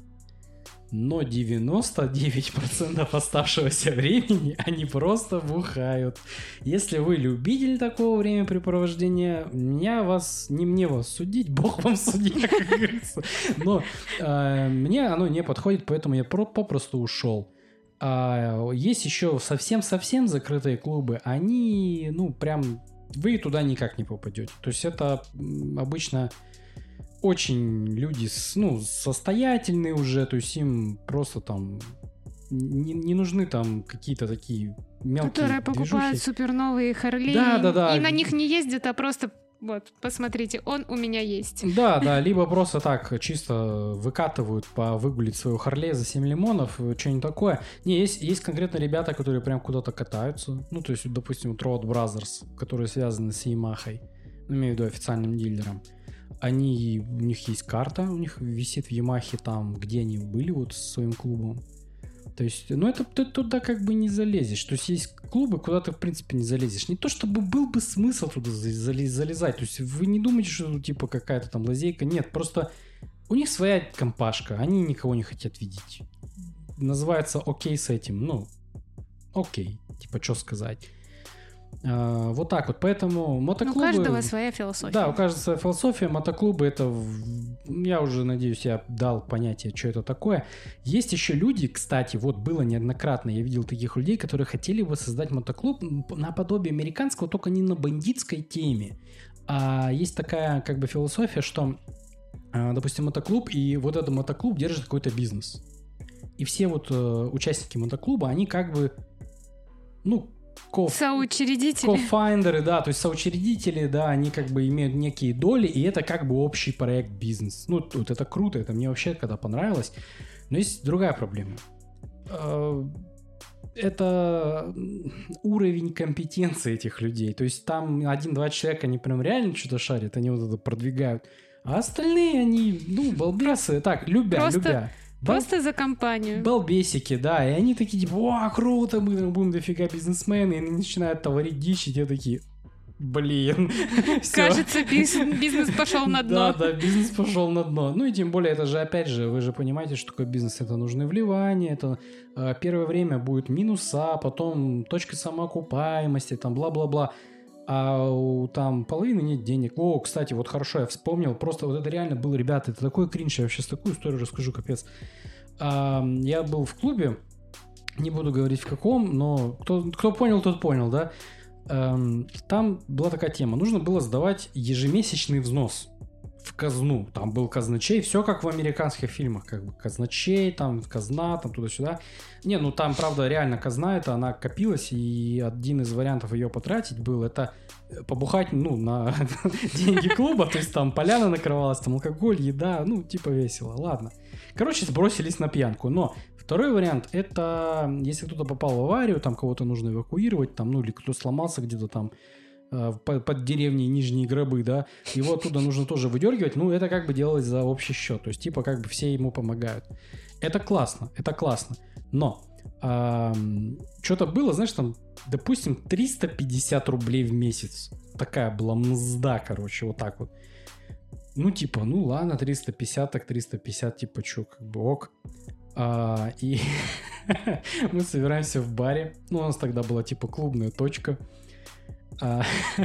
Но девяносто девять процентов оставшегося времени они просто бухают. Если вы любитель такого времяпрепровождения, меня вас, не мне вас судить, Бог вам судья, как говорится. Но э, мне оно не подходит, поэтому я про- попросту ушел. А есть еще совсем-совсем закрытые клубы, они, ну, прям, вы туда никак не попадете. То есть это обычно... Очень люди, ну, состоятельные уже, то есть им просто там не, не нужны там какие-то такие мелкие которые покупают движухи. суперновые Харли, да, да, да. и на них не ездят, а просто вот, посмотрите, он у меня есть. Да, да, либо просто так чисто выкатывают по выгулить свою Харлей за семь лимонов, что-нибудь такое. Не, есть, есть конкретно ребята, которые прям куда-то катаются, ну, то есть, допустим, Road Brothers, которые связаны с Ямахой, имею в виду официальным дилером. Они, у них есть карта, у них висит в Ямахе там, где они были вот со своим клубом. То есть, ну это ты туда как бы не залезешь. То есть есть клубы, куда ты в принципе не залезешь. Не то чтобы был бы смысл туда залезать. То есть вы не думаете, что тут типа какая-то там лазейка. Нет, просто у них своя компашка. Они никого не хотят видеть. Называется окей с этим. Ну, окей. Типа, что сказать. Uh, вот так вот, поэтому мотоклубы... У каждого своя философия. Да, у каждого своя философия. Мотоклубы это... Я уже, надеюсь, я дал понятие, что это такое. Есть еще люди, кстати, вот было неоднократно, я видел таких людей, которые хотели бы создать мотоклуб наподобие американского, только не на бандитской теме. А есть такая как бы философия, что, допустим, мотоклуб, и вот этот мотоклуб держит какой-то бизнес. И все вот участники мотоклуба, они как бы, ну, Ко- соучредители. Кофаундеры, да, то есть соучредители, да, они как бы имеют некие доли, и это как бы общий проект бизнес. Ну, вот это круто, это мне вообще когда понравилось. Но есть другая проблема. Это уровень компетенции этих людей. То есть там один-два человека, они прям реально что-то шарят, они вот это продвигают. А остальные, они, ну, балбесы, так, любя, Просто... любя. Просто Бал... за компанию. Балбесики, да. И они такие, типа, о, круто, мы будем дофига бизнесмены. И они начинают творить дичь, и те такие, блин. Кажется, бизнес пошел на дно. Да, да, бизнес пошел на дно. Ну и тем более, это же, опять же, вы же понимаете, что такое бизнес. Это нужны вливания, это э, первое время будет минуса, потом точка самоокупаемости, там, бла-бла-бла. А у там половины нет денег. О, кстати, вот хорошо, я вспомнил. Просто вот это реально был, ребята, это такой кринж. Я сейчас такую историю расскажу, капец. А, я был в клубе, не буду говорить в каком, но кто, кто понял, тот понял, да. А, там была такая тема. Нужно было сдавать ежемесячный взнос в казну. Там был казначей, все как в американских фильмах, как бы казначей, там казна, там туда-сюда. Не, ну там, правда, реально казна, это она копилась, и один из вариантов ее потратить был, это побухать, ну, на деньги клуба, то есть там поляна накрывалась, там алкоголь, еда, ну, типа весело, ладно. Короче, сбросились на пьянку, но второй вариант, это если кто-то попал в аварию, там кого-то нужно эвакуировать, там, ну, или кто сломался где-то там, Под, под деревней Нижние Гробы, да, его оттуда нужно тоже выдергивать, ну, это как бы делалось за общий счет, то есть, типа, как бы все ему помогают. Это классно, это классно, но эм, что-то было, знаешь, там, допустим, триста пятьдесят рублей в месяц, такая была мзда, короче, вот так вот. Ну, типа, ну, ладно, триста пятьдесят, так триста пятьдесят, типа, что, как бы ок. А, и мы собираемся в баре, ну, у нас тогда была, типа, клубная точка. А,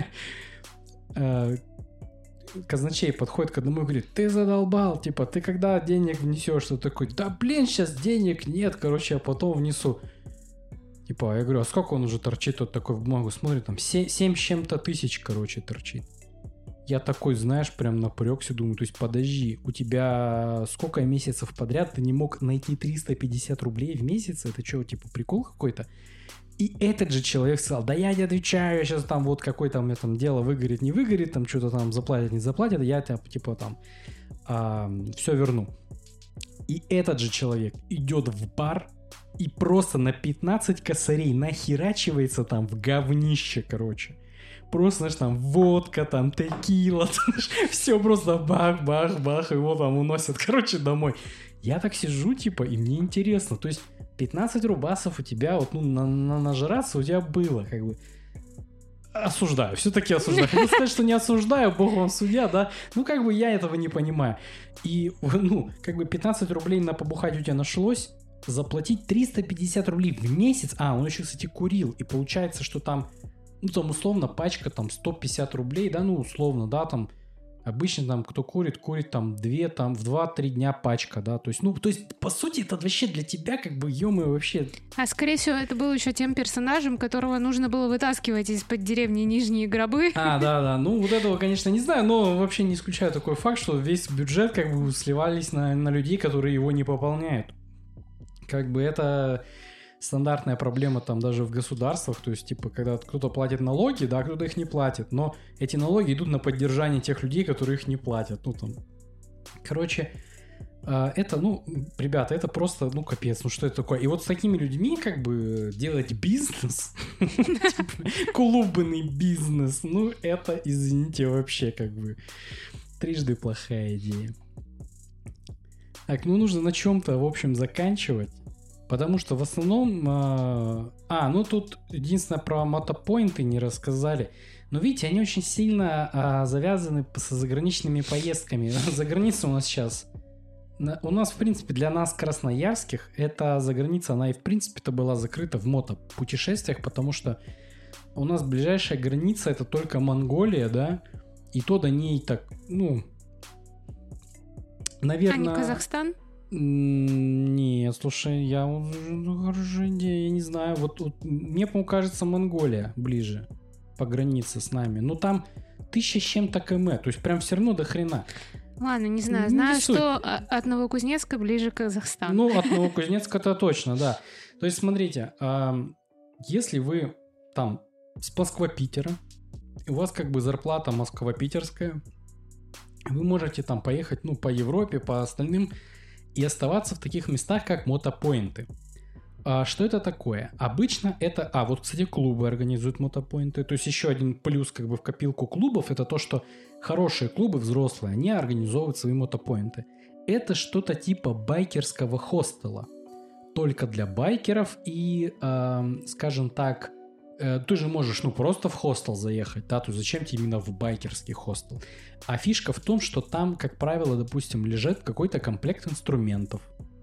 а, казначей подходит к одному и говорит: ты задолбал, типа, ты когда денег внесешь? Что такой? Да блин, сейчас денег нет, короче, я потом внесу. Типа, я говорю, а сколько он уже торчит? Вот такой в бумагу смотрит, там семь с чем-то тысяч, короче, торчит. Я такой, знаешь, прям напрягся, думаю, то есть подожди, у тебя сколько месяцев подряд ты не мог найти триста пятьдесят рублей в месяц? Это что, типа прикол какой-то? И этот же человек сказал, да я не отвечаю, я сейчас там вот какое-то у меня там дело выгорит, не выгорит, там что-то там заплатят, не заплатят, я типа там а, все верну. И этот же человек идет в бар и просто на пятнадцать косарей нахерачивается там в говнище, короче. Просто, знаешь, там водка, там текила, все просто бах-бах-бах, его там уносят, короче, домой. Я так сижу, типа, и мне интересно, то есть пятнадцать рубасов у тебя, вот, ну, на, на, нажраться у тебя было, как бы. Осуждаю, все-таки осуждаю. Хотел сказать, что не осуждаю, бог вам судья, да, ну, как бы я этого не понимаю. И, ну, как бы пятнадцать рублей на побухать у тебя нашлось, заплатить триста пятьдесят рублей в месяц, а, он еще, кстати, курил, и получается, что там, ну, там, условно, пачка, там, сто пятьдесят рублей, да, ну, условно, да, там, обычно, там, кто курит, курит, там, две, там, в два-три дня пачка, да, то есть, ну, то есть, по сути, это вообще для тебя, как бы, ё-моё, вообще... А, скорее всего, это был еще тем персонажем, которого нужно было вытаскивать из-под деревни Нижние Гробы. А, да-да, ну, вот этого, конечно, не знаю, но вообще не исключаю такой факт, что весь бюджет, как бы, сливались на, на людей, которые его не пополняют. Как бы, это... стандартная проблема там даже в государствах, то есть, типа, когда кто-то платит налоги, да, кто-то их не платит, но эти налоги идут на поддержание тех людей, которые их не платят, ну, там, короче, это, ну, ребята, это просто, ну, капец, ну, что это такое, и вот с такими людьми, как бы, делать бизнес, клубный бизнес, ну, это, извините, вообще, как бы, трижды плохая идея. Так, ну, нужно на чем-то, в общем, заканчивать. Потому что в основном... Э, а, ну тут единственное про мотопоинты не рассказали. Но видите, они очень сильно э, завязаны со заграничными поездками. За границей у нас сейчас... У нас, в принципе, для нас, красноярских, эта заграница, она и в принципе-то была закрыта в мотопутешествиях, потому что у нас ближайшая граница это только Монголия, да? И то до ней так, ну... Наверное... А не Казахстан? Нет, слушай, я ну, хорошая идея, я не знаю. Вот, вот мне, по-моему, кажется, Монголия ближе по границе с нами. Ну там тысяча с чем-то км, то есть прям все равно до хрена. Ладно, не знаю. Не знаю, суть. что от Новокузнецка ближе к Казахстану. Ну, от Новокузнецка-то точно, да. То есть, смотрите, если вы там с Москва-Питера, у вас как бы зарплата Москва-Питерская, вы можете там поехать, ну, по Европе, по остальным и оставаться в таких местах, как мотопоинты. А что это такое? Обычно это... А, вот, кстати, клубы организуют мотопоинты. То есть еще один плюс как бы в копилку клубов это то, что хорошие клубы, взрослые, они организовывают свои мотопоинты. Это что-то типа байкерского хостела. Только для байкеров и, э, скажем так, э, ты же можешь, ну, просто в хостел заехать, да, то есть зачем тебе именно в байкерский хостел? А фишка в том, что там, как правило, допустим, лежит какой-то комплект инструментов.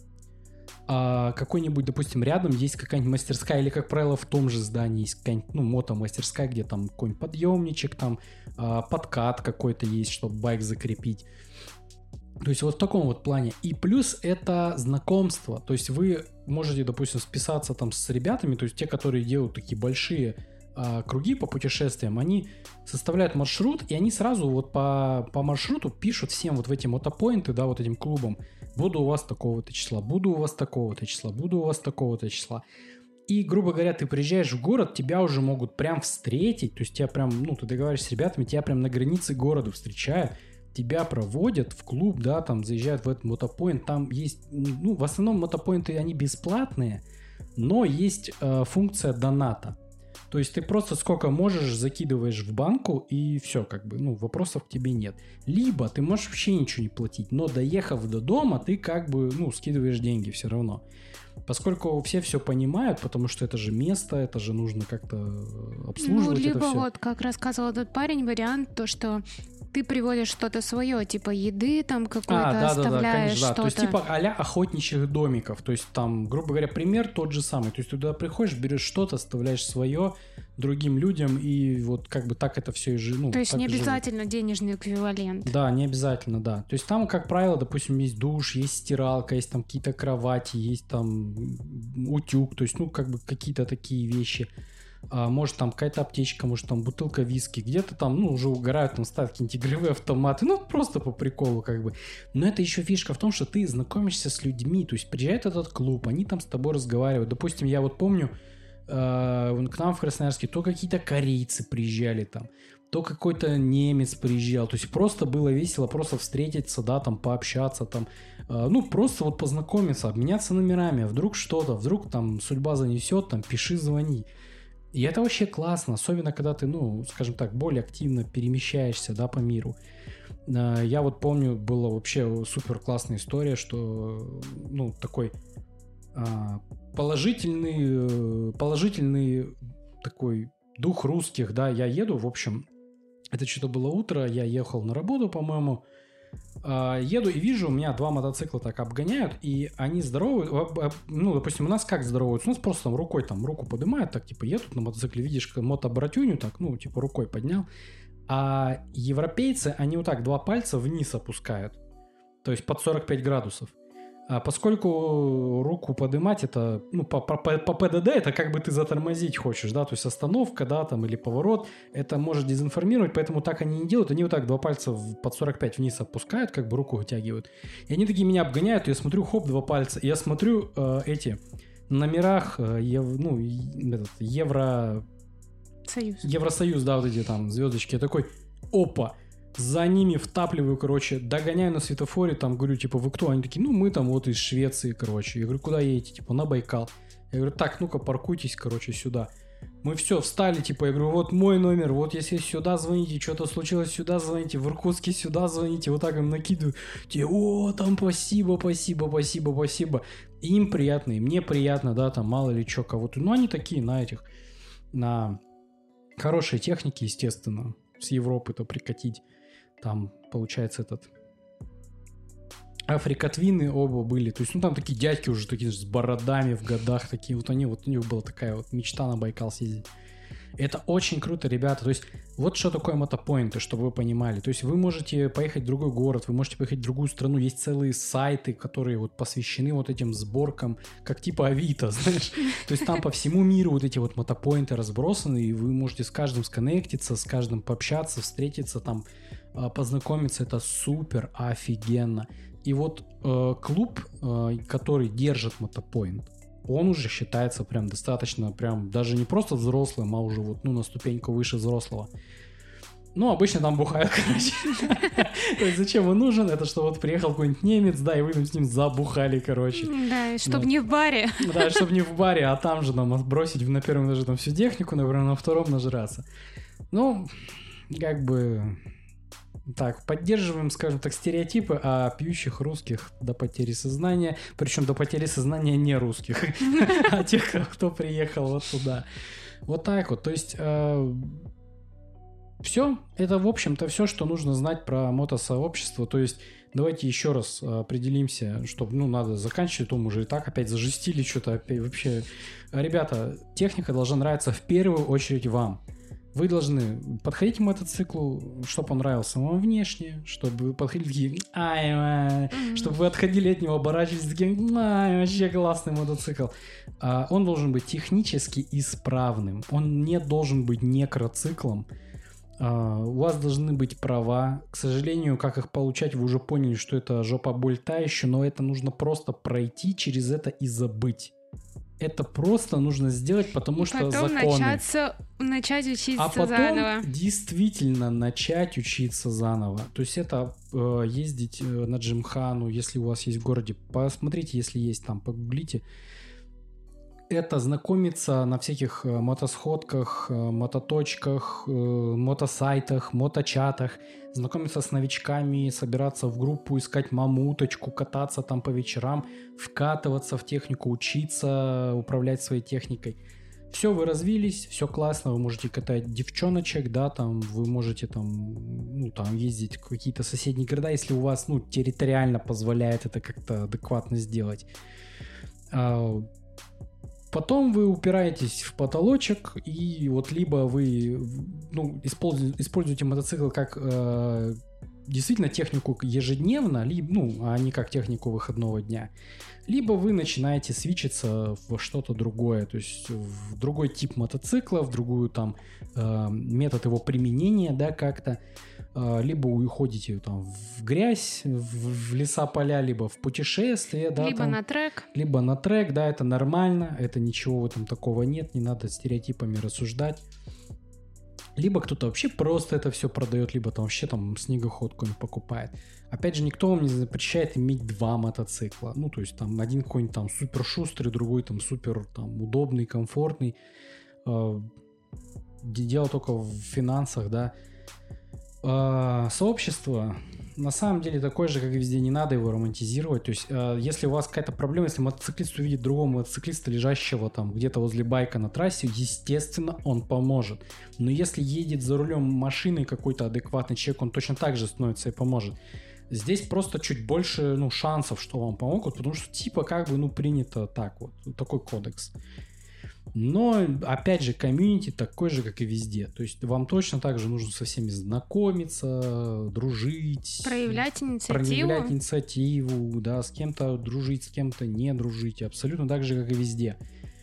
А какой-нибудь, допустим, рядом есть какая-нибудь мастерская, или, как правило, в том же здании есть какая-нибудь, ну, мотомастерская, где там какой-нибудь подъемничек, там а, подкат какой-то есть, чтобы байк закрепить. То есть вот в таком вот плане. И плюс это знакомство. То есть вы можете, допустим, списаться там с ребятами, то есть те, которые делают такие большие а, круги по путешествиям, они составляют маршрут, и они сразу вот по, по маршруту пишут всем вот в эти мотопоинты, да, вот этим клубам: буду у вас такого-то числа, буду у вас такого-то числа, буду у вас такого-то числа. И, грубо говоря, ты приезжаешь в город, тебя уже могут прям встретить, то есть тебя прям, ну, ты договариваешься с ребятами, тебя прям на границе города встречают, тебя проводят в клуб, да, там заезжают в этот мотопоинт, там есть, ну, в основном мотопоинты, они бесплатные, но есть э, функция доната. То есть ты просто сколько можешь закидываешь в банку, и все, как бы, ну, вопросов к тебе нет. Либо ты можешь вообще ничего не платить, но доехав до дома, ты как бы, ну, скидываешь деньги все равно. Поскольку все все понимают, потому что это же место, это же нужно как-то обслуживать. Ну, либо это все. Вот, как рассказывал этот парень, вариант, то, что ты приводишь что-то свое, типа еды там какой-то а, да, оставляешь, да, да, конечно, что-то. Да. То есть типа а-ля охотничьих домиков. То есть там, грубо говоря, пример тот же самый. То есть ты туда приходишь, берешь что-то, оставляешь свое, другим людям, и вот как бы так это все и живет. Ну, то есть не живет. обязательно денежный эквивалент. Да, не обязательно, да. То есть там, как правило, допустим, есть душ, есть стиралка, есть там какие-то кровати, есть там утюг, то есть, ну, как бы какие-то такие вещи. А, может, там какая-то аптечка, может, там бутылка виски, где-то там, ну, уже угорают, там ставят какие-нибудь игровые автоматы, ну, просто по приколу, как бы. Но это еще фишка в том, что ты знакомишься с людьми, то есть приезжает этот клуб, они там с тобой разговаривают. Допустим, я вот помню, э, к нам в Красноярске то какие-то корейцы приезжали там, то какой-то немец приезжал, то есть просто было весело просто встретиться, да, там, пообщаться, там, э, ну, просто вот познакомиться, обменяться номерами, вдруг что-то, вдруг там судьба занесет, там, пиши, звони. И это вообще классно, особенно когда ты, ну, скажем так, более активно перемещаешься, да, по миру. Я вот помню, была вообще супер классная история, что, ну, такой положительный, положительный такой дух русских, да, я еду, в общем, это что-то было утро, я ехал на работу, по-моему, еду и вижу, у меня два мотоцикла так обгоняют, и они здороваются, ну, допустим, у нас как здороваются? У нас просто там рукой там руку поднимают, так, типа, едут на мотоцикле, видишь мотобратюню, так, ну, типа, рукой поднял, а европейцы, они вот так два пальца вниз опускают, то есть под сорок пять градусов. А поскольку руку поднимать, это, ну, по, по, по ПДД, это как бы ты затормозить хочешь, да, то есть остановка, да, там, или поворот, это может дезинформировать, поэтому так они не делают, они вот так два пальца под сорок пять вниз опускают, как бы руку вытягивают, и они такие меня обгоняют, и я смотрю, хоп, два пальца, и я смотрю э, эти, на номерах, э, ев, ну, этот, Евро... Союз. Евросоюз, да, вот эти там звездочки, я такой, опа, за ними втапливаю, короче, догоняю на светофоре, там, говорю, типа, вы кто? Они такие, ну, мы там вот из Швеции, короче. Я говорю, куда едете? Типа, на Байкал. Я говорю, так, ну-ка, паркуйтесь, короче, сюда. Мы все, встали, типа, я говорю, вот мой номер, вот если сюда звоните, что-то случилось, сюда звоните, в Иркутске сюда звоните, вот так им накидываю. Те, о, там, спасибо, спасибо, спасибо, спасибо. И им приятно, и мне приятно, да, там, мало ли что, кого-то. Ну, они такие, на этих, на хорошей технике, естественно, с Европы-то прикатить. Там, получается, этот... Африкатвины оба были. То есть, ну, там такие дядьки уже такие с бородами в годах такие. Вот они, вот у них была такая вот мечта на Байкал съездить. Это очень круто, ребята. То есть, вот что такое мотопоинты, чтобы вы понимали. То есть, вы можете поехать в другой город, вы можете поехать в другую страну. Есть целые сайты, которые вот посвящены вот этим сборкам, как типа Авито, знаешь. То есть, там по всему миру вот эти вот мотопоинты разбросаны, и вы можете с каждым сконнектиться, с каждым пообщаться, встретиться, там, познакомиться. Это супер офигенно. И вот э, клуб, э, который держит мотопоинт, он уже считается прям достаточно, прям даже не просто взрослым, а уже вот, ну, на ступеньку выше взрослого. Ну, обычно там бухают, короче. То есть зачем он нужен? Это что вот приехал какой-нибудь немец, да, и вы там с ним забухали, короче. Да, чтобы не в баре. Да, чтобы не в баре, а там же нам бросить на первом этаже там всю технику, например, на втором нажраться. Ну, как бы... Так, поддерживаем, скажем так, стереотипы о пьющих русских до потери сознания, причем до потери сознания не русских, а тех, кто приехал вот туда. Вот так вот, то есть все, это в общем-то все, что нужно знать про мотосообщество, то есть давайте еще раз определимся, что, ну, надо заканчивать, то мы уже и так опять зажестили что-то, опять вообще. Ребята, техника должна нравиться в первую очередь вам. Вы должны подходить к мотоциклу, чтобы он нравился вам внешне, чтобы вы подходили такие, ай, mm-hmm. чтобы вы отходили от него, оборачивались такие, ай, вообще классный мотоцикл. А, он должен быть технически исправным, он не должен быть некроциклом. А, у вас должны быть права. К сожалению, как их получать, вы уже поняли, что это жопа боль та еще, но это нужно просто пройти через это и забыть. Это просто нужно сделать, потому и что потом законы. Начаться, начать учиться а потом заново. Действительно начать учиться заново. То есть это э, ездить э, на Джимхану, если у вас есть в городе. Посмотрите, если есть там, погуглите. Это знакомиться на всяких э, мотосходках, э, мототочках, э, мотосайтах, моточатах. Знакомиться с новичками, собираться в группу, искать мамуточку, кататься там по вечерам, вкатываться в технику, учиться управлять своей техникой. Все, вы развились, все классно, вы можете катать девчоночек, да, там, вы можете там, ну, там, ездить в какие-то соседние города, если у вас, ну, территориально позволяет это как-то адекватно сделать. Потом вы упираетесь в потолочек, и вот либо вы ну, используете, используете мотоцикл как э, действительно технику ежедневно, либо, ну, а не как технику выходного дня, либо вы начинаете свитчиться в что-то другое, то есть в другой тип мотоцикла, в другую там э, метод его применения, да, как-то, э, либо вы уходите там в грязь, в, в леса, поля, либо в путешествие, да, либо там, на трек, либо на трек, да, это нормально, это ничего в этом такого нет, не надо стереотипами рассуждать. Либо кто-то вообще просто это все продает, либо там вообще там снегоход какой-нибудь покупает. Опять же, никто вам не запрещает иметь два мотоцикла. Ну, то есть там один какой-нибудь там супер шустрый, другой там супер там удобный, комфортный. Дело только в финансах, да. Сообщество на самом деле такое же, как и везде, не надо его романтизировать. То есть, э, если у вас какая-то проблема, если мотоциклист увидит другого мотоциклиста, лежащего там где-то возле байка на трассе, естественно, он поможет. Но если едет за рулем машины какой-то адекватный человек, он точно так же становится и поможет. Здесь просто чуть больше, ну, шансов, что вам помогут, потому что типа как бы, ну, принято так вот, такой кодекс. Но, опять же, комьюнити такой же, как и везде. То есть вам точно так же нужно со всеми знакомиться, дружить. Проявлять инициативу. Проявлять инициативу, да, с кем-то дружить, с кем-то не дружить. Абсолютно так же, как и везде.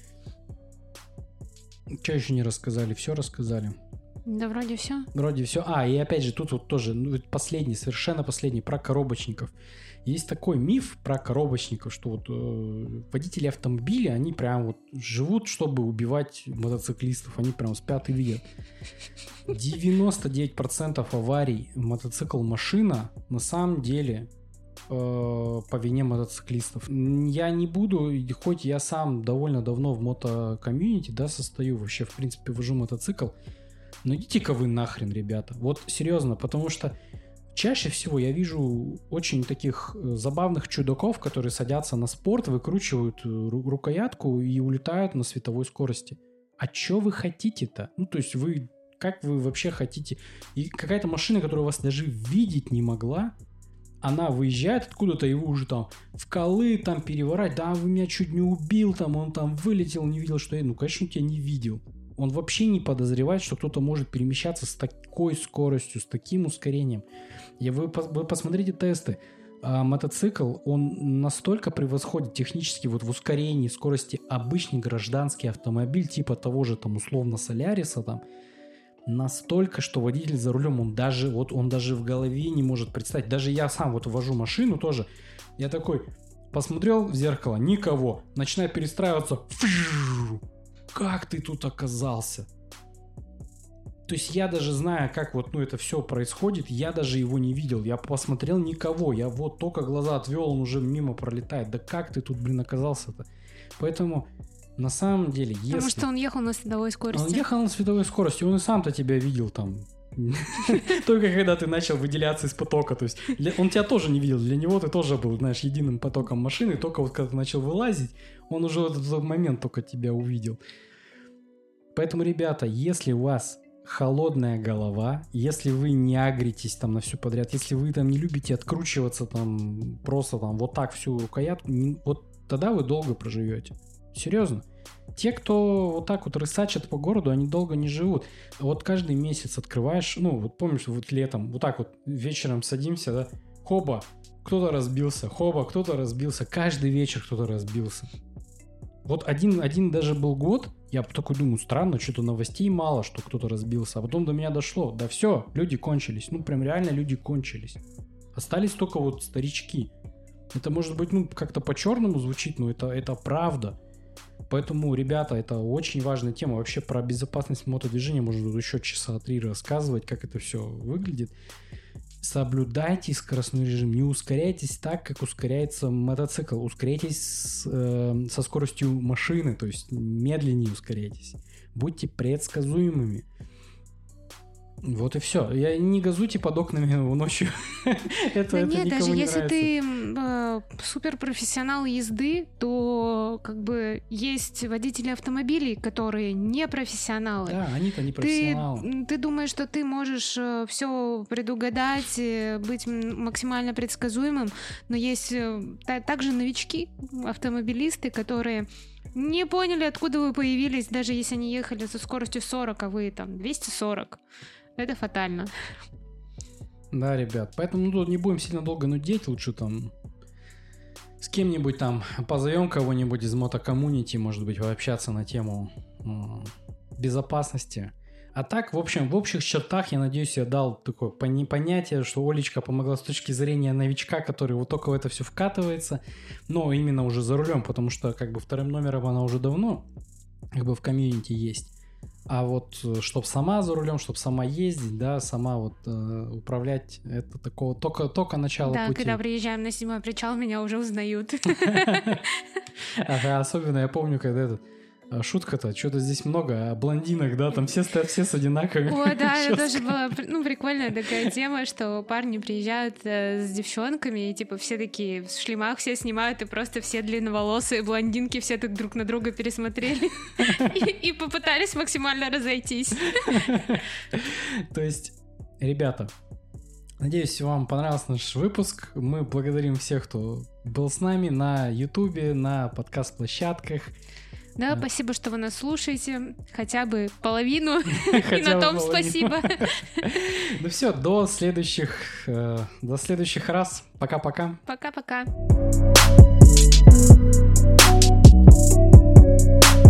Что еще не рассказали? Все рассказали. Да, вроде все. Вроде все. А, и опять же, тут вот тоже ну, последний, совершенно последний, про коробочников. Есть такой миф про коробочников, что вот э, водители автомобиля, они прям вот живут, чтобы убивать мотоциклистов. Они прям спят и видят. девяносто девять процентов аварий мотоцикл-машина на самом деле э, по вине мотоциклистов. Я не буду, хоть я сам довольно давно в мотокомьюнити, да, состою, вообще, в принципе, вожу мотоцикл, но идите-ка вы нахрен, ребята. Вот серьезно, потому что чаще всего я вижу очень таких забавных чудаков, которые садятся на спорт, выкручивают ру- рукоятку и улетают на световой скорости. А что вы хотите-то? Ну, то есть вы, как вы вообще хотите? И какая-то машина, которая вас даже видеть не могла, она выезжает откуда-то, и вы уже там в колы там переворать. Да, вы меня чуть не убил, там он там вылетел, не видел, что я... Ну, конечно, он тебя не видел. Он вообще не подозревает, что кто-то может перемещаться с такой скоростью, с таким ускорением. И вы, вы посмотрите тесты. А мотоцикл, он настолько превосходит технически вот в ускорении скорости обычный гражданский автомобиль, типа того же там условно Соляриса, там, настолько, что водитель за рулем, он даже, вот, он даже в голове не может представить. Даже я сам вот вожу машину тоже. Я такой посмотрел в зеркало, никого. Начинаю перестраиваться. Как ты тут оказался? То есть я даже знаю, как вот ну, это все происходит, я даже его не видел. Я посмотрел никого. Я вот только глаза отвел, он уже мимо пролетает. Да как ты тут, блин, оказался-то? Поэтому на самом деле, если... Потому что он ехал на световой скорости. Он ехал на световой скорости, он и сам-то тебя видел там. Только когда ты начал выделяться из потока. То есть он тебя тоже не видел. Для него ты тоже был, знаешь, единым потоком машины. Только вот когда ты начал вылазить, он уже в этот момент только тебя увидел. Поэтому, ребята, если у вас холодная голова, если вы не агритесь там на все подряд, если вы там не любите откручиваться там просто там вот так всю рукоятку, не, вот тогда вы долго проживете. Серьезно. Те, кто вот так вот рысачат по городу, они долго не живут. Вот каждый месяц открываешь, ну, вот помнишь, вот летом, вот так вот вечером садимся, да, хоба, кто-то разбился, хоба, кто-то разбился, каждый вечер кто-то разбился. Вот один, один даже был год, я такой думаю, странно, что-то новостей мало, что кто-то разбился. А потом до меня дошло, да все, люди кончились. Ну, прям реально люди кончились. Остались только вот старички. Это может быть, ну, как-то по-черному звучит, но это, это правда. Поэтому, ребята, это очень важная тема. Вообще про безопасность мотодвижения можно еще часа три рассказывать, как это все выглядит. Соблюдайте скоростной режим, не ускоряйтесь так, как ускоряется мотоцикл. Ускоряйтесь с, э, со скоростью машины, то есть медленнее ускоряйтесь. Будьте предсказуемыми. Вот и все. Я не газуйте под окнами ночью. это, да это нет, никому даже не если нравится. ты э, суперпрофессионал езды, то как бы есть водители автомобилей, которые не профессионалы. Да, они-то не профессионалы. Ты, ты думаешь, что ты можешь э, все предугадать, э, быть максимально предсказуемым, но есть э, та, также новички, автомобилисты, которые Не поняли, откуда вы появились, даже если они ехали со скоростью сорок, а вы там двести сорок. Это фатально. Да, ребят, поэтому ну, тут не будем сильно долго нудеть, лучше там с кем-нибудь там позовем кого-нибудь из мотокоммунити, может быть, пообщаться на тему э, безопасности. А так, в общем, в общих чертах, я надеюсь, я дал такое пони- понятие, что Олечка помогла с точки зрения новичка, который вот только в это все вкатывается, но именно уже за рулем, потому что как бы вторым номером она уже давно как бы в комьюнити есть. А вот чтоб сама за рулем, чтоб сама ездить, да, сама вот э, управлять, это такого только, только начало да, пути. Да, когда приезжаем на седьмой причал, меня уже узнают. Ага, особенно я помню, когда этот шутка-то, что-то здесь много, а блондинок, да, там все стоят, все с одинаковыми. О, да, это тоже была, ну, прикольная такая тема, что парни приезжают э, с девчонками, и, типа, все такие в шлемах все снимают, и просто все длинноволосые блондинки все так друг на друга пересмотрели и попытались максимально разойтись. То есть, ребята, надеюсь, вам понравился наш выпуск. Мы благодарим всех, кто был с нами на Ютубе, на подкаст-площадках. Да, да, спасибо, что вы нас слушаете. Хотя бы половину. И на том спасибо. Ну все, до следующих, до следующих раз. Пока-пока. Пока-пока.